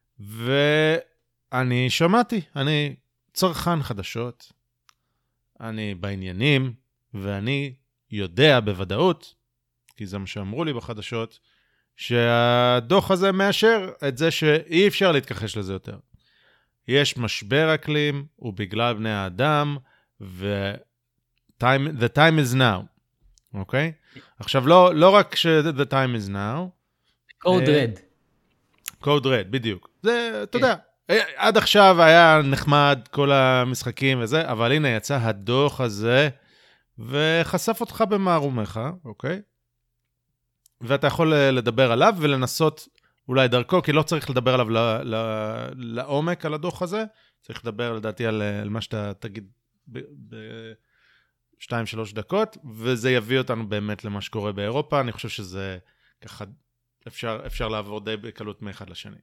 A: ואני שמעתי, אני צרכן חדשות, אני בעניינים, ואני יודע בוודאות, כי זה מה שאמרו לי בחדשות, שהדוח הזה מאשר את זה שאי אפשר להתכחש לזה יותר. יש משבר אקלים, הוא בגלל בני האדם, the time is now. אוקיי? עכשיו, לא רק the time is now.
D: Code red.
A: Code red, בדיוק. זה, אתה יודע, עד עכשיו היה נחמד כל המשחקים וזה, אבל הנה יצא הדוח הזה, וחשף אותך במערומך, אוקיי? ואתה יכול לדבר עליו ולנסות אולי דרכו, כי לא צריך לדבר עליו לעומק על הדוח הזה, צריך לדבר לדעתי על מה שאתה תגיד ב-2-3 דקות, וזה יביא אותנו באמת למה שקורה באירופה. אני חושב שזה ככה, אפשר לעבור די בקלות מאחד לשני.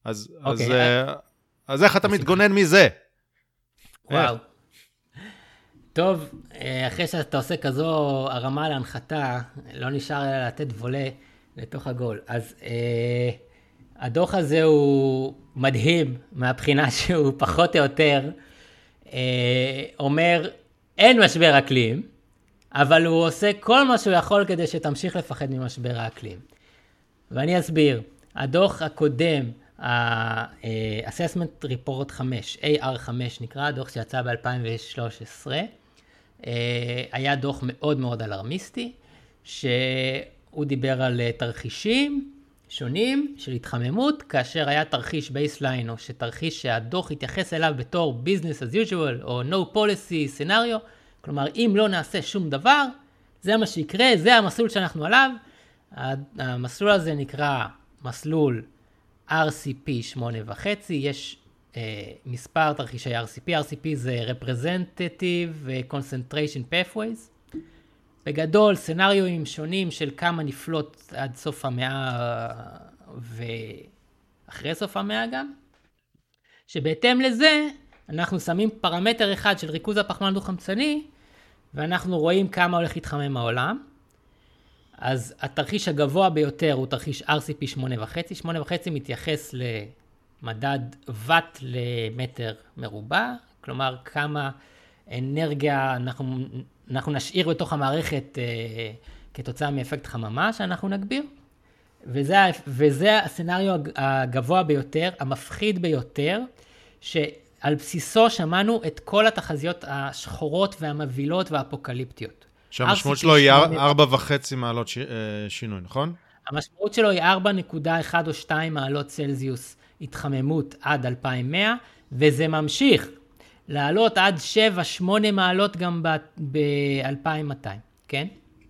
A: אז איך אתה מתגונן מזה?
D: וואו. טוב, אחרי שאתה עושה כזו הרמה להנחתה, לא נשאר אלא לתת וולה לתוך הגול. אז הדוח הזה הוא מדהים מהבחינה שהוא פחות או יותר אומר, אין משבר אקלים, אבל הוא עושה כל מה שהוא יכול כדי שתמשיך לפחד ממשבר האקלים. ואני אסביר, הדוח הקודם, ה-Assessment Report 5, AR5 נקרא, הדוח שיצא ב-2013, היה דוח מאוד מאוד אלרמיסטי, שהוא דיבר על תרחישים שונים של התחממות, כאשר היה תרחיש בייסליין, או שתרחיש שהדוח התייחס אליו בתור business as usual, או no policy scenario, כלומר, אם לא נעשה שום דבר, זה מה שיקרה, זה המסלול שאנחנו עליו. המסלול הזה נקרא מסלול RCP 8.5, יש מספר תרחישי RCP, RCP זה Representative Concentration Pathways, בגדול סנריואים שונים של כמה נפלוט עד סוף המאה ואחרי סוף המאה גם, שבהתאם לזה אנחנו שמים פרמטר אחד של ריכוז הפחמן דו-חמצני, ואנחנו רואים כמה הולך להתחמם העולם. אז התרחיש הגבוה ביותר הוא תרחיש RCP 8.5, 8.5 מתייחס למדד וט למטר מרובע, כלומר כמה אנרגיה אנחנו נשאיר בתוך המערכת כתוצאה מאפקט חממה שאנחנו נגביר, וזה הסצנריו הגבוה ביותר, המפחיד ביותר, שעל בסיסו שמענו את כל התחזיות השחורות והמבילות והאפוקליפטיות.
A: שהמשמעות שלו היא 4.5 מעלות שינוי, נכון?
D: המשמעות שלו היא 4.1 או 2 מעלות צלזיוס התחממות עד 2100, וזה ממשיך לעלות עד 7-8 מעלות גם ב-2200, כן?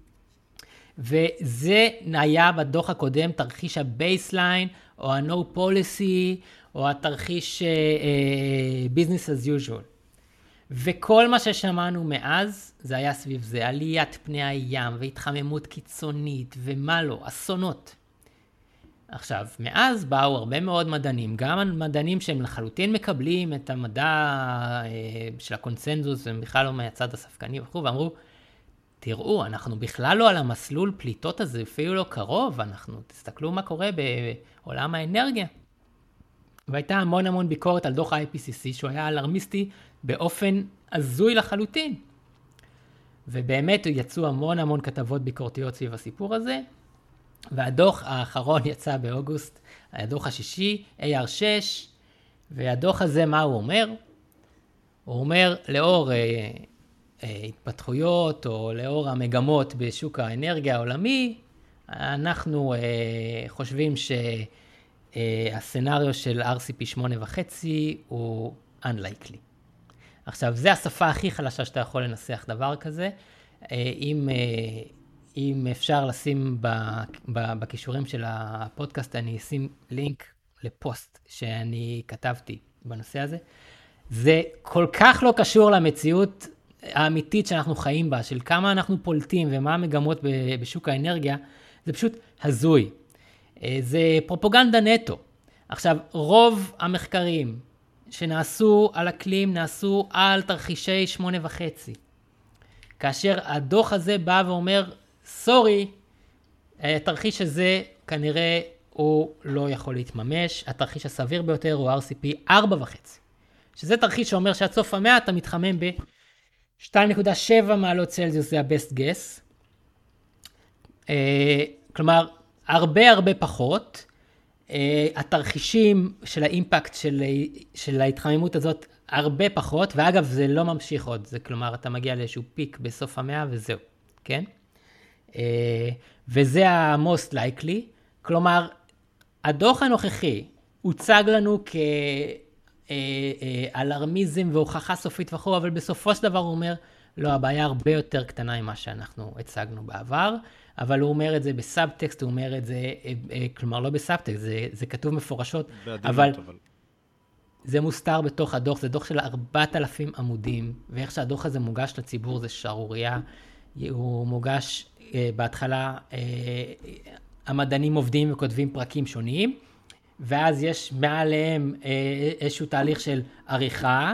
D: וזה היה בדוח הקודם תרחיש הבייסליין, או ה-no policy, או התרחיש business as usual. וכל מה ששמענו מאז, זה היה סביב זה, עליית פני הים, והתחממות קיצונית, ומה לא, אסונות. עכשיו, מאז באו הרבה מאוד מדענים, גם מדענים שהם לחלוטין מקבלים את המדע של הקונצנזוס, הם בכלל לא מהצד הספקני וכו', ואמרו, תראו, אנחנו בכלל לא על המסלול פליטות הזה, אפילו לא קרוב, תסתכלו מה קורה בעולם האנרגיה. והייתה המון ביקורת על דוח ה-IPCC, שהוא היה אלרמיסטי באופן הזוי לחלוטין. ובאמת יצאו המון כתבות ביקורתיות סביב הסיפור הזה, והדוח האחרון יצא באוגוסט, הדוח השישי, AR6, והדוח הזה מה הוא אומר? הוא אומר, לאור התפתחויות או לאור המגמות בשוק האנרגיה העולמי, אנחנו חושבים שהסצנריו של RCP 8.5 הוא unlikely. עכשיו, זה השפה הכי חלשה שאתה יכול לנסח דבר כזה. אם אפשר לשים בקישורים של הפודקאסט, אני אשים לינק לפוסט שאני כתבתי בנושא הזה. זה כל כך לא קשור למציאות האמיתית שאנחנו חיים בה, של כמה אנחנו פולטים ומה המגמות בשוק האנרגיה, זה פשוט הזוי. זה פרופוגנדה נטו. עכשיו, רוב המחקרים שנעשו על אקלים נעשו על תרחישי 8.5. כאשר הדוח הזה בא ואומר, סורי, התרחיש הזה כנראה הוא לא יכול להתממש, התרחיש הסביר ביותר הוא RCP 4.5. שזה תרחיש שאומר שעד סוף המאה אתה מתחמם ב-2.7 מעלות צלזיוס, זה ה-best guess. כלומר, הרבה פחות. התרחישים של האימפקט של ההתחממות הזאת הרבה פחות, ואגב זה לא ממשיך עוד, זה כלומר אתה מגיע לאיזשהו פיק בסוף המאה וזהו, כן? וזה ה-most likely, כלומר הדוח הנוכחי הוצג לנו כאלרמיזם והוכחה סופית וכו', אבל בסופו של דבר הוא אומר, לא, הבעיה הרבה יותר קטנה ממה שאנחנו הצגנו בעבר, אבל הוא אומר את זה בסאבטקסט, הוא אומר את זה, כלומר לא בסאבטקסט, זה כתוב מפורשות, אבל זה מוסתר בתוך הדוח, זה דוח של 4,000 עמודים, ואיך שהדוח הזה מוגש לציבור זה שערוריה, הוא מוגש בהתחלה, המדענים עובדים וכותבים פרקים שונים, ואז יש מעליהם איזשהו תהליך של עריכה,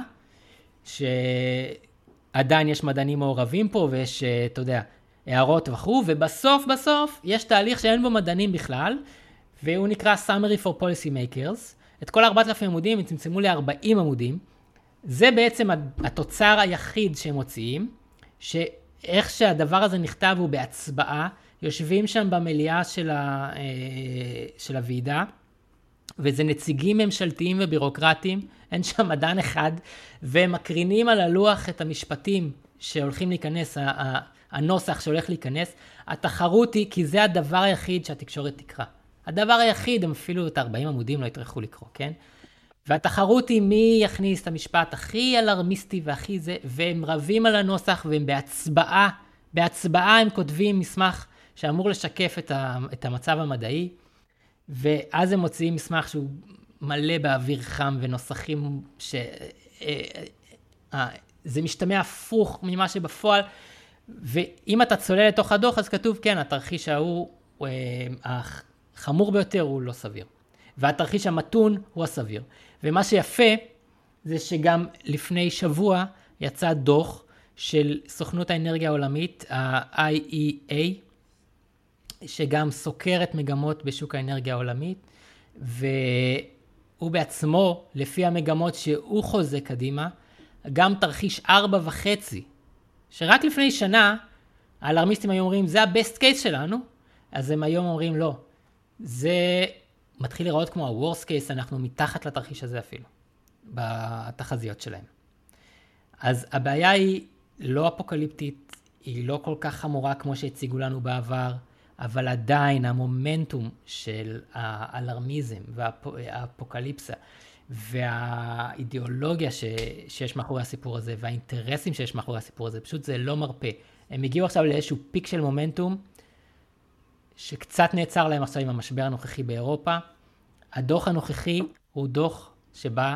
D: שעדיין יש מדענים מעורבים פה, ויש, אתה יודע, הערות וכו', ובסוף יש תהליך שאין בו מדענים בכלל, והוא נקרא Summary for Policy Makers. את כל 4,000 עמודים הם צמצמו ל-40 עמודים. זה בעצם התוצר היחיד שהם מוציאים, שאיך שהדבר הזה נכתב הוא בהצבעה, יושבים שם במליאה של הוועידה, וזה נציגים ממשלתיים ובירוקרטיים, אין שם מדען אחד, ומקרינים על הלוח את המשפטים שהולכים להיכנס, הנוסח שהולך להיכנס. התחרות היא, כי זה הדבר היחיד שהתקשורת תקרא. הדבר היחיד, הם אפילו את 40 עמודים לא יטרחו לקרוא, כן? והתחרות היא מי יכניס את המשפט הכי אלרמיסטי והכי זה, והם רבים על הנוסח, והם בהצבעה הם כותבים מסמך שאמור לשקף את המצב המדעי, ואז הם מוציאים מסמך שהוא מלא באוויר חם ונוסחים זה משתמע הפוך ממה שבפועל, ואם אתה צולל לתוך הדוח, אז כתוב, כן, התרחיש ההוא, החמור ביותר הוא לא סביר. והתרחיש המתון הוא הסביר. ומה שיפה, זה שגם לפני שבוע יצא דוח של סוכנות האנרגיה העולמית, ה-IEA, שגם סוקר את מגמות בשוק האנרגיה העולמית, והוא בעצמו, לפי המגמות שהוא חוזה קדימה, גם תרחיש 4.5, שרק לפני שנה, האלרמיסטים היו אומרים, זה ה-best case שלנו, אז הם היום אומרים, לא. זה מתחיל לראות כמו ה-worst case, אנחנו מתחת לתרחיש הזה אפילו, בתחזיות שלהם. אז הבעיה היא לא אפוקליפטית, היא לא כל כך חמורה כמו שהציגו לנו בעבר, אבל עדיין המומנטום של האלרמיזם והאפוקליפסה, והאידיאולוגיה שיש מאחורי הסיפור הזה, והאינטרסים שיש מאחורי הסיפור הזה, פשוט זה לא מרפא. הם הגיעו עכשיו לאיזשהו פיק של מומנטום, שקצת נעצר להם עכשיו עם המשבר הנוכחי באירופה. הדוח הנוכחי הוא דוח שבא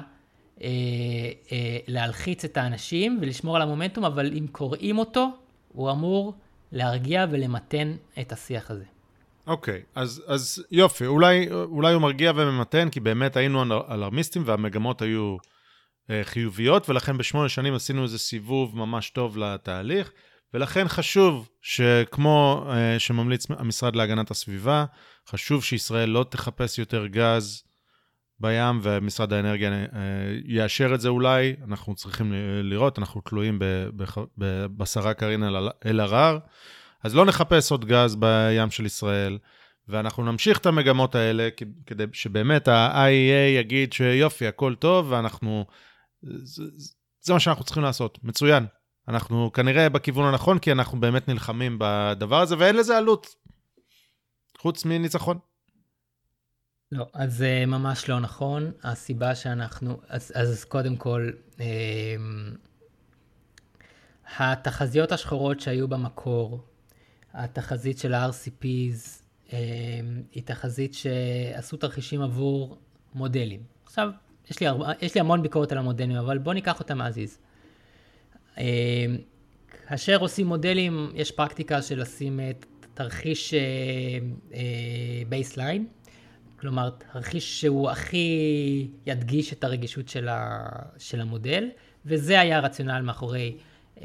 D: להלחיץ את האנשים ולשמור על המומנטום, אבל אם קוראים אותו, הוא אמור להרגיע ולמתן את השיח הזה.
A: אוקיי, אז יופי, אולי הוא מרגיע וממתן, כי באמת היינו אלרמיסטים והמגמות היו חיוביות, ולכן ב8 שנים עשינו איזה סיבוב ממש טוב לתהליך, ולכן חשוב שכמו שממליץ המשרד להגנת הסביבה, חשוב שישראל לא תחפש יותר גז בים, ומשרד האנרגיה יאשר את זה אולי, אנחנו צריכים לראות, אנחנו תלויים בשרה קארין אלהרר, אז לא נחפש עוד גז בים של ישראל, ואנחנו נמשיך את המגמות האלה, כדי שבאמת ה-IEA יגיד שיופי, הכל טוב, ואנחנו, זה מה שאנחנו צריכים לעשות, מצוין. אנחנו כנראה בכיוון הנכון, כי אנחנו באמת נלחמים בדבר הזה, ואין לזה עלות, חוץ מניצחון.
D: לא, אז זה ממש לא נכון. הסיבה שאנחנו, אז קודם כל, התחזיות השחורות שהיו במקור, התחזית של ה-RCPs, היא תחזית שעשו תרחישים עבור מודלים. עכשיו, יש לי המון ביקורת על המודלים, אבל בואו ניקח אותם עזיז. כאשר עושים מודלים, יש פרקטיקה של לשים תרחיש בייסליין, כלומר, תרחיש שהוא הכי ידגיש את הרגישות של המודל, וזה היה הרציונל מאחורי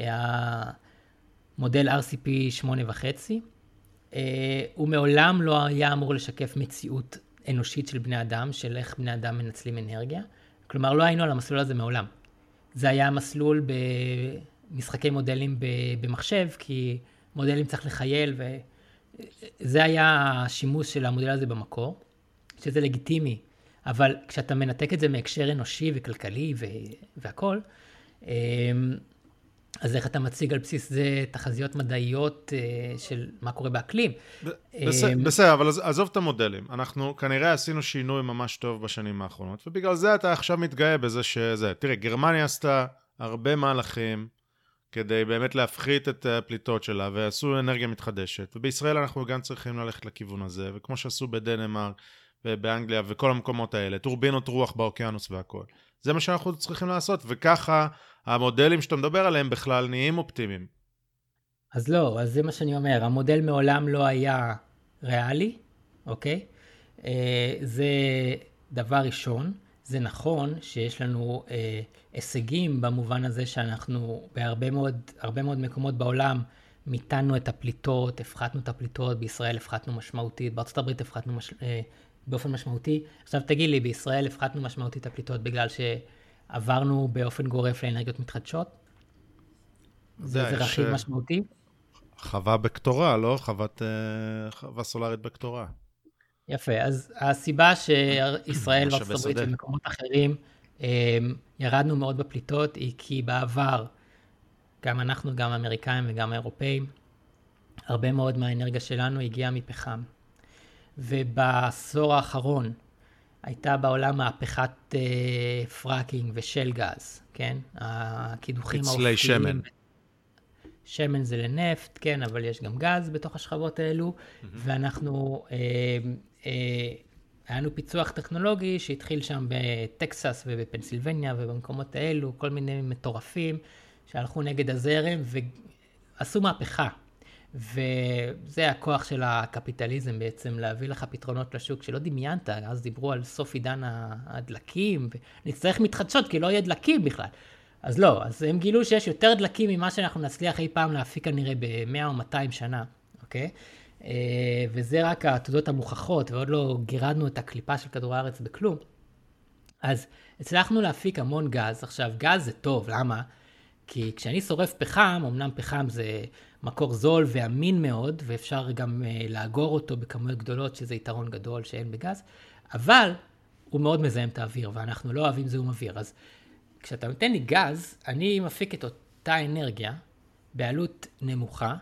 D: המודל RCP 8.5. הוא מעולם לא היה אמור לשקף מציאות אנושית של בני אדם, של איך בני אדם מנצלים אנרגיה. כלומר, לא היינו על המסלול הזה מעולם. זה היה מסלול במשחקי מודלים במחשב, כי מודלים צריך לחייל, וזה היה השימוש של המודל הזה במקור, שזה לגיטימי. אבל כשאתה מנתק את זה מהקשר אנושי וכלכלי והכל, אז איך אתה מציג על בסיס זה תחזיות מדעיות של מה קורה באקלים?
A: בסדר, אבל עזוב את המודלים. אנחנו כנראה עשינו שינוי ממש טוב בשנים האחרונות, ובגלל זה אתה עכשיו מתגאה בזה שזה. תראה, גרמניה עשתה הרבה מהלכים כדי באמת להפחית את הפליטות שלה, ועשו אנרגיה מתחדשת, ובישראל אנחנו גם צריכים ללכת לכיוון הזה, וכמו שעשו בדנמרק ובאנגליה וכל המקומות האלה, טורבינות רוח באוקיינוס והכל. זה מה שאנחנו צריכים לעשות, וככה המודלים שאתה מדבר עליהם בכלל נהיים אופטימיים.
D: אז לא, אז זה מה שאני אומר, המודל מעולם לא היה ריאלי, אוקיי? זה דבר ראשון, זה נכון שיש לנו הישגים במובן הזה שאנחנו בהרבה מאוד מקומות בעולם מיתנו את הפליטות, הפחתנו את הפליטות, בישראל הפחתנו משמעותית, בארצות הברית הפחתנו באופן משמעותי. עכשיו תגיד לי, בישראל הפחתנו משמעותית את הפליטות בגלל שעברנו באופן גורף לאנרגיות מתחדשות? זה רכיב משמעותי?
A: חווה בקטורה, לא? חווה סולרית בקטורה.
D: יפה, אז הסיבה שישראל וארצות הברית ומקומות אחרים ירדנו מאוד בפליטות היא כי בעבר, גם אנחנו, גם האמריקאים וגם האירופאים, הרבה מאוד מהאנרגיה שלנו הגיעה מפחם. ובעשור האחרון הייתה בעולם מהפכת פרקינג ושל גז, כן? הקידוחים
A: פצלי שמן.
D: שמן זה לנפט, כן, אבל יש גם גז בתוך השכבות האלו, ואנחנו, היה לנו פיצוח טכנולוגי שהתחיל שם בטקסס ובפנסילבניה ובמקומות האלו, כל מיני מטורפים שהלכו נגד הזרם ועשו מהפכה. וזה הכוח של הקפיטליזם בעצם, להביא לך פתרונות לשוק שלא דמיינת, אז דיברו על סוף עידן הדלקים, ונצטרך מתחדשות כי לא יהיה דלקים בכלל. אז לא, אז הם גילו שיש יותר דלקים ממה שאנחנו נצליח אי פעם להפיק כנראה ב100 או 200 שנה, אוקיי? וזה רק העתודות המוכחות, ועוד לא גירדנו את הקליפה של כדור הארץ בכלום. אז הצלחנו להפיק המון גז. עכשיו, גז זה טוב, למה? כי כשאני שורף פחם, אמנם פחם זה מקור זול ואמין מאוד, ואפשר גם לאגור אותו בכמויות גדולות, שזה יתרון גדול שאין בגז, אבל הוא מאוד מזהם את האוויר, ואנחנו לא אוהבים זיהום אוויר. אז כשאתה נותן לי גז, אני מפיק את אותה אנרגיה בעלות נמוכה,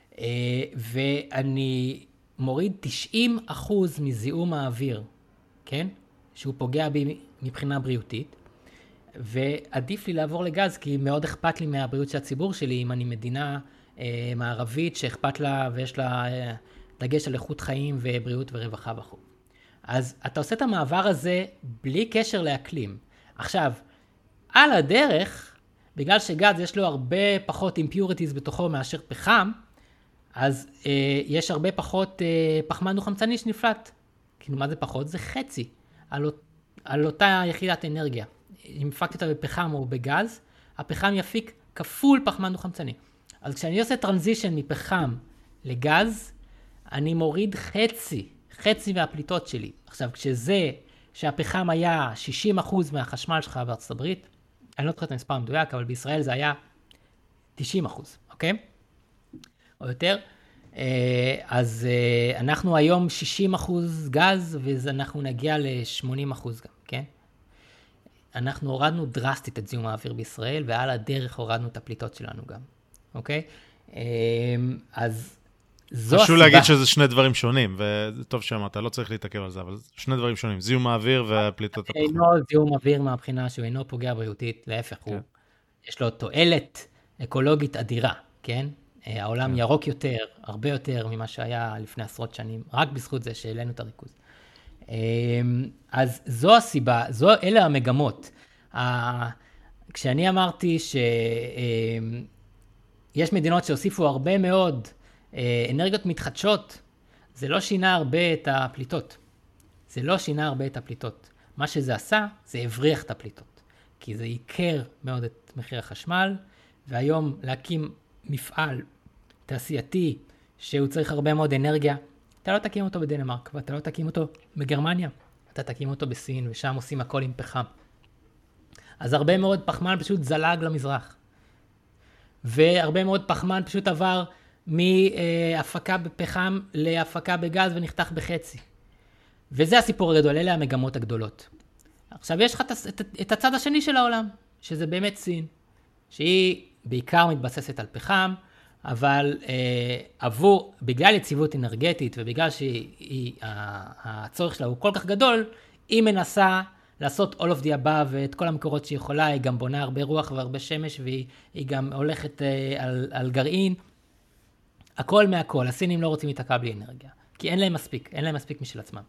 D: ואני מוריד 90% מזיהום האוויר, כן? שהוא פוגע בי מבחינה בריאותית, ועדיף לי לעבור לגז, כי מאוד אכפת לי מהבריאות של הציבור שלי, אם אני מדינה מערבית שאכפת לה ויש לה דגש על איכות חיים ובריאות ורווחה וכו'. אז אתה עושה את המעבר הזה בלי קשר לאקלים. עכשיו, על הדרך, בגלל שגז יש לו הרבה פחות impurities בתוכו מאשר פחם, אז יש הרבה פחות פחמן דו-חמצני שנפלט. כאילו, מה זה פחות? זה חצי על אותה יחידת אנרגיה. אם הפקתי אותה בפחם או בגז, הפחם יפיק כפול פחמן דו-חמצני. אז כשאני עושה טרנזישן מפחם לגז, אני מוריד חצי מהפליטות שלי. עכשיו, שהפחם היה 60% מהחשמל שלך בארצות הברית, אני לא זוכר את המספר המדויק, אבל בישראל זה היה 90%, אוקיי? או יותר. אז אנחנו היום 60% גז, ואנחנו נגיע ל-80% גם, כן? אנחנו הורדנו דרסטית את זיהום האוויר בישראל, ועל הדרך הורדנו את הפליטות שלנו גם, אוקיי? אז זו הסיבה.
A: חשוב להגיד שזה שני דברים שונים, וטוב שאמרת, לא צריך להתעכב על זה, אבל שני דברים שונים, זיהום האוויר ופליטות הפחמן.
D: אינו זיהום אוויר מהבחינה שהוא אינו פוגע בריאותית, להפך, יש לו תועלת אקולוגית אדירה, כן? העולם ירוק יותר, הרבה יותר ממה שהיה לפני עשרות שנים, רק בזכות זה שהעלינו את הריכוז. אז זו הסיבה, אלה המגמות. כשאני אמרתי שיש מדינות שהוסיפו הרבה מאוד אנרגיות מתחדשות, זה לא שינה הרבה את הפליטות. מה שזה עשה, זה הבריח את הפליטות. כי זה ייקר מאוד את מחיר החשמל, והיום להקים מפעל תעשייתי שהוא צריך הרבה מאוד אנרגיה, אתה לא תקים אותו בדנמרק, ואתה לא תקים אותו בגרמניה, אתה תקים אותו בסין, ושם עושים הכל עם פחם. אז הרבה מאוד פחמן פשוט זלג למזרח. והרבה מאוד פחמן פשוט עבר מהפקה בפחם להפקה בגז ונחתך בחצי. וזה הסיפור הגדול, אלה המגמות הגדולות. עכשיו יש לך את הצד השני של העולם, שזה באמת סין, שהיא בעיקר מתבססת על פחם, אבל בגלל יציבות אנרגטית ובגלל שהצורך שלה הוא כל כך גדול, היא מנסה לעשות all of the above ואת כל המקורות שהיא יכולה, היא גם בונה הרבה רוח והרבה שמש, והיא גם הולכת על גרעין. הכל מהכל, הסינים לא רוצים להתעקע בלי אנרגיה, כי אין להם מספיק משל עצמם.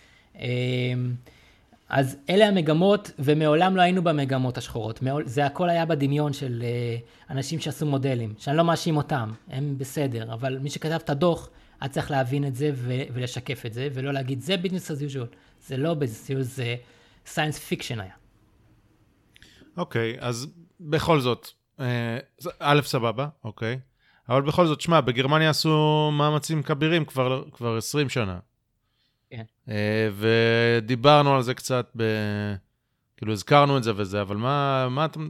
D: אז אלה המגמות, ומעולם לא היינו במגמות השחורות. זה הכל היה בדמיון של אנשים שעשו מודלים, שאני לא מאשים אותם, הם בסדר, אבל מי שכתב את הדוח, היה צריך להבין את זה ולשקף את זה, ולא להגיד, זה business as usual. זה לא business as usual, זה science fiction היה.
A: אוקיי, אז בכל זאת, א' סבבה, אוקיי. אבל בכל זאת, שמע, בגרמניה עשו מאמצים כבירים כבר 20 שנה.
D: כן.
A: ודיברנו על זה קצת, כאילו הזכרנו את זה וזה, אבל מה אתה...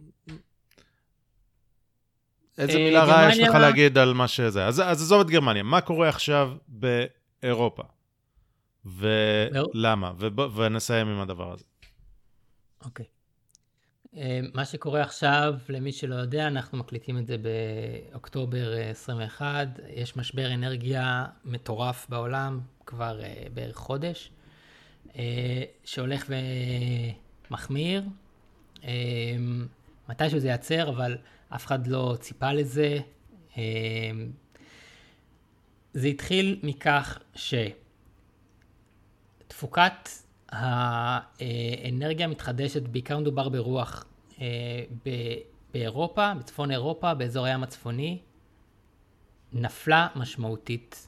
A: איזה מילה רעה יש לך להגיד על מה שזה? אז עזוב את גרמניה, מה קורה עכשיו באירופה? ולמה? ונסיים עם הדבר הזה.
D: אוקיי. מה שקורה עכשיו, למי שלא יודע, אנחנו מקליטים את זה באוקטובר 21, יש משבר אנרגיה מטורף בעולם, כבר בערך חודש, שהולך ומחמיר. מתישהו זה יעצר, אבל אף אחד לא ציפה לזה. זה התחיל מכך שתפוקת האנרגיה מתחדשת, בעיקר מדובר ברוח באירופה, בצפון אירופה, באזור הים הצפוני, נפלה משמעותית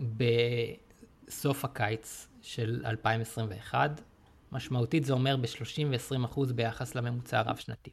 D: בסוף הקיץ של 2021. משמעותית זה אומר ב-30 ו-20% ביחס לממוצע הרב שנתי.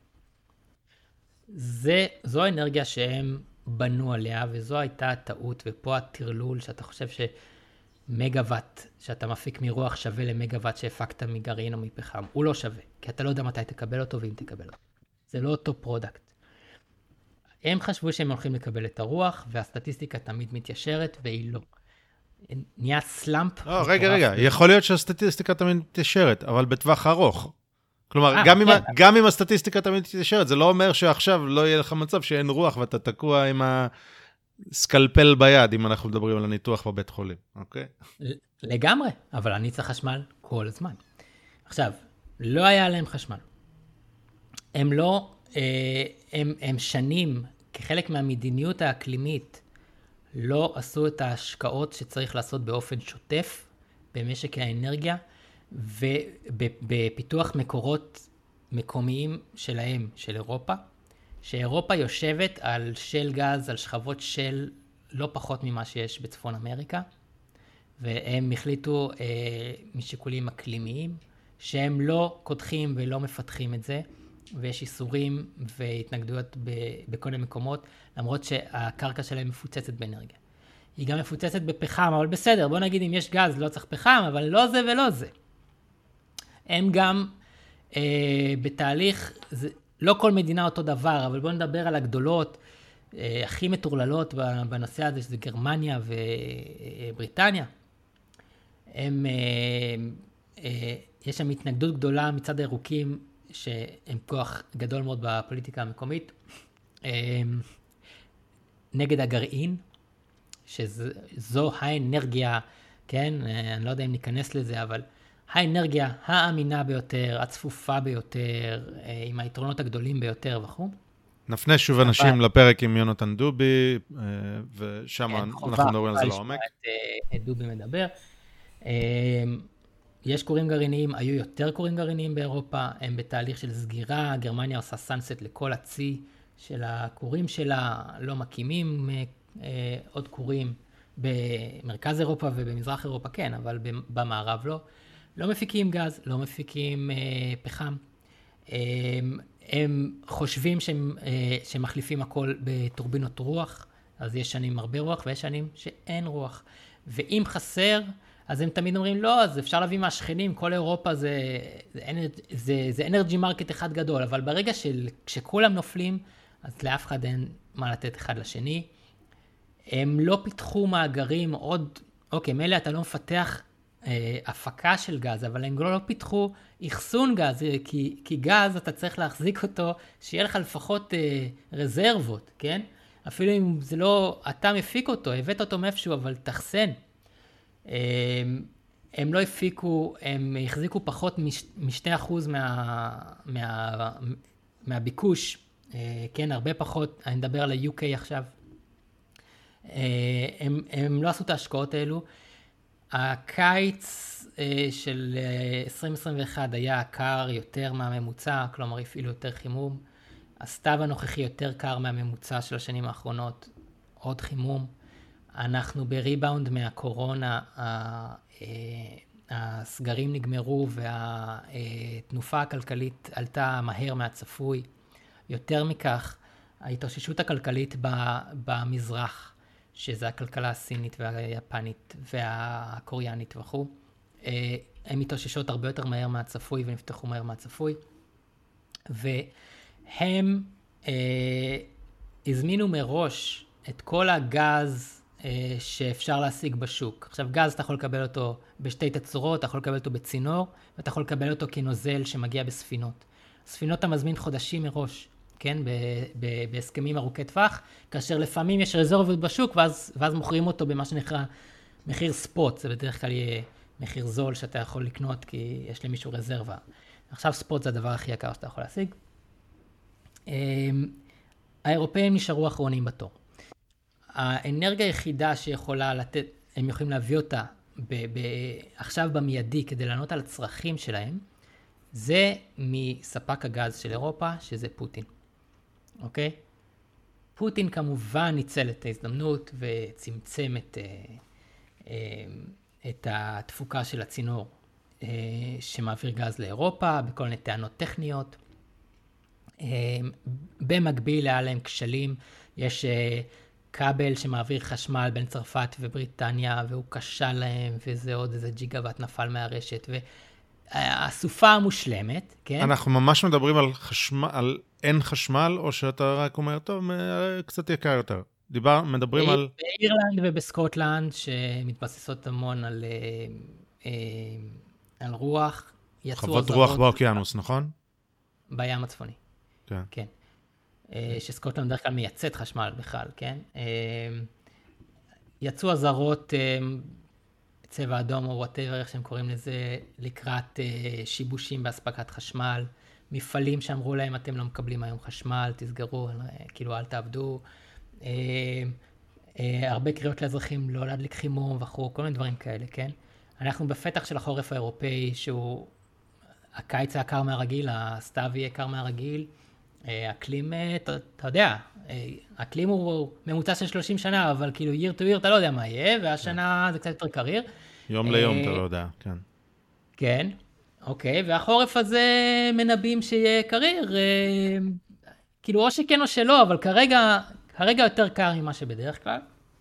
D: זו האנרגיה שהם בנו עליה, וזו הייתה הטעות, ופה הטרלול שאתה חושב מגוואט שאתה מפיק מרוח שווה למגוואט שהפקת מגרעין או מפחם. הוא לא שווה, כי אתה לא יודע מתי תקבל אותו ואם תקבל אותו. זה לא אותו פרודקט. הם חשבו שהם הולכים לקבל את הרוח, והסטטיסטיקה תמיד מתיישרת, והיא לא. נהיה סלאמפ.
A: רגע, יכול להיות שהסטטיסטיקה תמיד מתיישרת, אבל בטווח ארוך. כלומר, גם אם הסטטיסטיקה תמיד מתיישרת, זה לא אומר שעכשיו לא יהיה לך מצב שאין רוח ואתה תקוע עם סקלפל ביד, אם אנחנו מדברים על הניתוח בבית חולים, אוקיי?
D: לגמרי, אבל אני צריך חשמל כל הזמן. עכשיו, לא היה להם חשמל. הם שנים, כחלק מהמדיניות האקלימית, לא עשו את ההשקעות שצריך לעשות באופן שוטף, במשק האנרגיה, ובפיתוח מקורות מקומיים שלהם, של אירופה, שאירופה יושבת על של גז, על שכבות של לא פחות ממה שיש בצפון אמריקה, והם החליטו משיקולים אקלימיים, שהם לא קודחים ולא מפתחים את זה, ויש איסורים והתנגדויות בכל מיני מקומות, למרות שהקרקע שלהם מפוצצת באנרגיה. היא גם מפוצצת בפחם, אבל בסדר, בוא נגיד אם יש גז לא צריך פחם, אבל לא זה ולא זה. הם גם בתהליך, לא כל מדינה אותו דבר, אבל בוא נדבר על הגדולות, הכי מטורללות בנושא הזה, שזה גרמניה ובריטניה. יש שם התנגדות גדולה מצד הירוקים, שהם כוח גדול מאוד בפוליטיקה המקומית, נגד הגרעין, שזו האנרגיה, כן, אני לא יודע אם ניכנס לזה, אבל האנרגיה האמינה ביותר, הצפופה ביותר, עם היתרונות הגדולים ביותר וכו'.
A: נפנה שוב אנשים לפרק עם יונתן דובי, ושם אנחנו מדברים על זה לעומק.
D: את דובי מדבר. יש כורים גרעיניים, היו יותר כורים גרעיניים באירופה, הם בתהליך של סגירה, גרמניה עושה סאנסט לכל הצי של הכורים שלה, לא מקימים עוד כורים במרכז אירופה ובמזרח אירופה כן, אבל במערב לא. לא מפיקים גז, לא מפיקים פחם. הם חושבים שהם מחליפים הכל בטורבינות רוח, אז יש שנים הרבה רוח ויש שנים שאין רוח. ואם חסר, אז הם תמיד אומרים, לא, אז אפשר להביא מהשכנים, כל אירופה זה אנרג'י מרקט אחד גדול, אבל ברגע שכולם נופלים, אז לאף אחד אין מה לתת אחד לשני. הם לא פיתחו מאגרים עוד, אוקיי, מילא אתה לא מפתח הפקה של גז, אבל הם לא פיתחו אחסון גז, כי גז אתה צריך להחזיק אותו, שיהיה לך לפחות רזרבות, כן? אפילו אם זה לא, אתה מפיק אותו, הבאת אותו מאיפשהו, אבל תחסן. הם לא הפיקו, הם החזיקו פחות מ2% מהביקוש, כן, הרבה פחות, אני מדבר על ה-UK עכשיו. הם לא עשו את ההשקעות האלו. הקיץ של 2021 היה קר יותר מהממוצע, כלומר הפעילו יותר חימום. הסתיו הנוכחי יותר קר מהממוצע של השנים האחרונות, עוד חימום. אנחנו בריבאונד מהקורונה, הסגרים נגמרו והתנופה הכלכלית עלתה מהר מהצפוי. יותר מכך, ההתאוששות הכלכלית במזרח, שזה הכלכלה הסינית והיפנית והקוריאנית וכו', הן מתאוששות הרבה יותר מהר מהצפוי ונפתחו מהר מהצפוי. והם הזמינו מראש את כל הגז שאפשר להשיג בשוק. עכשיו, גז אתה יכול לקבל אותו בשתי תצורות, אתה יכול לקבל אותו בצינור, ואתה יכול לקבל אותו כנוזל שמגיע בספינות. ספינות אתה מזמין חודשים מראש, כן? בהסכמים ארוכי טווח, כאשר לפעמים יש רזרבות בשוק, ואז מוכרים אותו במה שנקרא מחיר ספוט. זה בדרך כלל יהיה מחיר זול שאתה יכול לקנות, כי יש למישהו רזרבה. עכשיו ספוט זה הדבר הכי יקר שאתה יכול להשיג. האירופאים נשארו אחרונים בתור. האנרגיה היחידה שיכולה לתת, הם יכולים להביא אותה עכשיו במיידי כדי לענות על הצרכים שלהם, זה מספק הגז של אירופה, שזה פוטין. אוקיי? פוטין כמובן ניצל את ההזדמנות וצמצם את התפוקה של הצינור שמעביר גז לאירופה, בכל מיני טענות טכניות. במקביל היה להם כשלים, יש כבל שמעביר חשמל בין צרפת ובריטניה, והוא קשה להם, וזה עוד איזה ג'יגוואט נפל מהרשת, והסופה המושלמת, כן?
A: אנחנו ממש מדברים על על אין חשמל, או שאתה רק אומר, טוב, קצת יקר יותר. מדברים על...
D: באירלנד ובסקוטלנד, שמתבססות המון על רוח,
A: חוות רוח באוקיינוס, נכון?
D: בים הצפוני.
A: כן.
D: כן. שסקוטלנד בדרך כלל מייצאת חשמל בכלל, כן? יצאו אזהרות צבע אדום או whatever, איך שהם קוראים לזה, לקראת שיבושים בהספקת חשמל, מפעלים שאמרו להם, אתם לא מקבלים היום חשמל, תסגרו, כאילו אל תעבדו. הרבה קריאות לאזרחים לא להדליק חימום וכו', כל מיני דברים כאלה, כן? אנחנו בפתח של החורף האירופאי, שהוא הקיץ היה קר מהרגיל, הסתיו יהיה קר מהרגיל, אקלים, אתה יודע, אקלים הוא ממוצע של 30 שנה, אבל כאילו year to year אתה לא יודע מה יהיה, והשנה זה קצת יותר קריר.
A: יום ליום אתה לא יודע, כן.
D: כן, אוקיי, והחורף הזה מנבאים שיהיה קריר, כאילו או שכן או שלא, אבל כרגע יותר קר ממה שבדרך כלל.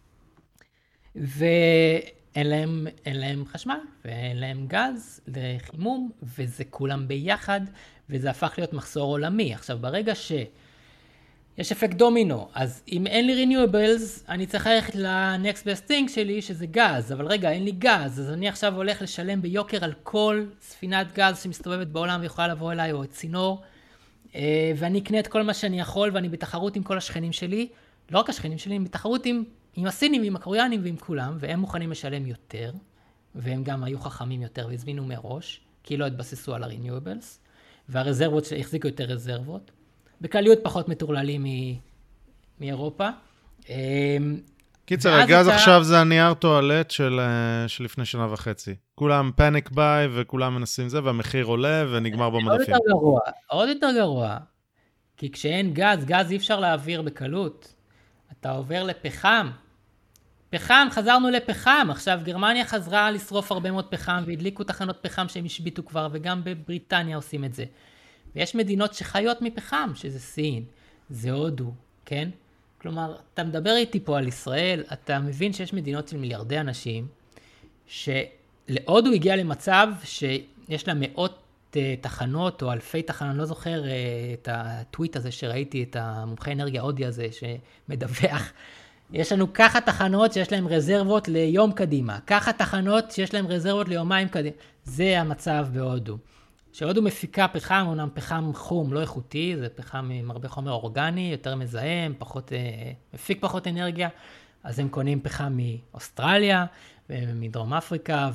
D: ואין להם חשמל, ואין להם גז לחימום, וזה כולם ביחד, וזה הפך להיות מחסור עולמי. עכשיו, ברגע שיש אפקט דומינו, אז אם אין לי renewables, אני צריך ללכת ל-next best thing שלי, שזה גז, אבל רגע, אין לי גז, אז אני עכשיו הולך לשלם ביוקר על כל ספינת גז שמסתובבת בעולם ויכולה לבוא אליי, או את צינור, ואני אקנה את כל מה שאני יכול, ואני בתחרות עם כל השכנים שלי, לא רק השכנים שלי, אני בתחרות עם הסינים, עם הקוריאנים ועם כולם, והם מוכנים לשלם יותר, והם גם היו חכמים יותר והזמינו מראש, כי לא התבססו על ה-renewables, והרזרבות החזיקו יותר רזרבות, בקליות פחות מטורללים מאירופה.
A: קיצר, הגז עכשיו זה הנייר טואלט של לפני שנה וחצי. כולם פאניק ביי וכולם מנסים זה, והמחיר עולה ונגמר במדפים.
D: עוד יותר גרוע, כי כשאין גז אי אפשר להעביר בקלות. אתה עובר לפחם. חזרנו לפחם. עכשיו גרמניה חזרה לשרוף הרבה מאוד פחם, והדליקו תחנות פחם שהם השביתו כבר, וגם בבריטניה עושים את זה. ויש מדינות שחיות מפחם, שזה סין, זה הודו, כן? כלומר, אתה מדבר איתי פה על ישראל, אתה מבין שיש מדינות של מיליארדי אנשים, שלהודו הגיע למצב שיש לה מאות תחנות או אלפי תחנות, אני לא זוכר את הטוויט הזה שראיתי, את המומחי אנרגיה הודי הזה שמדווח. יש לנו ככה תחנות שיש להם רזרבות ליום קדימה, ככה תחנות שיש להם רזרבות ליומיים קדימה. זה המצב בהודו. שהודו מפיקה פחם, אומנם פחם חום, לא איכותי, זה פחם עם הרבה חומר אורגני, יותר מזהם, מפיק פחות אנרגיה, אז הם קונים פחם מאוסטרליה, ומדרום אפריקה,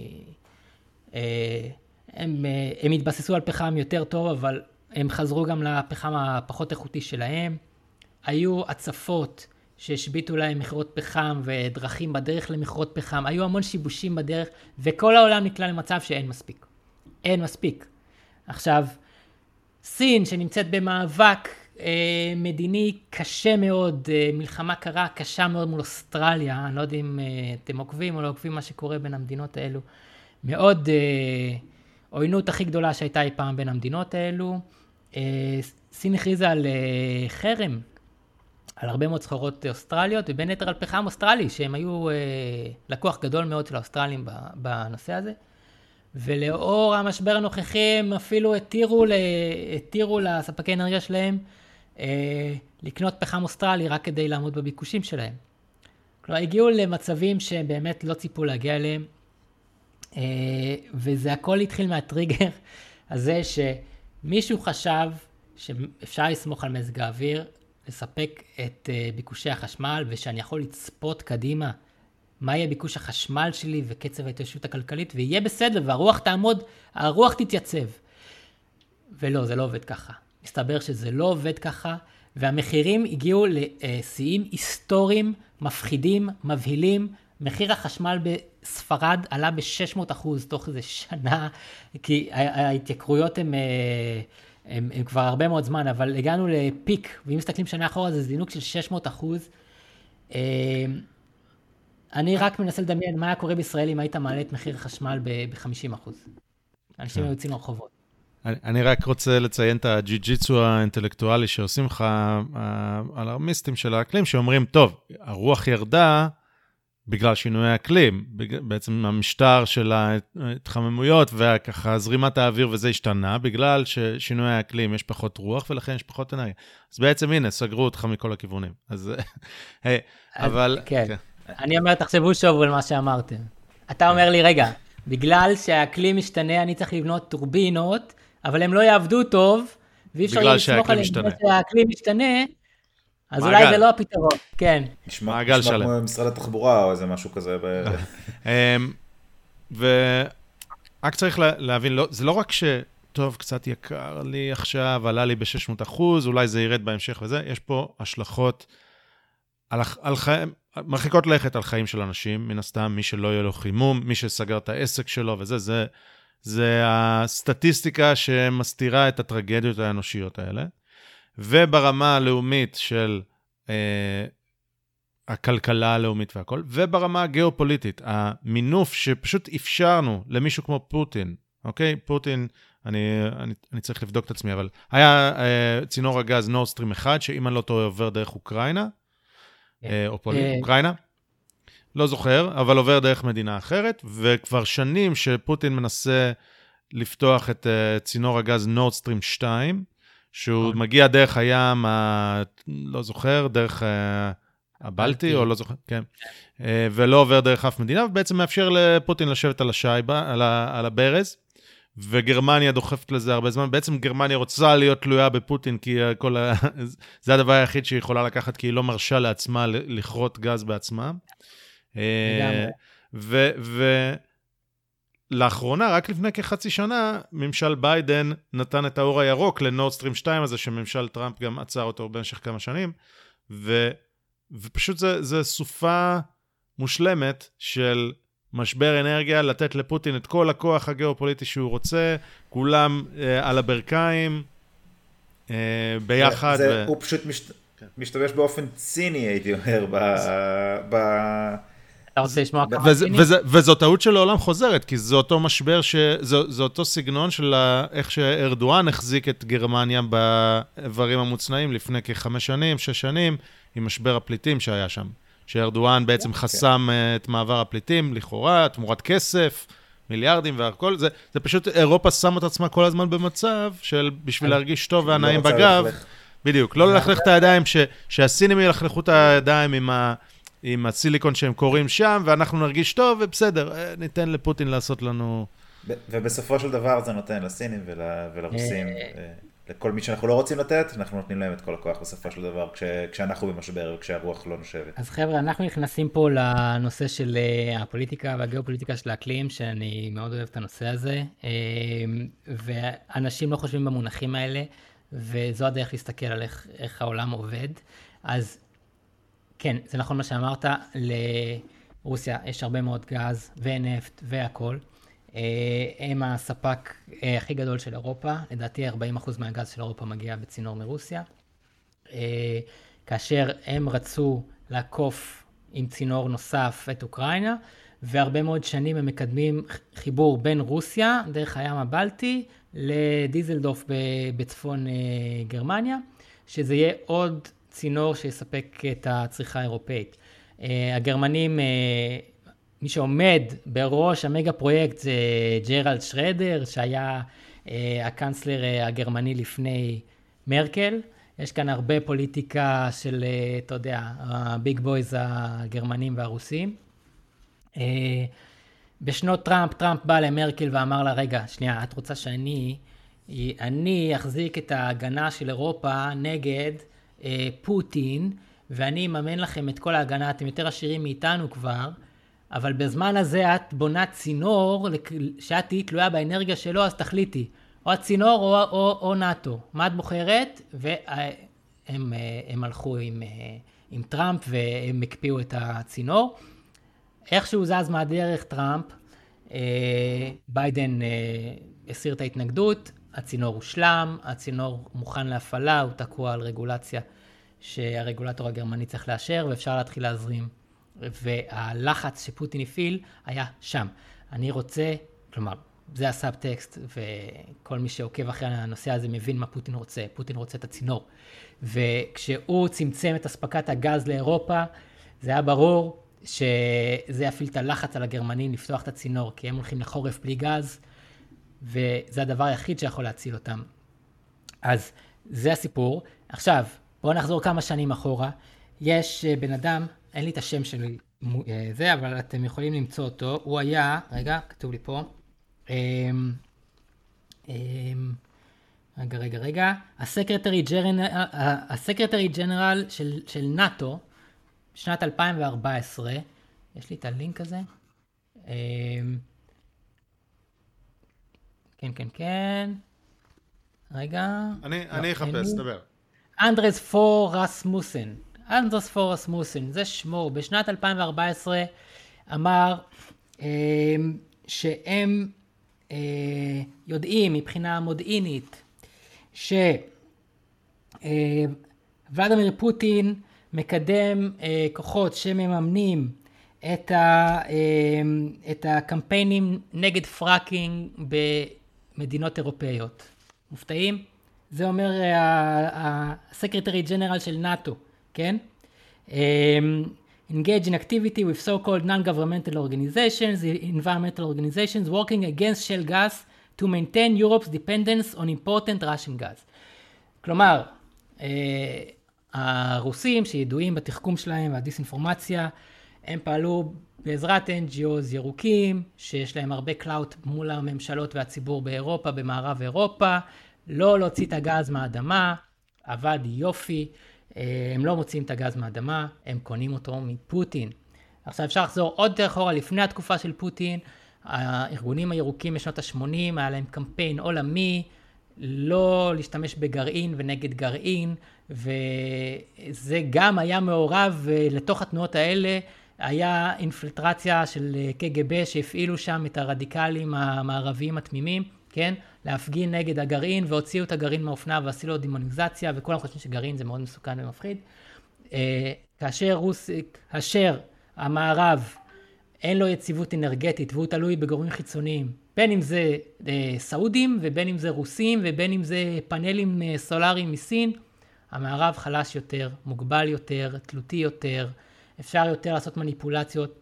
D: הם התבססו על פחם יותר טוב, אבל הם חזרו גם לפחם הפחות איכותי שלהם. היו הצפות שהשביתו להם מכרות פחם ודרכים בדרך למכרות פחם. היו המון שיבושים בדרך, וכל העולם נקלע למצב שאין מספיק. אין מספיק. עכשיו, סין שנמצאת במאבק מדיני קשה מאוד, מלחמה קרה קשה מאוד מול אוסטרליה, אני לא יודע אם אתם עוקבים או לא עוקבים מה שקורה בין המדינות האלו, מאוד עוינות הכי גדולה שהייתה אי פעם בין המדינות האלו. סין הכריזה על חרם, על הרבה מאוד סחורות אוסטרליות, ובין יתר על פחם אוסטרלי, שהם היו לקוח גדול מאוד של האוסטרלים בנושא הזה. ולאור המשבר הנוכחי, הם אפילו התירו לספקי אנרגיה שלהם לקנות פחם אוסטרלי רק כדי לעמוד בביקושים שלהם. כלומר, הגיעו למצבים שהם באמת לא ציפו להגיע אליהם, וזה הכל התחיל מהטריגר הזה שמישהו חשב שאפשר לסמוך על מזג האוויר, לספק את ביקושי החשמל, ושאני יכול לצפות קדימה מה יהיה ביקוש החשמל שלי וקצב ההתאוששות הכלכלית, ויהיה בסדר, והרוח תעמוד, הרוח תתייצב. ולא, זה לא עובד ככה. מסתבר שזה לא עובד ככה, והמחירים הגיעו לשיאים היסטוריים, מפחידים, מבהילים. מחיר החשמל בספרד עלה ב-600% תוך איזה שנה, כי ההתייקרויות הם כבר הרבה מאוד זמן, אבל הגענו לפיק, ואם מסתכלים שנה אחורה זה זינוק של 600%. אני רק מנסה לדמיין מה היה קורה בישראל אם היית מעלה את מחיר החשמל ב-50%. אנשים היו יוצאים לרחובות.
A: אני רק רוצה לציין את הג'י-ג'יצו האינטלקטואלי שעושים לך, האלרמיסטים של האקלים, שאומרים, טוב, הרוח ירדה בגלל שינוי האקלים, בעצם המשטר של ההתחממויות וככה זרימת האוויר וזה השתנה, בגלל ששינוי האקלים יש פחות רוח ולכן יש פחות אנרגיה. אז בעצם הנה, סגרו אותך מכל הכיוונים. אז, אבל...
D: כן. אני אומר, תחשבו שוב על מה שאמרתם. אתה אומר לי, רגע, בגלל שהאקלים משתנה, אני צריך לבנות טורבינות, אבל הם לא יעבדו טוב, ואי אפשר לסמוך עליהם שהאקלים משתנה, אז אולי זה לא הפתרון, כן.
C: נשמע כמו משרד התחבורה או איזה משהו כזה.
A: ורק צריך להבין, זה לא רק שטוב, קצת יקר לי עכשיו, עלה לי ב-600%, אולי זה ירד בהמשך וזה, יש פה השלכות על חיים, מרחיקות לכת על חיים של אנשים, מן הסתם, מי שלא יהיה לו חימום, מי שסגר את העסק שלו וזה, זה הסטטיסטיקה שמסתירה את הטרגדיות האנושיות האלה. וברמה הלאומית של הכלכלה הלאומית והכל, וברמה הגיאופוליטית, המינוף שפשוט אפשרנו למישהו כמו פוטין, אוקיי? פוטין, אני צריך לבדוק את עצמי, אבל היה צינור הגז נורד סטרים 1, שאם אני לא טועה עובר דרך אוקראינה, או אוקראינה, לא זוכר, אבל עובר דרך מדינה אחרת, וכבר שנים שפוטין מנסה לפתוח את צינור הגז נורד סטרים 2, שהוא מגיע דרך הים, לא זוכר, דרך הבלטי, או לא זוכר, כן, ולא עובר דרך אף מדינה, ובעצם מאפשר לפוטין לשבת על השייבה, על הברז, וגרמניה דוחפת לזה הרבה זמן. בעצם גרמניה רוצה להיות תלויה בפוטין, כי זה הדבר היחיד שהיא יכולה לקחת, כי היא לא מרשה לעצמה לכרות גז בעצמה. ולאחרונה, רק לפני כחצי שנה, ממשל ביידן נתן את האור הירוק לנורד סטרים 2 הזה, שממשל טראמפ גם עצר אותו במשך כמה שנים, ופשוט זה סופה מושלמת של משבר אנרגיה, לתת לפוטין את כל הכוח הגיאופוליטי שהוא רוצה, כולם על הברכיים, ביחד.
C: הוא פשוט משתמש באופן ציני, הייתי אומר,
D: אתה רוצה לשמוע כמה ציני?
A: וזו טעות שלעולם חוזרת, כי זה אותו משבר, זה אותו סגנון של איך שארדואן החזיק את גרמניה באיברים המוצנעים לפני כ5 שנים, 6 שנים, עם משבר הפליטים שהיה שם. שארדואן בעצם חסם את מעבר הפליטים, לכאורה, תמורת כסף, מיליארדים והכל. זה פשוט, אירופה שמה את עצמה כל הזמן במצב של בשביל להרגיש טוב והנעים בגב. בדיוק, לא ללכלך את הידיים, שהסינים ילכלכו את הידיים עם הסיליקון שהם קוראים שם, ואנחנו נרגיש טוב, ובסדר, ניתן לפוטין לעשות לנו...
C: ובסופו של דבר זה נותן לסינים ולרוסים, לכל מי שאנחנו לא רוצים לתת, אנחנו נותנים להם את כל הכוח בסופו של דבר, כשאנחנו במשבר וכשהרוח לא נושבת.
D: אז חבר'ה, אנחנו נכנסים פה לנושא של הפוליטיקה והגיאופוליטיקה של האקלים, שאני מאוד אוהב את הנושא הזה, ואנשים לא חושבים במונחים האלה, וזו הדרך להסתכל על איך העולם עובד. אז כן, זה נכון מה שאמרת, לרוסיה יש הרבה מאוד גז ונפט והכל, הם הספק הכי גדול של אירופה, לדעתי 40% מהגז של אירופה מגיע בצינור מרוסיה, כאשר הם רצו לעקוף עם צינור נוסף את אוקראינה, והרבה מאוד שנים הם מקדמים חיבור בין רוסיה, דרך הים הבלטי, לדיזלדורף בצפון גרמניה, שזה יהיה עוד צינור שיספק את הצריכה האירופאית. הגרמנים, מי שעומד בראש המגה פרויקט זה ג'רלד שרדר, שהיה הקנצלר הגרמני לפני מרקל. יש כאן הרבה פוליטיקה של, אתה יודע, הביג בויז הגרמנים והרוסים. בשנות טראמפ בא למרקל ואמר לה, רגע, שנייה, את רוצה שאני אחזיק את ההגנה של אירופה נגד פוטין, ואני אממן לכם את כל ההגנה, אתם יותר עשירים מאיתנו כבר, אבל בזמן הזה את בונה צינור, שאת תהיי תלויה באנרגיה שלו, אז תחליטי, או הצינור או נאטו. מה את בוחרת? והם הלכו עם טראמפ והם הקפיאו את הצינור. איכשהו זז מהדרך טראמפ, ביידן הסיר את ההתנגדות, הצינור הושלם, הצינור מוכן להפעלה, הוא תקוע על רגולציה שהרגולטור הגרמני צריך לאשר, ואפשר להתחיל להזרים. והלחץ שפוטין הפעיל היה שם. אני רוצה, כלומר, זה הסאבטקסט, וכל מי שעוקב אחרי הנושא הזה מבין מה פוטין רוצה. פוטין רוצה את הצינור. וכשהוא צמצם את הספקת הגז לאירופה, זה היה ברור שזה יפעיל את הלחץ על הגרמנים לפתוח את הצינור, כי הם הולכים לחורף בלי גז, וזה הדבר היחיד שיכול להציל אותם. אז זה הסיפור. עכשיו, בואו נחזור כמה שנים אחורה. יש בן אדם, אין לי את השם שלי זה, אבל אתם יכולים למצוא אותו. הוא היה, רגע, כתוב לי פה. רגע. הסקרטרי ג'נרל של נאטו, שנת 2014, יש לי את הלינק הזה. כן. רגע.
A: אני אחפש, דבר.
D: אנדרס פור רסמוסן, זה שמו. בשנת 2014 אמר שהם יודעים מבחינה מודיעינית ולדימיר פוטין מקדם כוחות שמממנים את הקמפיינים נגד פראקינג במדינות אירופאיות. מופתעים? זה אומר הסקרטרי ג'נרל של נאטו, כן? Engage in activity with so-called non-governmental organizations, environmental organizations working against shale gas to maintain Europe's dependence on important Russian gas. כלומר, הרוסים שידועים בתחכום שלהם והדיסאינפורמציה, הם פעלו בעזרת NGOs ירוקים, שיש להם הרבה קלאוט מול הממשלות והציבור באירופה, במערב אירופה, לא להוציא את הגז מהאדמה, עבד יופי, הם לא מוציאים את הגז מהאדמה, הם קונים אותו מפוטין. עכשיו אפשר לחזור עוד יותר אחורה לפני התקופה של פוטין, הארגונים הירוקים בשנות ה-80, היה להם קמפיין עולמי, לא להשתמש בגרעין ונגד גרעין, וזה גם היה מעורב לתוך התנועות האלה, היה אינפילטרציה של קג"ב שהפעילו שם את הרדיקלים המערביים התמימים, כן? להפגין נגד הגרעין, והוציאו את הגרעין מהאופנה ועשו לו דימוניזציה, וכולם חושבים שגרעין זה מאוד מסוכן ומפחיד. כאשר המערב אין לו יציבות אנרגטית, והוא תלוי בגורמים חיצוניים, בין אם זה סעודים, ובין אם זה רוסים, ובין אם זה פאנלים סולאריים מסין, המערב חלש יותר, מוגבל יותר, תלותי יותר, אפשר יותר לעשות מניפולציות,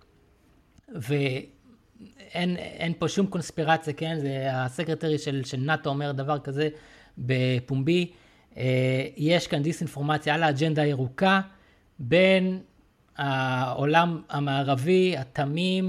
D: ואין פה שום קונספירציה, כן? זה הסקרטרי של נאטו אומר דבר כזה בפומבי, יש כאן דיסאינפורמציה על האג'נדה הירוקה, בין העולם המערבי, התמים,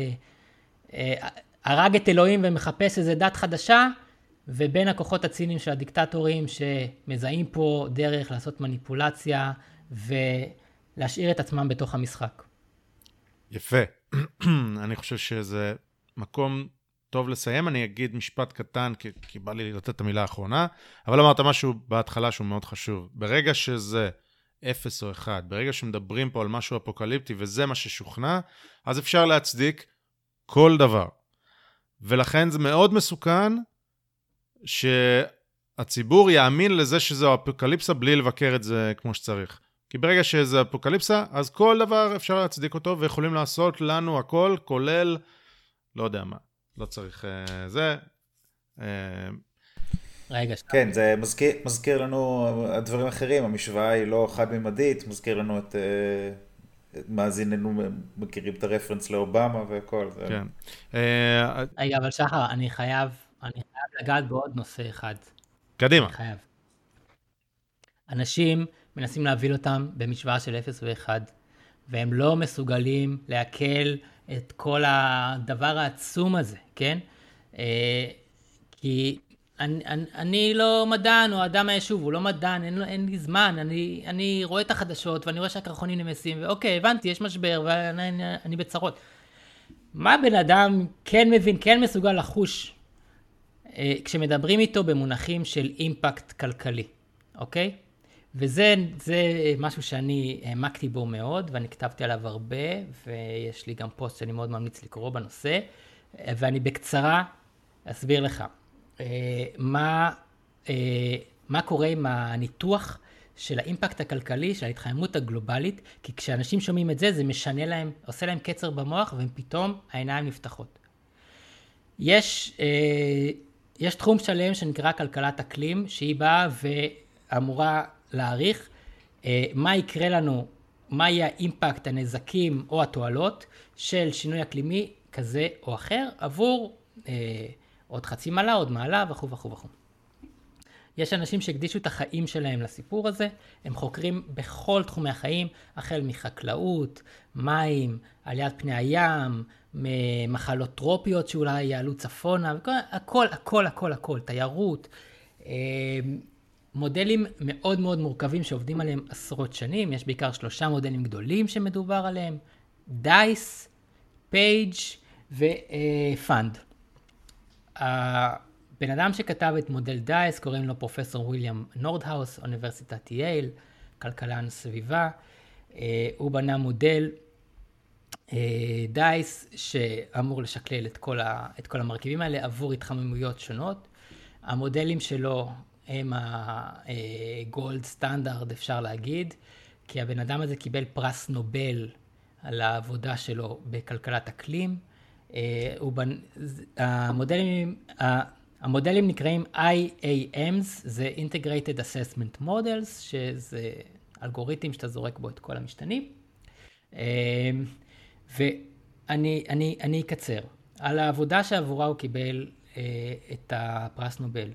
D: שהרג את אלוהים ומחפש איזה דת חדשה, ובין הכוחות הציניים של הדיקטטורים שמזהים פה דרך לעשות מניפולציה ולהשאיר את עצמם בתוך המשחק.
A: יפה. אני חושב שזה מקום טוב לסיים. אני אגיד משפט קטן, כי בא לי לתת את המילה האחרונה, אבל אמרת משהו בהתחלה שהוא מאוד חשוב. ברגע שזה 0 או 1, ברגע שמדברים פה על משהו אפוקליפטי וזה מה ששוכנע, אז אפשר להצדיק כל דבר. ולכן זה מאוד מסוכן שהציבור יאמין לזה שזה אפוקליפסה בלי לבקר את זה כמו שצריך. כי ברגע שזה אפוקליפסה, אז כל דבר אפשר להצדיק אותו, ויכולים לעשות לנו הכל, כולל, לא יודע מה, לא צריך זה.
D: רגע.
C: כן, זה מזכיר לנו הדברים אחרים, המשוואה היא לא חד-ממדית, מזכיר לנו את מאזיננו מכירים את הרפרנס לאובמה והכל.
A: כן.
D: רגע, אבל שחר, אני חייב לגעת בעוד נושא אחד.
A: קדימה.
D: אני חייב. אנשים מנסים להביא אותם במשוואה של 0 ו-1, והם לא מסוגלים להקל את כל הדבר העצום הזה, כן? כי אני לא מדען, או אדם מהיישוב, הוא לא מדען, אין לי זמן, אני רואה את החדשות, ואני רואה שהקרחונים נמסים, ואוקיי, הבנתי, יש משבר, ואני בצרות. מה בן אדם כן מבין, כן מסוגל לחוש, כשמדברים איתו במונחים של אימפקט כלכלי, אוקיי? וזה משהו שאני העמקתי בו מאוד, ואני כתבתי עליו הרבה, ויש לי גם פוסט שאני מאוד ממליץ לקרוא בנושא, ואני בקצרה אסביר לך מה קורה עם הניתוח של האימפקט הכלכלי, של ההתחממות הגלובלית, כי כשאנשים שומעים את זה, זה משנה להם, עושה להם קצר במוח, והם פתאום העיניים נפתחות. יש תחום שלם שנקרא כלכלת אקלים, שהיא באה ואמורה להעריך מה יקרה לנו, מה יהיה האימפקט, הנזקים או התועלות של שינוי אקלימי כזה או אחר, עבור עוד חצי מעלה, עוד מעלה וכו' וכו' וכו'. יש אנשים שהקדישו את החיים שלהם לסיפור הזה, הם חוקרים בכל תחומי החיים, החל מחקלאות, מים, עליית פני הים, מחלות טרופיות שאולי יעלו צפונה, הכל, תיירות, מודלים מאוד מאוד מורכבים שעובדים עליהם עשרות שנים, יש בעיקר 3 מודלים גדולים שמדובר עליהם, דייס, פייג' ופנד. הבן אדם שכתב את מודל דייס, קוראים לו פרופסור וויליאם נורדהאוס, אוניברסיטת יייל, כלכלן סביבה. הוא בנה מודל דייס שאמור לשקלל את כל המרכיבים האלה עבור התחממויות שונות. המודלים שלו הם הגולד סטנדרט, אפשר להגיד, כי הבן אדם הזה קיבל פרס נובל על העבודה שלו בכלכלת אקלים. המודלים נקראים IAMs, זה Integrated Assessment Models, שזה אלגוריתם שאתה זורק בו את כל המשתנים. ואני אקצר. על העבודה שעבורה הוא קיבל את הפרס נובל.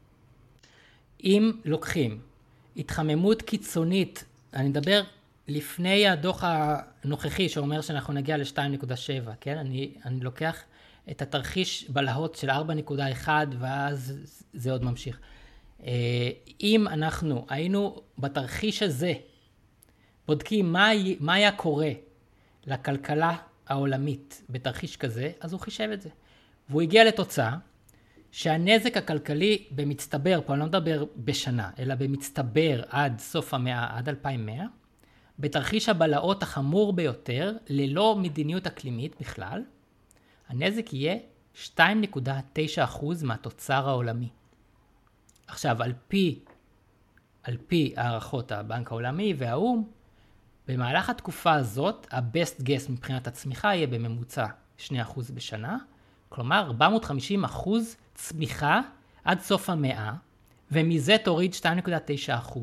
D: אם לוקחים התחממות קיצונית, אני מדבר לפני הדוח הנוכחי שאומר שאנחנו נגיע ל-2.7, כן? אני לוקח את התרחיש בלהות של 4.1 ואז זה עוד ממשיך. אם אנחנו היינו בתרחיש הזה בודקים מה היה קורה לכלכלה העולמית בתרחיש כזה, אז הוא חישב את זה. והוא הגיע לתוצאה שהנזק הכלכלי במצטבר, פה אני לא מדבר בשנה, אלא במצטבר עד סוף המאה, עד 2100, בתרחיש הבלהות החמור ביותר, ללא מדיניות אקלימית בכלל, הנזק יהיה 2.9% מהתוצר העולמי. עכשיו, על פי הערכות הבנק העולמי והאו"ם, במהלך התקופה הזאת, ה-best guess מבחינת הצמיחה יהיה בממוצע 2% בשנה, כלומר 450% צמיחה עד סוף המאה, ומזה תוריד 2.9%.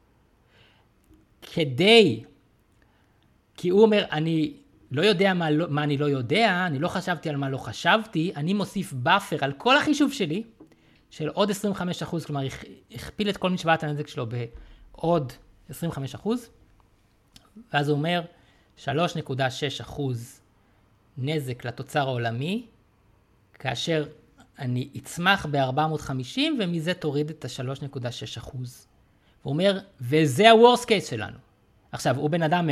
D: כי הוא אומר, אני לא יודע מה אני לא יודע, אני לא חשבתי על מה לא חשבתי, אני מוסיף באפר על כל החישוב שלי, של עוד 25%, כלומר, הכפיל את כל משוואת הנזק שלו בעוד 25%, ואז הוא אומר, 3.6% נזק לתוצר העולמי, כאשר אני אצמח ב-450, ומזה תוריד את ה-3.6%. הוא אומר, וזה ה-worst case שלנו. עכשיו, הוא בן אדם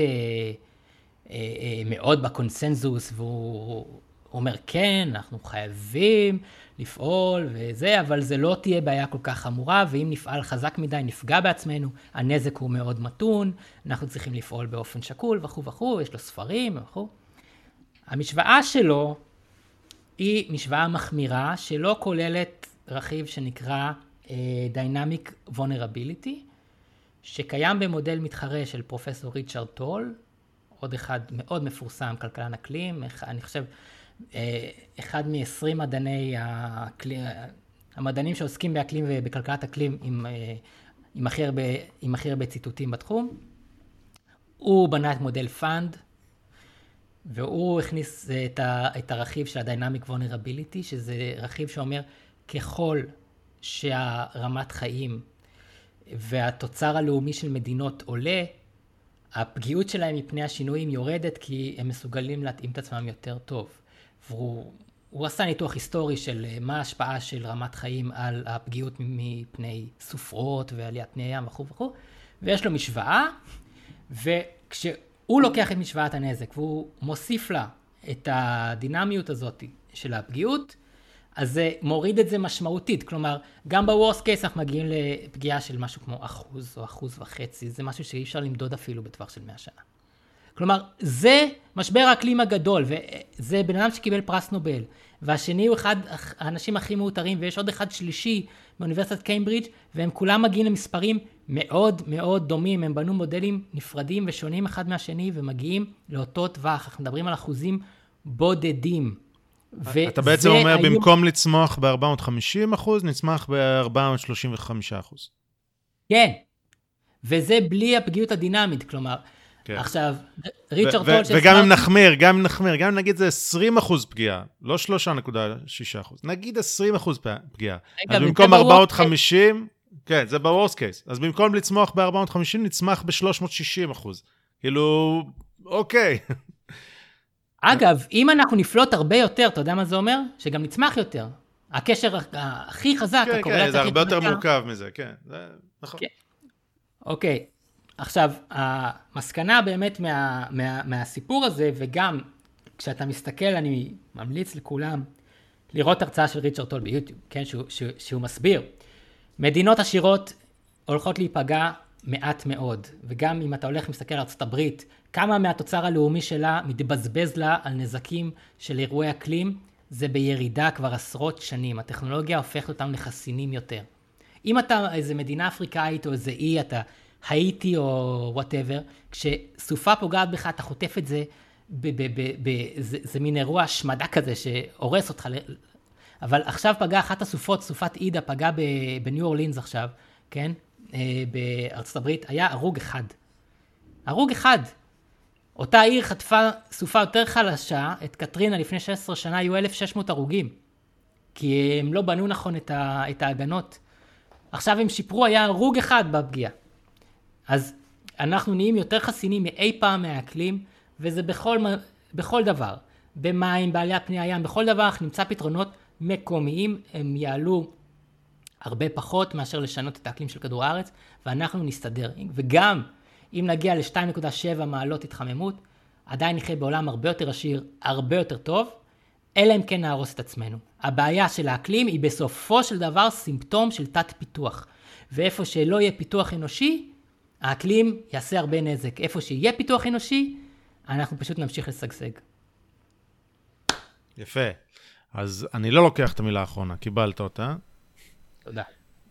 D: מאוד בקונסנזוס, והוא אומר, כן, אנחנו חייבים לפעול וזה, אבל זה לא תהיה בעיה כל כך חמורה, ואם נפעל חזק מדי, נפגע בעצמנו, הנזק הוא מאוד מתון, אנחנו צריכים לפעול באופן שקול וכו' וכו', יש לו ספרים וכו'. המשוואה שלו היא משוואה מחמירה, שלא כוללת רכיב שנקרא Dynamic Vulnerability, שקיים במודל מתחרה של פרופסור ריצ'רד טול, עוד אחד מאוד מפורסם, כלכלן אקלים, אני חושב, אחד מ-20 המדענים שעוסקים באקלים ובכלכלת אקלים עם הכי הרבה ציטוטים בתחום. הוא בנה את מודל פאנד, והוא הכניס את הרכיב של ה-Dynamic Vulnerability, שזה רכיב שאומר, ככל שהרמת חיים והתוצר הלאומי של מדינות עולה, הפגיעות שלהם מפני השינויים יורדת, כי הם מסוגלים להתאים את עצמם יותר טוב. והוא עשה ניתוח היסטורי של מה ההשפעה של רמת חיים על הפגיעות מפני סופרות ועליית פני ים וכו' וכו'. ויש לו משוואה, וכשהוא לוקח את משוואת הנזק והוא מוסיף לה את הדינמיות הזאת של הפגיעות, אז זה מוריד את זה משמעותית. כלומר, גם ב-worst case אנחנו מגיעים לפגיעה של משהו כמו 1% או 1.5%. זה משהו שאי אפשר למדוד אפילו בטווח של 100 שנה. כלומר, זה משבר האקלים הגדול, וזה בן אדם שקיבל פרס נובל. והשני הוא אחד האנשים הכי מאותרים, ויש עוד אחד שלישי באוניברסיטת קיימברידג', והם כולם מגיעים למספרים מאוד מאוד דומים. הם בנו מודלים נפרדים ושונים אחד מהשני, ומגיעים לאותו טווח. אנחנו מדברים על אחוזים בודדים.
A: אתה בעצם אומר, במקום לצמוח ב-450%, נצמח ב-435%.
D: כן, וזה בלי הפגיעות הדינמית, כלומר, עכשיו, ריצ'רד טול...
A: וגם אם נחמיר, גם אם נגיד זה 20% פגיעה, לא 3.6%, נגיד 20% פגיעה. אז במקום 450, כן, זה ב-worst case. אז במקום לצמוח ב-450, נצמח ב-360%. כאילו, אוקיי.
D: אגב, אם אנחנו נפלוט הרבה יותר, אתה יודע מה זה אומר? שגם נצמח יותר. הקשר הכי חזק,
A: הקורלציה הכי חזקה. כן, זה הרבה יותר מורכב מזה, כן. זה נכון.
D: אוקיי. עכשיו, המסקנה באמת מהסיפור הזה, וגם כשאתה מסתכל, אני ממליץ לכולם לראות הרצאה של ריצ'רד טול ביוטיוב, כן? שהוא מסביר. מדינות עשירות הולכות להיפגע מעט מאוד, וגם אם אתה הולך ומסתכל על ארצות הברית, כמה מהתוצר הלאומי שלה מתבזבז לה על נזקים של אירועי אקלים, זה בירידה כבר עשרות שנים. הטכנולוגיה הופכת אותם לחסינים יותר. אם אתה איזה מדינה אפריקאית או איזה אי, אתה האיטי או whatever, כשסופה פוגעת בך, אתה חוטף את זה, זה מין אירוע השמדה כזה שהורס אותך. אבל עכשיו פגעה אחת הסופות, סופת אידה, פגעה בניו אורלינס עכשיו, כן? בארצות הברית, היה הרוג אחד. הרוג אחד. אותה עיר חטפה סופה יותר חלשה, את קטרינה לפני 16 שנה היו 1,600 הרוגים. כי הם לא בנו נכון את ההגנות. עכשיו הם שיפרו, היה הרוג אחד בפגיעה. אז אנחנו נהיים יותר חסינים מאי פעם מהאקלים, וזה בכל דבר. במים, בעליית פני הים, בכל דבר אנחנו נמצא פתרונות מקומיים, הם יעלו הרבה פחות מאשר לשנות את האקלים של כדור הארץ, ואנחנו נסתדר. וגם אם נגיע ל-2.7 מעלות התחממות, עדיין נחיה בעולם הרבה יותר עשיר, הרבה יותר טוב, אלא אם כן נהרוס את עצמנו. הבעיה של האקלים היא בסופו של דבר סימפטום של תת פיתוח. ואיפה שלא יהיה פיתוח אנושי, האקלים יעשה הרבה נזק. איפה שיהיה פיתוח אנושי, אנחנו פשוט נמשיך לשגשג.
A: יפה. אז אני לא לוקח את המילה האחרונה, קיבלת אותה.
D: תודה.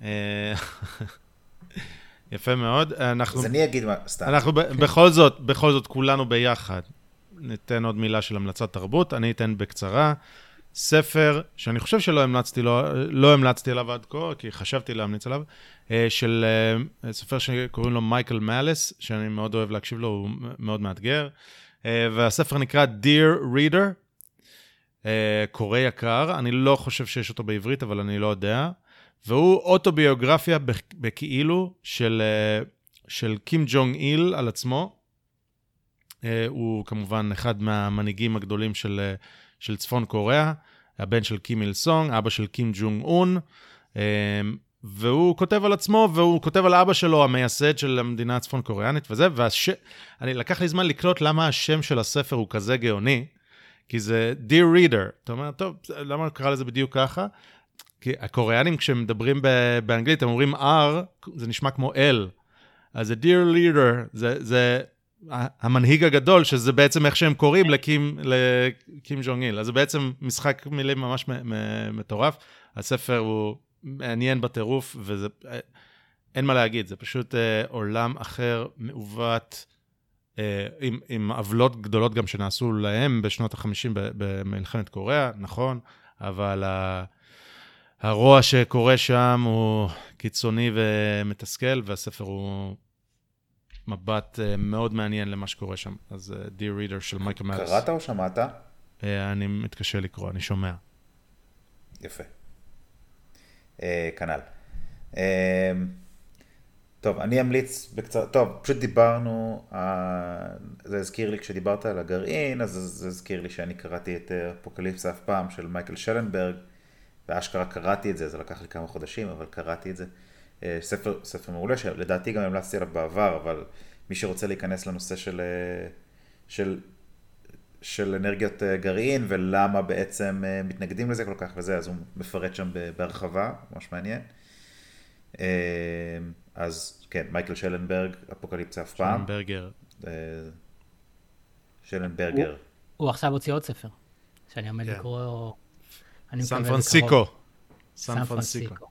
A: יפה מאוד.
C: אז אני אגיד מה, סתם.
A: אנחנו בכל זאת כולנו ביחד. ניתן עוד מילה של המלצת תרבות, אני אתן בקצרה. ספר שאני חושב שלא המלצתי עליו עד כה, כי חשבתי להמליץ עליו, של ספר שקוראים לו מייקל מאלס, שאני מאוד אוהב להקשיב לו, הוא מאוד מאתגר. והספר נקרא Dear Reader, קורא יקר, אני לא חושב שיש אותו בעברית, אבל אני לא יודע. והוא אוטוביוגרפיה בכאילו של קים ג'ונג איל על עצמו. הוא כמובן אחד מהמנהיגים הגדולים של צפון קוריאה, הבן של קים איל סונג, אבא של קים ג'ונג און, והוא כותב על עצמו, והוא כותב על אבא שלו, המייסד של המדינה הצפון קוריאנית וזה, אני לקח לי זמן לקלוט למה השם של הספר הוא כזה גאוני, כי זה Dear Reader. אתה אומר, טוב, למה קרא לזה בדיוק ככה? כי הקוריאנים כשהם מדברים באנגלית, הם אומרים R, זה נשמע כמו L. אז זה Dear Leader, זה המנהיג הגדול, שזה בעצם איך שהם קוראים לקים ג'ונג איל. אז זה בעצם משחק מילים ממש מטורף. הספר הוא מעניין בטירוף, אין מה להגיד, זה פשוט עולם אחר, מעוות, עם עוולות גדולות גם שנעשו להם בשנות ה-50 במלחמת קוריאה, נכון, אבל הרוע שקורה שם הוא קיצוני ומתסכל, והספר הוא מבט מאוד מעניין למה שקורה שם. אז Dear Reader של מייקל מאלס.
C: קראת או שמעת?
A: אני מתקשה לקרוא, אני שומע.
C: יפה. כנ"ל. טוב, אני אמליץ בקצרה, טוב, פשוט דיברנו, זה הזכיר לי כשדיברת על הגרעין, אז זה הזכיר לי שאני קראתי את אפוקליפסה אף פעם של מייקל שלנברג, ואשכרה קראתי את זה, זה לקח לי כמה חודשים, אבל קראתי את זה. ספר מעולה, שלדעתי גם המלצתי עליו בעבר, אבל מי שרוצה להיכנס לנושא של אנרגיות גרעין, ולמה בעצם מתנגדים לזה כל כך וזה, אז הוא מפרט שם בהרחבה, ממש מעניין. אז כן, מייקל שלנברג, אפוקליפסה אף פעם. שלנברגר.
D: הוא עכשיו הוציא עוד ספר, שאני עומד לקרוא...
A: סן פרנסיסקו. סן פרנסיסקו.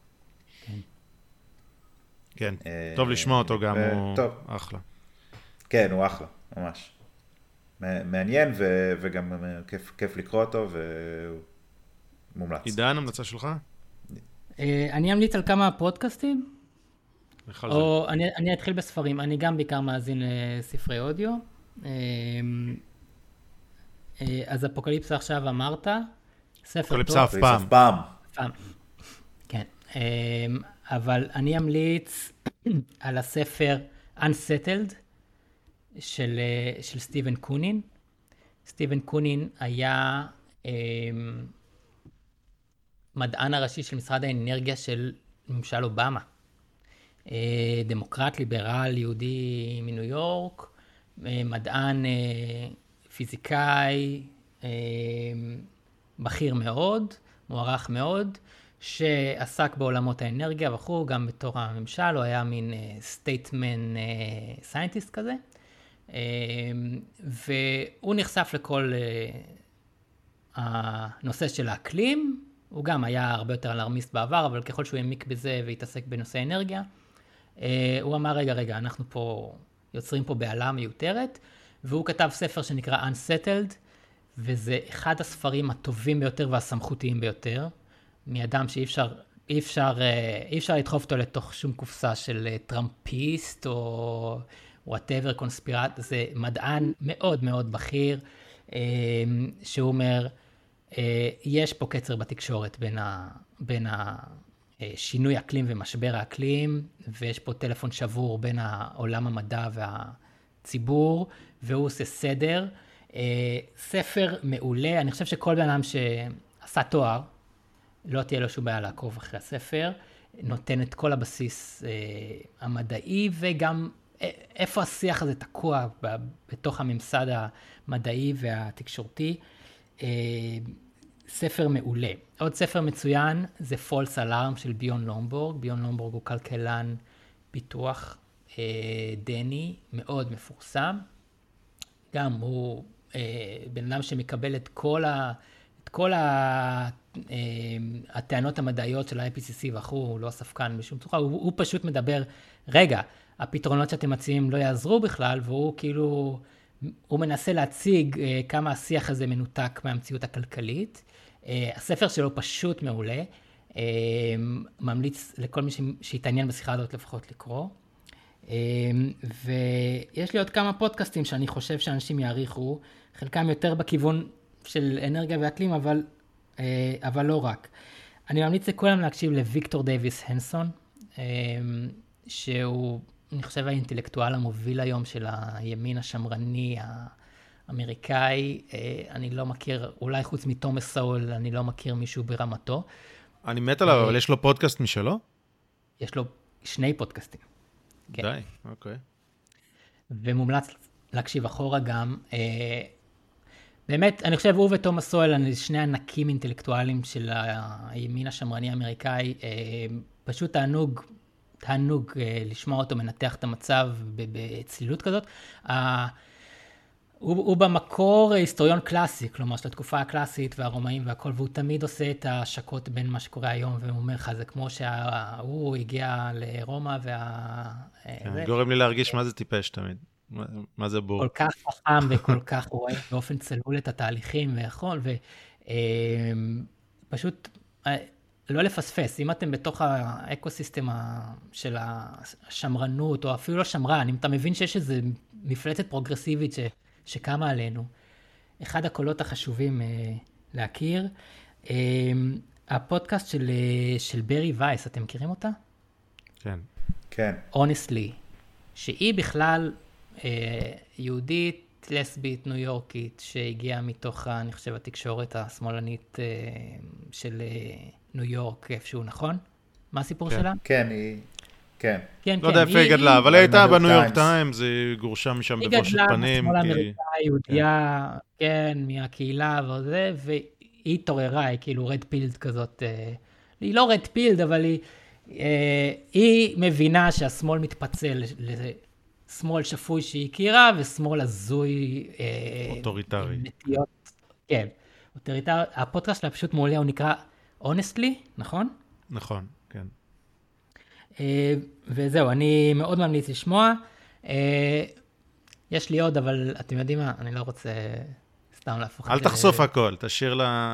A: כן, טוב לשמוע אותו גם, הוא אחלה.
C: כן, הוא אחלה, ממש. מעניין וגם כיף לקרוא אותו ומומלץ.
A: עידן, המלצה שלך?
D: אני אמליץ על כמה פודקאסטים, או אני אתחיל בספרים, אני גם בעיקר מאזין לספרי אודיו. אז אפוקליפסה עכשיו אמרת, ספר טוב.
A: אף פעם.
D: פעם. כן. אבל אני אמליץ על הספר Unsettled של סטיבן קונין. סטיבן קונין היה מדען הראשי של משרד האנרגיה של ממשל אובמה. דמוקרט, ליברל, יהודי מניו יורק, מדען פיזיקאי, בכיר מאוד, מוערך מאוד, שעסק בעולמות האנרגיה וכו', גם בתור הממשל, הוא היה מין סטייטמן סיינטיסט כזה, והוא נחשף לכל הנושא של האקלים, הוא גם היה הרבה יותר אלרמיסט בעבר, אבל ככל שהוא העמיק בזה והתעסק בנושא אנרגיה, הוא אמר, רגע, אנחנו פה יוצרים פה בעלה מיותרת, והוא כתב ספר שנקרא Unsettled, וזה אחד הספרים הטובים ביותר והסמכותיים ביותר, מאדם שאי אפשר לדחוף אותו לתוך שום קופסה של טראמפיסט או whatever, קונספירט, זה מדען מאוד מאוד בכיר, שהוא אומר, יש פה קצר בתקשורת בין שינוי אקלים ומשבר האקלים, ויש פה טלפון שבור בין העולם המדע והציבור, והוא עושה סדר. ספר מעולה, אני חושב שכל בן אדם שעשה תואר, לא תהיה לו שום בעיה לעקוב אחרי הספר, נותן את כל הבסיס המדעי, וגם איפה השיח הזה תקוע בתוך הממסד המדעי והתקשורתי. ספר מעולה. עוד ספר מצוין זה False Alarm של ביון לומבורג. ביון לומבורג הוא כלכלן פיתוח דני, מאוד מפורסם. גם הוא בן אדם שמקבל את כל הטענות המדעיות של ה-IPCC ואחרו, הוא לא ספקן בשום צורה, הוא פשוט מדבר, רגע, הפתרונות שאתם מציעים לא יעזרו בכלל, והוא כאילו, הוא מנסה להציג כמה השיח הזה מנותק מהמציאות הכלכלית. הספר שלו פשוט מעולה, ממליץ לכל מי שהתעניין בשיחה הזאת לפחות לקרוא. ויש לי עוד כמה פודקאסטים שאני חושב שאנשים יעריכו, חלקם יותר בכיוון של אנרגיה ואקלים, אבל לא רק. אני ממליץ לכולם להקשיב לוויקטור דייוויס הנסון, שהוא, אני חושב, האינטלקטואל המוביל היום של הימין השמרני האמריקאי. אני לא מכיר, אולי חוץ מתומאס סאול, אני לא מכיר מישהו ברמתו.
A: אני מת עליו, אבל יש לו פודקאסט משלו?
D: יש לו 2 פודקאסטים. כן.
A: די, אוקיי.
D: ומומלץ להקשיב אחורה גם. באמת, אני חושב, הוא ותומאס סואל, שני ענקים אינטלקטואלים של הימין השמרני האמריקאי, פשוט תענוג לשמוע אותו מנתח את המצב בצלילות כזאת. הוא במקור היסטוריון קלאסי, כלומר, של התקופה הקלאסית והרומאים והכל, והוא תמיד עושה את ההשקות בין מה שקורה היום, והוא אומר לך, זה כמו שהוא הגיע לרומא
A: כן, גורם לי להרגיש מה זה טיפש תמיד. מה זה בור?
D: כל כך חכם וכל כך רואה באופן צלול את התהליכים ויכול, ופשוט לא לפספס. אם אתם בתוך האקוסיסטם של השמרנות, או אפילו לא שמרן, אם אתה מבין שיש איזו מפלצת פרוגרסיבית שקמה עלינו, אחד הקולות החשובים להכיר, הפודקאסט של ברי וייס, אתם מכירים אותה?
A: כן.
C: כן.
D: Honestly, שהיא בכלל יהודית, לסבית, ניו יורקית, שהגיעה מתוך, אני חושב, התקשורת השמאלנית של ניו יורק, איפשהו, נכון? מה הסיפור שלה?
C: כן, היא... כן.
A: לא יודע איפה היא גדלה, אבל היא הייתה בניו יורק טיימס, היא גורשה משם בבושת פנים.
D: היא גדלה בשמאל אמריקאי, יהודיה, כן, מהקהילה וזה, והיא התעוררה, היא כאילו רד פילד כזאת, היא לא רד פילד, אבל היא מבינה שהשמאל מתפצל לשמאל שפוי שהיא הכירה, ושמאל הזוי.
A: אוטוריטרי.
D: נטיות, כן, אוטוריטרי. הפודקאסט שלה פשוט מעולה, הוא נקרא Honestly, נכון?
A: נכון, כן.
D: וזהו, אני מאוד ממליץ לשמוע. יש לי עוד, אבל אתם יודעים מה? אני לא רוצה סתם להפוך.
A: אל תחשוף הכל, תשאיר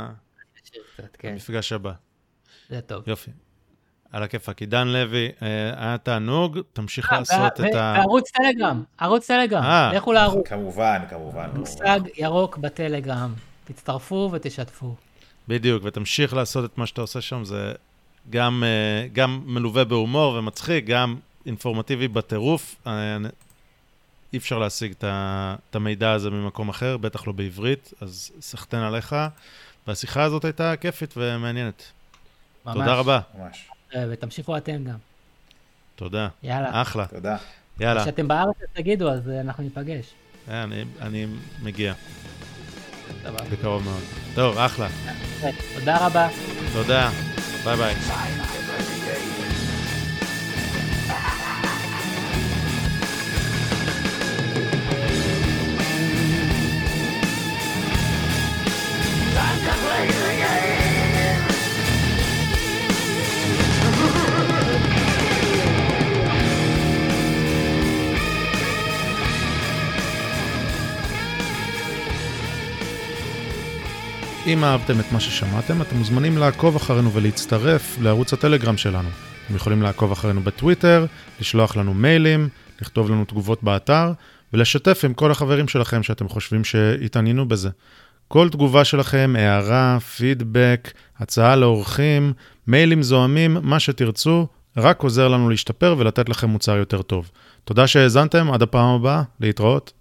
A: למפגש הבא.
D: זה טוב.
A: יופי. על הכיפק. עידן לוי, היה תענוג, תמשיך לעשות את ה...
D: ערוץ טלגרם. לכו לערוץ.
C: כמובן.
D: מושג ירוק בטלגרם. תצטרפו ותשתפו.
A: בדיוק, ותמשיך לעשות את מה שאתה עושה שם, זה גם מלווה בהומור ומצחיק, גם אינפורמטיבי בטירוף. אי אפשר להשיג את המידע הזה ממקום אחר, בטח לא בעברית, אז סחטן עליך. והשיחה הזאת הייתה כיפית ומעניינת.
D: ממש.
A: תודה רבה.
C: ממש.
D: ותמשיכו אתם גם.
A: תודה.
D: יאללה.
A: אחלה.
C: תודה.
A: יאללה.
D: כשאתם בארץ תגידו, אז אנחנו ניפגש.
A: אני מגיע.
D: דבר.
A: בקרוב מאוד. טוב, אחלה.
D: תודה רבה.
A: תודה. ביי ביי.
B: Time to play the game.
A: אם אהבתם את מה ששמעתם, אתם מוזמנים לעקוב אחרינו ולהצטרף לערוץ הטלגרם שלנו. אתם יכולים לעקוב אחרינו בטוויטר, לשלוח לנו מיילים, לכתוב לנו תגובות באתר, ולשתף עם כל החברים שלכם שאתם חושבים שהתעניינו בזה. כל תגובה שלכם, הערה, פידבק, הצעה לאורחים, מיילים זוהמים, מה שתרצו, רק עוזר לנו להשתפר ולתת לכם מוצר יותר טוב. תודה שהאזנתם, עד הפעם הבאה, להתראות.